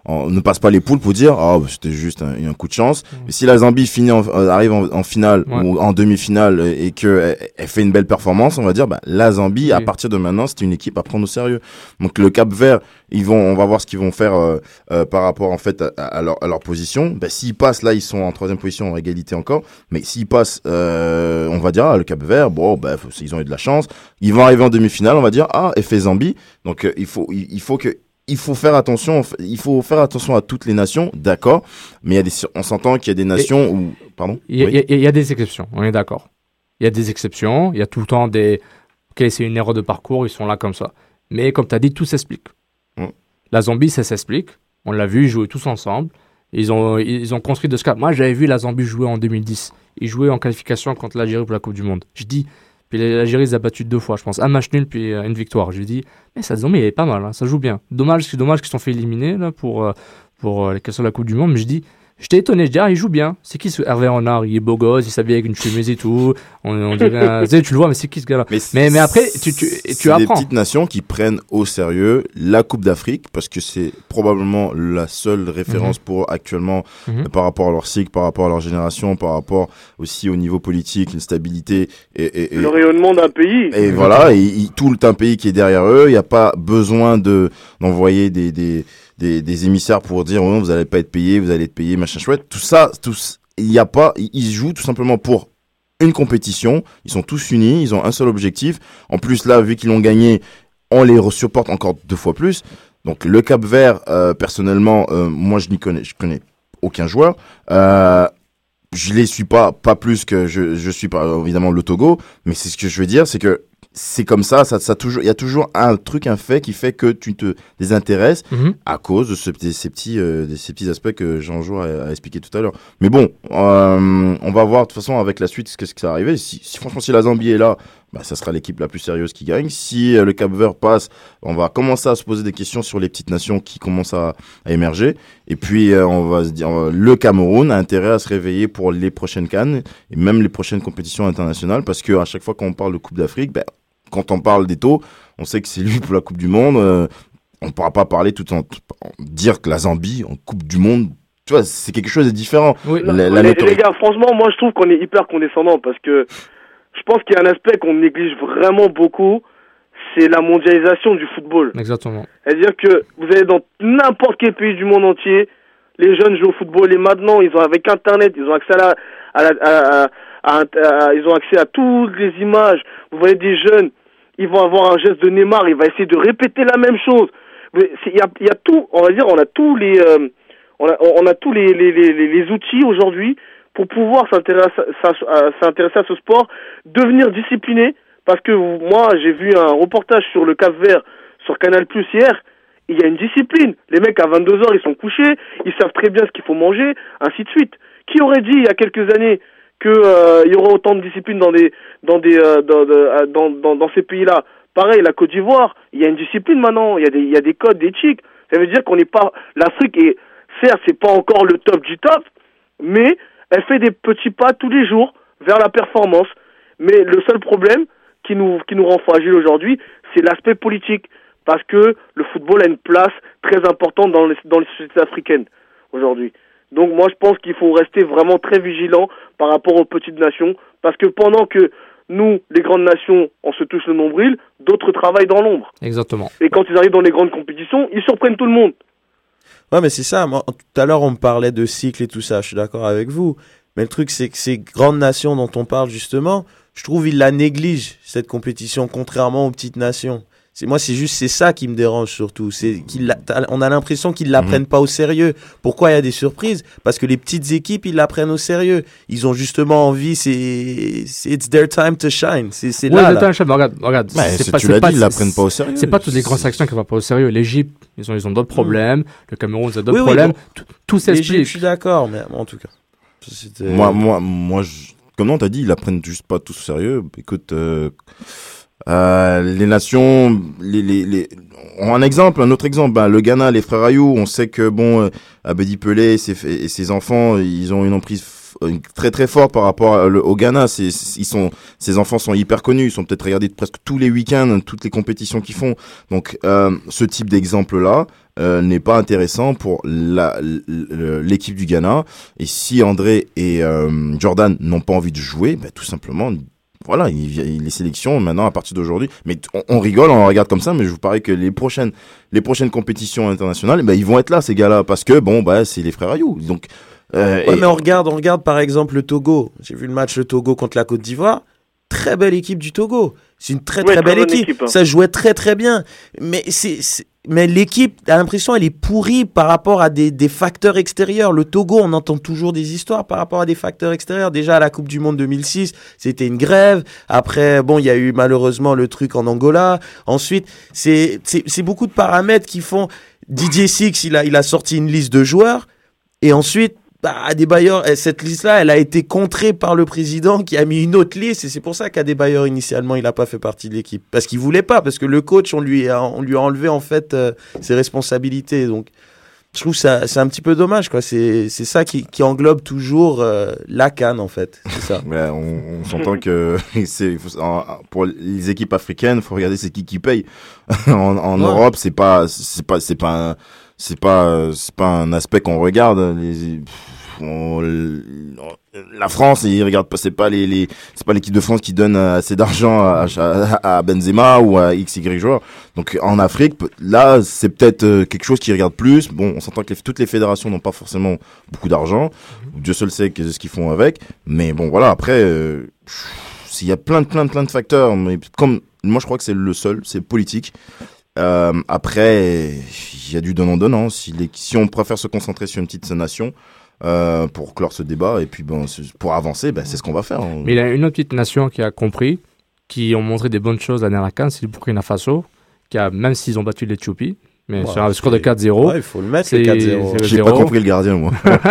en, ne passe pas les poules pour dire ah oh, c'était juste un, un coup de chance. Mmh. Mais si la Zambie finit en, euh, arrive en, en finale ouais. ou en demi-finale et que elle, elle fait une belle performance, on va dire bah la Zambie oui. à partir de maintenant c'est une équipe à prendre au sérieux. Donc le Cap-Vert, ils vont, on va voir ce qu'ils vont faire euh, euh, par rapport en fait à, à, leur, à leur position. Bah, s'ils passent là, ils sont en troisième position en égalité encore. Mais s'ils passent, euh, on va dire ah, le Cap-Vert, bon bah ils ont eu de la chance. Ils vont arriver en demi-finale, on va dire ah F Zambie. Donc euh, il faut, il, il faut que Il faut faire attention, il faut faire attention à toutes les nations, d'accord, mais il y a des, on s'entend qu'il y a des nations et où, pardon.
Il y, oui. y, y, y a des exceptions, on est d'accord. Il y a des exceptions, il y a tout le temps des, ok, c'est une erreur de parcours, ils sont là comme ça. Mais comme tu as dit, tout s'explique. Mm. La Zambie, ça s'explique. On l'a vu, ils jouaient tous ensemble. Ils ont, ils ont construit de ce cas. Moi, j'avais vu la Zambie jouer en deux mille dix. Ils jouaient en qualification contre l'Algérie pour la Coupe du Monde. Je dis. Puis l'Algérie les a battus deux fois, je pense. Un match nul, puis une victoire. Je lui dis, mais ça Zambie, il est pas mal, hein, ça joue bien. Dommage, c'est dommage qu'ils se sont fait éliminer là, pour, pour les questions de la Coupe du Monde. Mais je dis, j'étais étonné, je dis, ah, il joue bien. C'est qui ce Hervé Renard? Il est beau gosse, il s'habille avec une chemise et tout. On, on dirait, tu sais, tu le vois, mais c'est qui ce gars-là? mais, mais, mais après, tu, tu, tu
c'est
apprends.
C'est des petites nations qui prennent au sérieux la Coupe d'Afrique, parce que c'est probablement la seule référence mm-hmm. pour actuellement, mm-hmm. par rapport à leur cycle, par rapport à leur génération, par rapport aussi au niveau politique, une stabilité. Et, et, et
le rayonnement d'un pays.
Et mm-hmm. voilà, et, et, tout un pays qui est derrière eux. Il n'y a pas besoin de, d'envoyer des, des, Des, des émissaires pour dire oh non vous allez pas être payé, vous allez être payé machin chouette, tout ça, tout il y a pas, ils jouent tout simplement pour une compétition, ils sont tous unis, ils ont un seul objectif. En plus là, vu qu'ils l'ont gagné, on les supporte encore deux fois plus. Donc le Cap-Vert, euh, personnellement, euh, moi je n'y connais, je connais aucun joueur. Euh, je les suis pas, pas plus que je, je suis pas évidemment le Togo, mais c'est ce que je veux dire, c'est que c'est comme ça, ça, ça toujours, il y a toujours un truc, un fait qui fait que tu te désintéresses mm-hmm. à cause de ce, de ces petits, euh, de ces petits aspects que Jean-Jo a, a expliqué tout à l'heure. Mais bon, euh, on va voir de toute façon avec la suite qu'est-ce qui va arriver. Si, si franchement si la Zambie est là, bah ça sera l'équipe la plus sérieuse qui gagne. Si euh, le Cap-Vert passe, on va commencer à se poser des questions sur les petites nations qui commencent à, à émerger. Et puis euh, on va se dire, euh, le Cameroun a intérêt à se réveiller pour les prochaines CAN et même les prochaines compétitions internationales, parce que à chaque fois qu'on parle de Coupe d'Afrique, ben quand on parle d'Eto'o, on sait que c'est lui pour la Coupe du Monde. Euh, on ne pourra pas parler tout en, en dire que la Zambie en Coupe du Monde, tu vois, c'est quelque chose de différent.
Oui, la, la les, les gars, franchement, moi je trouve qu'on est hyper condescendant parce que je pense qu'il y a un aspect qu'on néglige vraiment beaucoup, c'est la mondialisation du football.
Exactement.
C'est-à-dire que vous allez dans n'importe quel pays du monde entier, les jeunes jouent au football et maintenant ils ont avec Internet, ils ont accès à la, à la, à, à, à, à, ils ont accès à toutes les images. Vous voyez des jeunes, ils vont avoir un geste de Neymar, il va essayer de répéter la même chose. Il y a, il y a tout, on va dire, on a tous les, euh, on a, on a tous les, les, les, les outils aujourd'hui pour pouvoir s'intéresser à, s'intéresser à ce sport, devenir discipliné. Parce que moi, j'ai vu un reportage sur le Cap-Vert sur Canal Plus hier. Il y a une discipline. Les mecs à vingt-deux heures, ils sont couchés, ils savent très bien ce qu'il faut manger, ainsi de suite. Qui aurait dit il y a quelques années que euh, il y aurait autant de discipline dans des dans des euh, dans, de, dans dans dans ces pays-là? Pareil, la Côte d'Ivoire, il y a une discipline maintenant, il y a des il y a des codes, des chics. Ça veut dire qu'on n'est pas, l'Afrique est, certes, c'est pas encore le top du top, mais elle fait des petits pas tous les jours vers la performance. Mais le seul problème qui nous qui nous rend fragile aujourd'hui, c'est l'aspect politique, parce que le football a une place très importante dans les dans les sociétés africaines aujourd'hui. Donc moi je pense qu'il faut rester vraiment très vigilant par rapport aux petites nations, parce que pendant que nous, les grandes nations, on se touche le nombril, d'autres travaillent dans l'ombre.
Exactement.
Et quand ils arrivent dans les grandes compétitions, ils surprennent tout le monde.
Ouais, mais c'est ça. Moi, tout à l'heure, on me parlait de cycle et tout ça. Je suis d'accord avec vous. Mais le truc, c'est que ces grandes nations dont on parle justement, je trouve ils la négligent, cette compétition, contrairement aux petites nations. C'est, moi, c'est juste, c'est ça qui me dérange surtout. C'est qu'ils la, on a l'impression qu'ils la mmh. prennent pas au sérieux. Pourquoi il y a des surprises? Parce que les petites équipes, ils la prennent au sérieux. Ils ont justement envie, c'est, c'est it's their time to shine. C'est, c'est
oui,
là,
là. Time, regarde, regarde.
Ouais,
c'est,
c'est
pas,
tu
c'est
l'as
pas,
dit, ils la prennent pas au sérieux.
C'est pas toutes les grandes sections qui vont pas au sérieux. L'Égypte, ils ont, ils ont d'autres problèmes. Mmh. Le Cameroun, ils ont d'autres oui, problèmes. Oui, tout, tout s'explique.
Je suis d'accord, mais en tout cas.
C'était... Moi, moi, moi, je... comme on t'a dit, ils la prennent juste pas tous au sérieux. Écoute, euh... Euh, les nations, les, les, les, un exemple, un autre exemple, ben, le Ghana, les frères Ayou, on sait que bon, euh, Abedi Pelé et ses, et ses enfants, ils ont une emprise euh, très très forte par rapport à, le, au Ghana. C'est, c'est, ils sont, ces enfants sont hyper connus. Ils sont peut-être regardés presque tous les week-ends, toutes les compétitions qu'ils font. Donc, euh, ce type d'exemple-là euh, n'est pas intéressant pour la, l'équipe du Ghana. Et si André et euh, Jordan n'ont pas envie de jouer, bah, tout simplement. Voilà, il, il, les sélections maintenant à partir d'aujourd'hui. Mais on, on rigole, on regarde comme ça, mais je vous parie que les prochaines, les prochaines compétitions internationales, ben ils vont être là ces gars-là, parce que bon, bah c'est les frères Ayou. Donc, euh,
ouais,
et...
mais on regarde, on regarde par exemple le Togo. J'ai vu le match le Togo contre la Côte d'Ivoire. Très belle équipe du Togo. C'est une très
ouais,
très belle
très
équipe.
équipe hein.
Ça jouait très très bien. Mais c'est, c'est... mais l'équipe, a l'impression, elle est pourrie par rapport à des, des facteurs extérieurs. Le Togo, on entend toujours des histoires par rapport à des facteurs extérieurs. Déjà, à la Coupe du Monde deux mille six, c'était une grève. Après, bon, il y a eu malheureusement le truc en Angola. Ensuite, c'est, c'est, c'est beaucoup de paramètres qui font... Didier Six, il a, il a sorti une liste de joueurs. Et ensuite, bah, Adebayor, cette liste-là, elle a été contrée par le président qui a mis une autre liste. Et c'est pour ça qu'Adebayor, initialement, il n'a pas fait partie de l'équipe. Parce qu'il voulait pas. Parce que le coach, on lui a, on lui a enlevé, en fait, euh, ses responsabilités. Donc, je trouve que ça, c'est un petit peu dommage, quoi. C'est, c'est ça qui, qui englobe toujours euh, la CAN, en fait. C'est ça.
Ouais, on, on s'entend que c'est, pour les équipes africaines, il faut regarder c'est qui qui paye. en en ouais. Europe, c'est pas, c'est pas, c'est pas un, c'est pas, c'est pas un aspect qu'on regarde. Les, on, la France, ils regardent pas, c'est pas les, les, c'est pas l'équipe de France qui donne assez d'argent à, à, à Benzema ou à X Y joueurs. Donc en Afrique, là, c'est peut-être quelque chose qui regarde plus. Bon, on s'entend que les, toutes les fédérations n'ont pas forcément beaucoup d'argent. Dieu seul sait ce qu'ils font avec. Mais bon, voilà. Après, euh, il y a plein de, plein de, plein de facteurs. Mais comme moi, je crois que c'est le seul, c'est politique. Euh, après, il y a du donnant-donnant. Si, les, si on préfère se concentrer sur une petite nation euh, pour clore ce débat et puis bon, pour avancer, ben, c'est ce qu'on va faire.
Mais il y a une autre petite nation qui a compris, qui ont montré des bonnes choses à la CAN, c'est le Burkina Faso, qui a, même s'ils ont battu l'Éthiopie, mais ouais, sur un score de quatre zéro.
Ouais, il faut le mettre, c'est le quatre zéro.
J'ai pas compris le gardien, moi.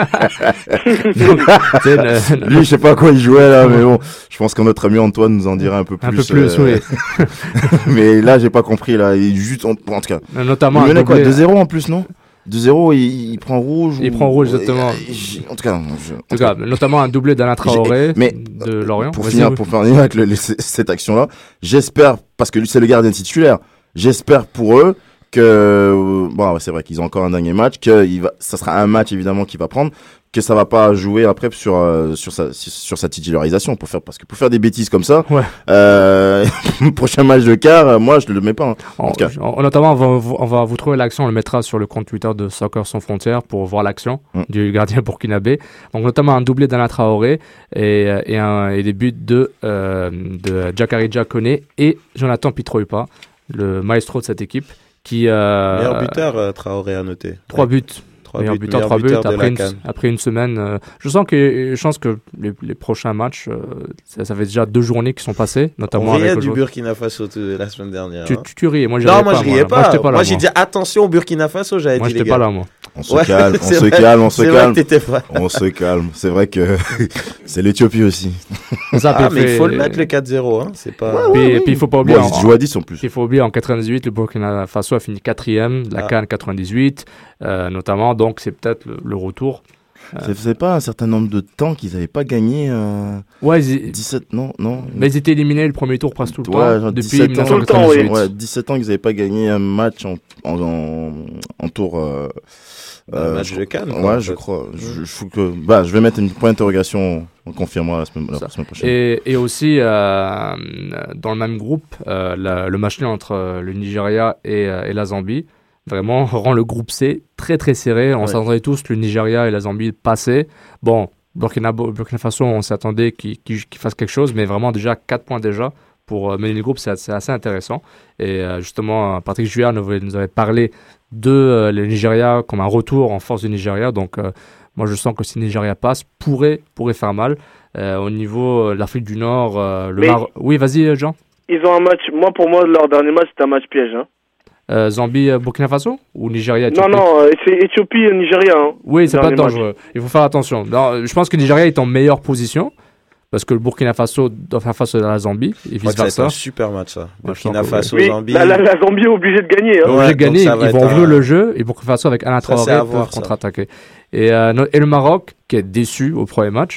Lui, je sais pas à quoi il jouait, là, mais bon. Je pense que notre ami Antoine nous en dirait un peu plus.
Un peu plus, euh...
oui. Mais là, j'ai pas compris, là. Il juste, en, en tout cas.
Notamment.
Il menait quoi, deux zéro en plus, non? deux zéro, il, il prend rouge.
Il
ou...
prend rouge, exactement.
En tout cas. Je...
En tout cas, notamment un doublé d'Alain Traoré
mais,
de Lorient.
Pour finir, pour finir avec le, le, cette action-là, j'espère, parce que lui, c'est le gardien titulaire, j'espère pour eux que bon c'est vrai qu'ils ont encore un dernier match, que il va ça sera un match évidemment qu'il va prendre, que ça va pas jouer après sur euh, sur sa sur sa titularisation pour faire parce que pour faire des bêtises comme ça
ouais.
euh, prochain match de quart moi je le mets pas hein, en, en tout cas.
En, notamment on va, on va vous trouver l'action, on le mettra sur le compte Twitter de Soccer Sans Frontières pour voir l'action mm. du gardien burkinabé, donc notamment un doublé d'Alain Traoré et et, un, et des buts de euh, de Djakarija Koné et Jonathan Pitroipa, le maestro de cette équipe. Qui, euh,
meilleur buteur, euh, Traoré à noter.
Trois buts.
Trois
meilleur
buts,
buteur,
meilleur
trois
buteur
buts. Après une, après une semaine, euh, je sens que, je pense que les, les prochains matchs, euh, ça, ça fait déjà deux journées qui sont passées, notamment.
On riait
avec
du Burkina Faso la semaine dernière.
Tu,
hein.
tu, tu riais, moi je
Non,
riais
moi
pas.
je riais
moi.
pas.
Moi, j'étais pas là,
moi j'ai
moi.
dit attention au Burkina Faso, j'avais
moi,
dit les
j'étais
gars.
pas là, moi.
On se ouais, calme, on se vrai. calme, on se
c'est
calme.
Vrai que
on se calme. C'est vrai que c'est l'Éthiopie aussi.
Ça, ah, mais il faut le mettre le quatre zéro, hein. C'est pas.
Ouais, ouais, puis, oui. puis il faut pas oublier.
Bon, ils jouent à dix en plus.
Il faut oublier en quatre-vingt-dix-huit, le Burkina Faso a fini quatrième, la ah. CAN quatre-vingt-dix-huit, euh, notamment. Donc c'est peut-être le, le retour.
Ça faisait pas un certain nombre de temps qu'ils n'avaient pas gagné euh...
Ouais, ils...
dix-sept, non, non.
Mais ils étaient éliminés le premier tour presque tout le
ouais,
temps.
Depuis dix-sept ans, temps, oui. ouais, dix-sept ans qu'ils n'avaient pas gagné un match en, en, en, en tour. Euh,
un euh, match de CAN.
Ouais, quoi, je crois. Je, je, que, bah, je vais mettre une point d'interrogation, on confirmera la semaine, la semaine prochaine.
Et, et aussi, euh, dans le même groupe, euh, la, le match nul entre le Nigeria et, et la Zambie. Vraiment, rend le groupe C très très serré. On ouais. s'attendait tous le Nigeria et la Zambie passer. Bon, Burkina, Burkina Faso, on s'attendait qu'ils qu'ils, qu'ils fassent quelque chose, mais vraiment déjà quatre points déjà pour mener le groupe, c'est assez, assez intéressant. Et euh, justement, Patrick Juillard nous, nous avait parlé de euh, le Nigeria comme un retour en force du Nigeria. Donc, euh, moi, je sens que si le Nigeria passe, pourrait, pourrait faire mal. Euh, au niveau de l'Afrique du Nord, euh, le Mar... Oui, vas-y, Jean.
Ils ont un match, moi pour moi, leur dernier match, c'était un match piège, hein.
Euh, Zambie, euh, Burkina Faso ou Nigeria?
Non, non, euh, c'est Éthiopie, Nigeria. Hein,
oui, c'est pas dangereux. Match. Il faut faire attention. Non, je pense que Nigeria est en meilleure position parce que le Burkina Faso doit faire face à la Zambie et vice versa.
C'est un super match ça. Burkina Faso,
oui,
Zambie.
La, la, la Zambie est obligée de gagner. Hein.
Ouais, obligée de gagner. Ils vont ouvrir un... le jeu et Burkina Faso avec Alain Traoré peuvent contre-attaquer. Et, euh, et le Maroc qui est déçu au premier match.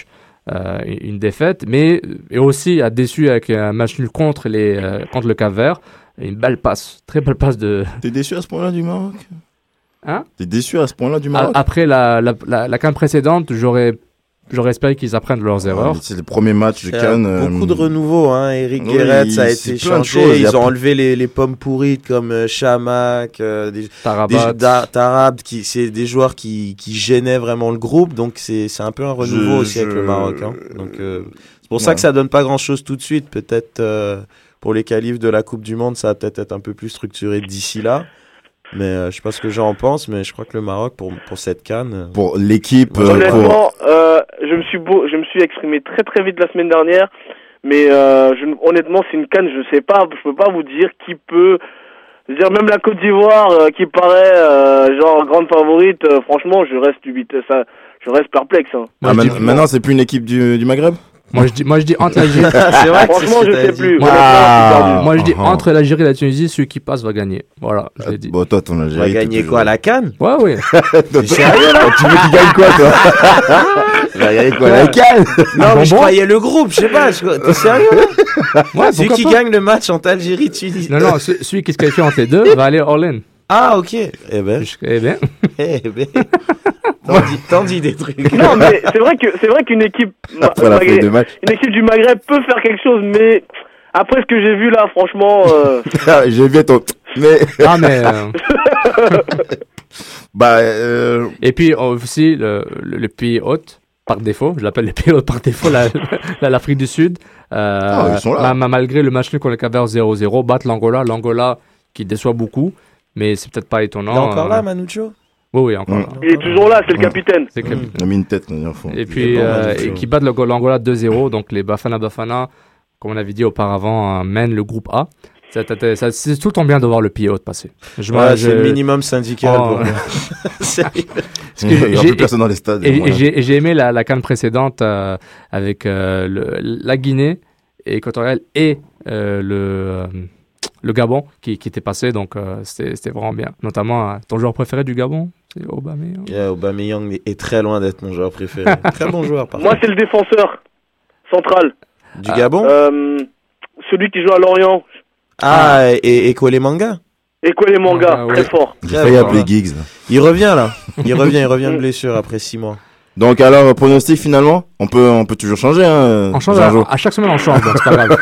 euh, une défaite, mais et aussi a déçu avec un match nul contre, les, euh, contre le Cap-Vert. Une belle passe, très belle passe de...
T'es déçu à ce point-là du Maroc?
Hein?
T'es déçu à ce point-là du Maroc?
A- Après la, la, la, la CAN précédente, j'aurais... J'aurais espéré qu'ils apprennent de leurs erreurs.
C'est le premier match de CAN. Euh...
Beaucoup de renouveau, hein. Eric
oui,
Guéret, ça a été changé. Choses, Ils ont
a...
enlevé les, les pommes pourrites comme euh, Chamak, euh, des,
Tarabat.
Des, da, Tarab, qui, c'est des joueurs qui, qui gênaient vraiment le groupe. Donc c'est, c'est un peu un renouveau je, aussi je... avec le Maroc. Hein. Donc euh, c'est pour ouais. ça que ça donne pas grand-chose tout de suite. Peut-être euh, pour les qualifs de la Coupe du Monde, ça va peut-être être un peu plus structuré d'ici là. Mais euh, je sais pas ce que j'en pense, mais je crois que le Maroc, pour, pour cette CAN... Euh...
Pour l'équipe...
Euh, Honnêtement,
pour...
euh, je, me suis beau, je me suis exprimé très très vite la semaine dernière, mais euh, je, honnêtement, c'est une CAN, je sais pas, je peux pas vous dire qui peut... Je veux dire, même la Côte d'Ivoire, euh, qui paraît euh, genre grande favorite, euh, franchement, je reste ça, je reste perplexe. Hein.
Ah, man- maintenant, c'est plus une équipe du, du Maghreb?
Moi je dis, moi je dis entre l'Algérie.
C'est vrai. Franchement, je sais plus.
Moi, ah, moi je dis entre l'Algérie et la Tunisie, celui qui passe va gagner. Voilà, je l'ai dit.
Bon, toi, ton Algérie.
Va gagner quoi, la CAN?
Ouais, oui.
T'es sérieux là?
Tu veux qu'il gagne quoi, toi? Va gagner quoi, la CAN?
Non, mais je croyais le groupe, je sais pas. T'es sérieux là?
Ouais,
celui qui pas? gagne le match entre Algérie et Tunisie.
Non, non, celui qui se qualifie entre les deux va aller all-in.
Ah, ok. Eh ben.
Eh ben.
Eh ben. T'en dis, t'en dis des trucs.
Non, mais c'est vrai que c'est vrai qu'une équipe,
après la feuille de match.
une équipe du Maghreb peut faire quelque chose, mais après ce que j'ai vu là, franchement. Euh...
j'ai vu ton. Mais.
Ah mais. Euh...
bah. Euh...
Et puis aussi le, le, le pays hôte par défaut, je l'appelle le pays hôte par défaut, la, la, l'Afrique du Sud. Euh,
ah, ils sont là.
Ma, malgré le match nul contre le Cap-Vert zéro zéro, battre l'Angola, l'Angola qui déçoit beaucoup, mais c'est peut-être pas étonnant.
Il est encore
euh...
là, Manucho?
Oui, oui, encore
mmh.
là.
Il est toujours là, c'est le capitaine.
C'est le capitaine.
Il a mis une tête, là, fond.
Et puis, bon, euh, et qui battent le, l'Angola deux zéro, donc les Bafana Bafana, comme on avait dit auparavant, euh, mènent le groupe A. Ça, ça, ça, c'est tout le temps bien de voir le pays haut passer.
Je ouais, je... c'est le minimum syndical. Oh, pour
c'est... Il n'y a plus personne dans les stades.
Et, et j'ai, j'ai aimé la, la CAN précédente euh, avec euh, le, la Guinée équatoriale et euh, le... Euh, le Gabon qui, qui était passé, donc euh, c'était, c'était vraiment bien. Notamment, euh, ton joueur préféré du Gabon, c'est Aubameyang.
Yeah, Aubameyang est très loin d'être mon joueur préféré. Très bon joueur, par
Moi, contre. C'est le défenseur central.
Du ah. Gabon
euh, Celui qui joue à Lorient.
Ah, ah. et Ekole Manga
Ekole Manga, ah, très ouais. fort.
J'ai failli appeler Giggs.
Il revient, là. Il revient, il revient de blessure après six mois.
Donc alors, pronostic finalement, on peut, on peut toujours changer. Hein,
on change à, à chaque semaine, on change, donc c'est pas grave.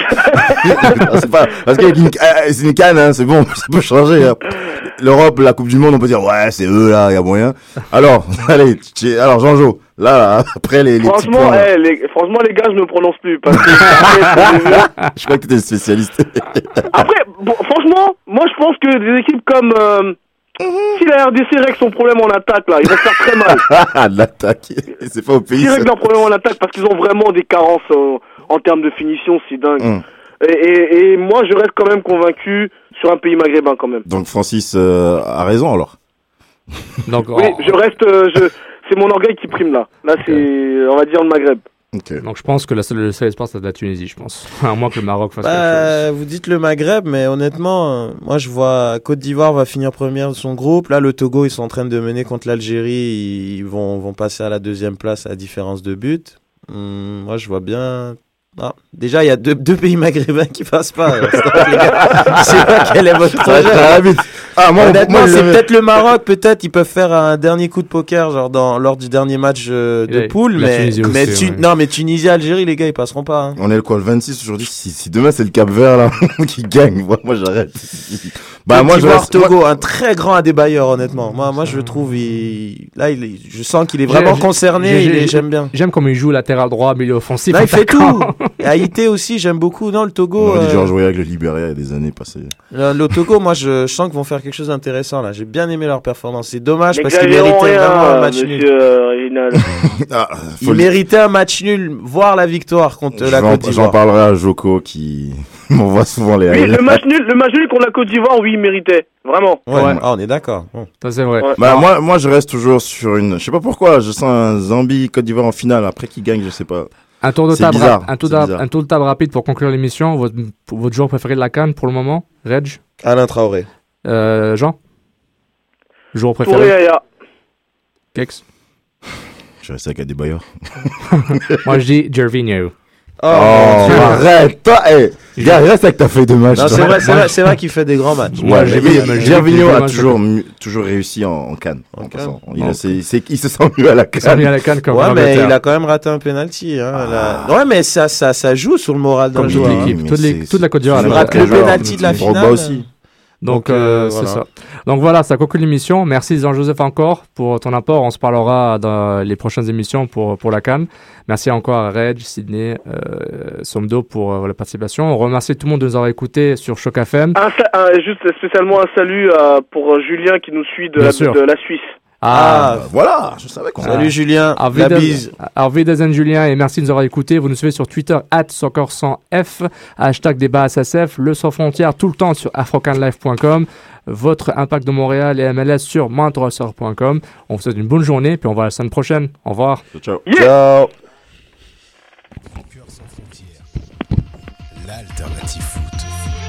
c'est pas, parce que c'est une canne, hein, c'est bon, ça peut changer. Hein. L'Europe, la Coupe du Monde, on peut dire ouais, c'est eux là, il y a moyen. Alors, allez, alors Jean-Jo, là, là, après les, les
franchement,
petits points,
hey, les, franchement, les gars, je ne prononce plus parce que
je crois que t'étais le spécialiste.
Après, bon, franchement, moi je pense que des équipes comme euh, Mm-hmm. Si la R D C règle son problème en attaque, là, ils vont faire très mal.
L'attaque, c'est pas au pays.
S'ils règlent leur problème en attaque, parce qu'ils ont vraiment des carences euh, en termes de finition, c'est dingue. Mm. Et, et, et moi, je reste quand même convaincu sur un pays maghrébin, quand même.
Donc Francis euh, a raison, alors.
Donc, oui, oh. je reste... Euh, je... C'est mon orgueil qui prime, là. Là, okay. c'est, on va dire, le Maghreb.
Okay. Donc je pense que la seule, le seul espoir c'est de la Tunisie, je pense. À moins que le Maroc fasse
bah,
quelque chose.
Vous dites le Maghreb, mais honnêtement, euh, moi je vois Côte d'Ivoire va finir première de son groupe. Là, le Togo, ils sont en train de mener contre l'Algérie. Ils vont, vont passer à la deuxième place à différence de but. Hum, moi, je vois bien... Ah, déjà, il y a deux, deux pays maghrébins qui passent pas. Alors, les gars, je sais pas quel est votre projet. Ah, moi, honnêtement, moi, c'est peut-être le Maroc. Peut-être ils peuvent faire un dernier coup de poker, genre dans lors du dernier match euh, de poule. Mais, mais aussi, tu, ouais. non, mais Tunisie, Algérie, les gars, ils passeront pas. Hein.
On est le quoi, le vingt-six aujourd'hui. Si, si demain c'est le Cap-Vert là qui gagne, moi, moi j'arrête.
Bah moi je vois Togo, moi... un très grand Adébayor, honnêtement. Moi, moi je le trouve, il... là, il... je sens qu'il est vraiment j'ai, concerné. J'ai, il est... J'aime bien.
J'aime comme il joue latéral droit, milieu offensif.
Là, il fait tout. Et Haïti aussi, j'aime beaucoup. Non, le Togo.
On aurait dû jouer avec le Libéria il y a des années passées.
Le, le Togo, moi, je, je sens qu'ils vont faire quelque chose d'intéressant là. J'ai bien aimé leur performance. C'est dommage mais parce qu'ils méritaient rien, vraiment un match nul. Euh, ah, ils méritaient un match nul, voire la victoire contre la Côte d'Ivoire.
J'en parlerai à Joko qui m'envoie souvent les.
Oui, le match nul, le match nul contre la Côte d'Ivoire, oui, il méritait. Vraiment.
Ouais, ouais. Ah, on est d'accord. Bon.
Ça, c'est vrai.
Ouais. Bah, moi, moi, je reste toujours sur une. Je sais pas pourquoi. Je sens un Zambie Côte d'Ivoire en finale. Après qui gagne, je sais pas.
Un tour de table, un tour, un tour de table rapide pour conclure l'émission. Votre, votre joueur préféré de la CAN pour le moment, Reg?
Alain Traoré.
Euh, Jean? Joueur préféré?
Touré Yaya.
Kex?
Je reste avec Adebayor.
Moi, je dis Gervinho.
Oh,
Oh, arrête, toi, hey, gars, reste avec ta feuille de match.
Non,
toi.
c'est vrai, c'est vrai, c'est vrai qu'il fait des grands matchs.
Ouais,
j'ai
mais
vu-
oui,
j'ai vu
Gervinho
quelques
a
matchs.
toujours, mu- toujours réussi en, en Cannes.
En
En
Cannes.
passant. Il,
Donc.
a- c'est- c'est- il se sent mieux à la
Ça mis à
Cannes.
la canne comme
Ouais, mais
l'Angleterre.
il a quand même raté un penalty. Hein, là. Ouais, mais ça, ça, ça joue sur le moral d'un
Comme toute
joueur. hein.
l'équipe,
mais
toute, les-
c'est-
toute la Côte d'Ivoire.
c'est
elle
Il
a-
rate
elle
le
a joué.
penalty de la
Drogba
finale.
aussi.
Donc,
Donc, euh,
euh,
voilà.
c'est ça. Donc voilà, ça conclut l'émission. Merci Jean-Joseph encore pour ton apport. On se parlera dans les prochaines émissions pour, pour la CAN. Merci encore à Reg, Sydney, euh, Somdo pour euh, la participation. On remercie tout le monde de nous avoir écoutés sur Choc F M.
Un sa- un- juste spécialement un salut euh, pour Julien qui nous suit de,
Bien
la,
sûr.
de la Suisse.
Ah,
Ah, voilà, je savais qu'on
Salut Julien,
Auf
la
Wiedersehen-
bise.
Auf Wiedersehen Julien et merci de nous avoir écoutés. Vous nous suivez sur Twitter at soccer cent F, hashtag débat S S F, le sans frontières tout le temps sur afrocanlife point com, votre impact de Montréal et M L S sur montrealsoccer point com. On vous souhaite une bonne journée puis on va à la semaine prochaine. Au revoir.
Ciao.
Ciao.
Cœur sans frontières, l'alternative foot.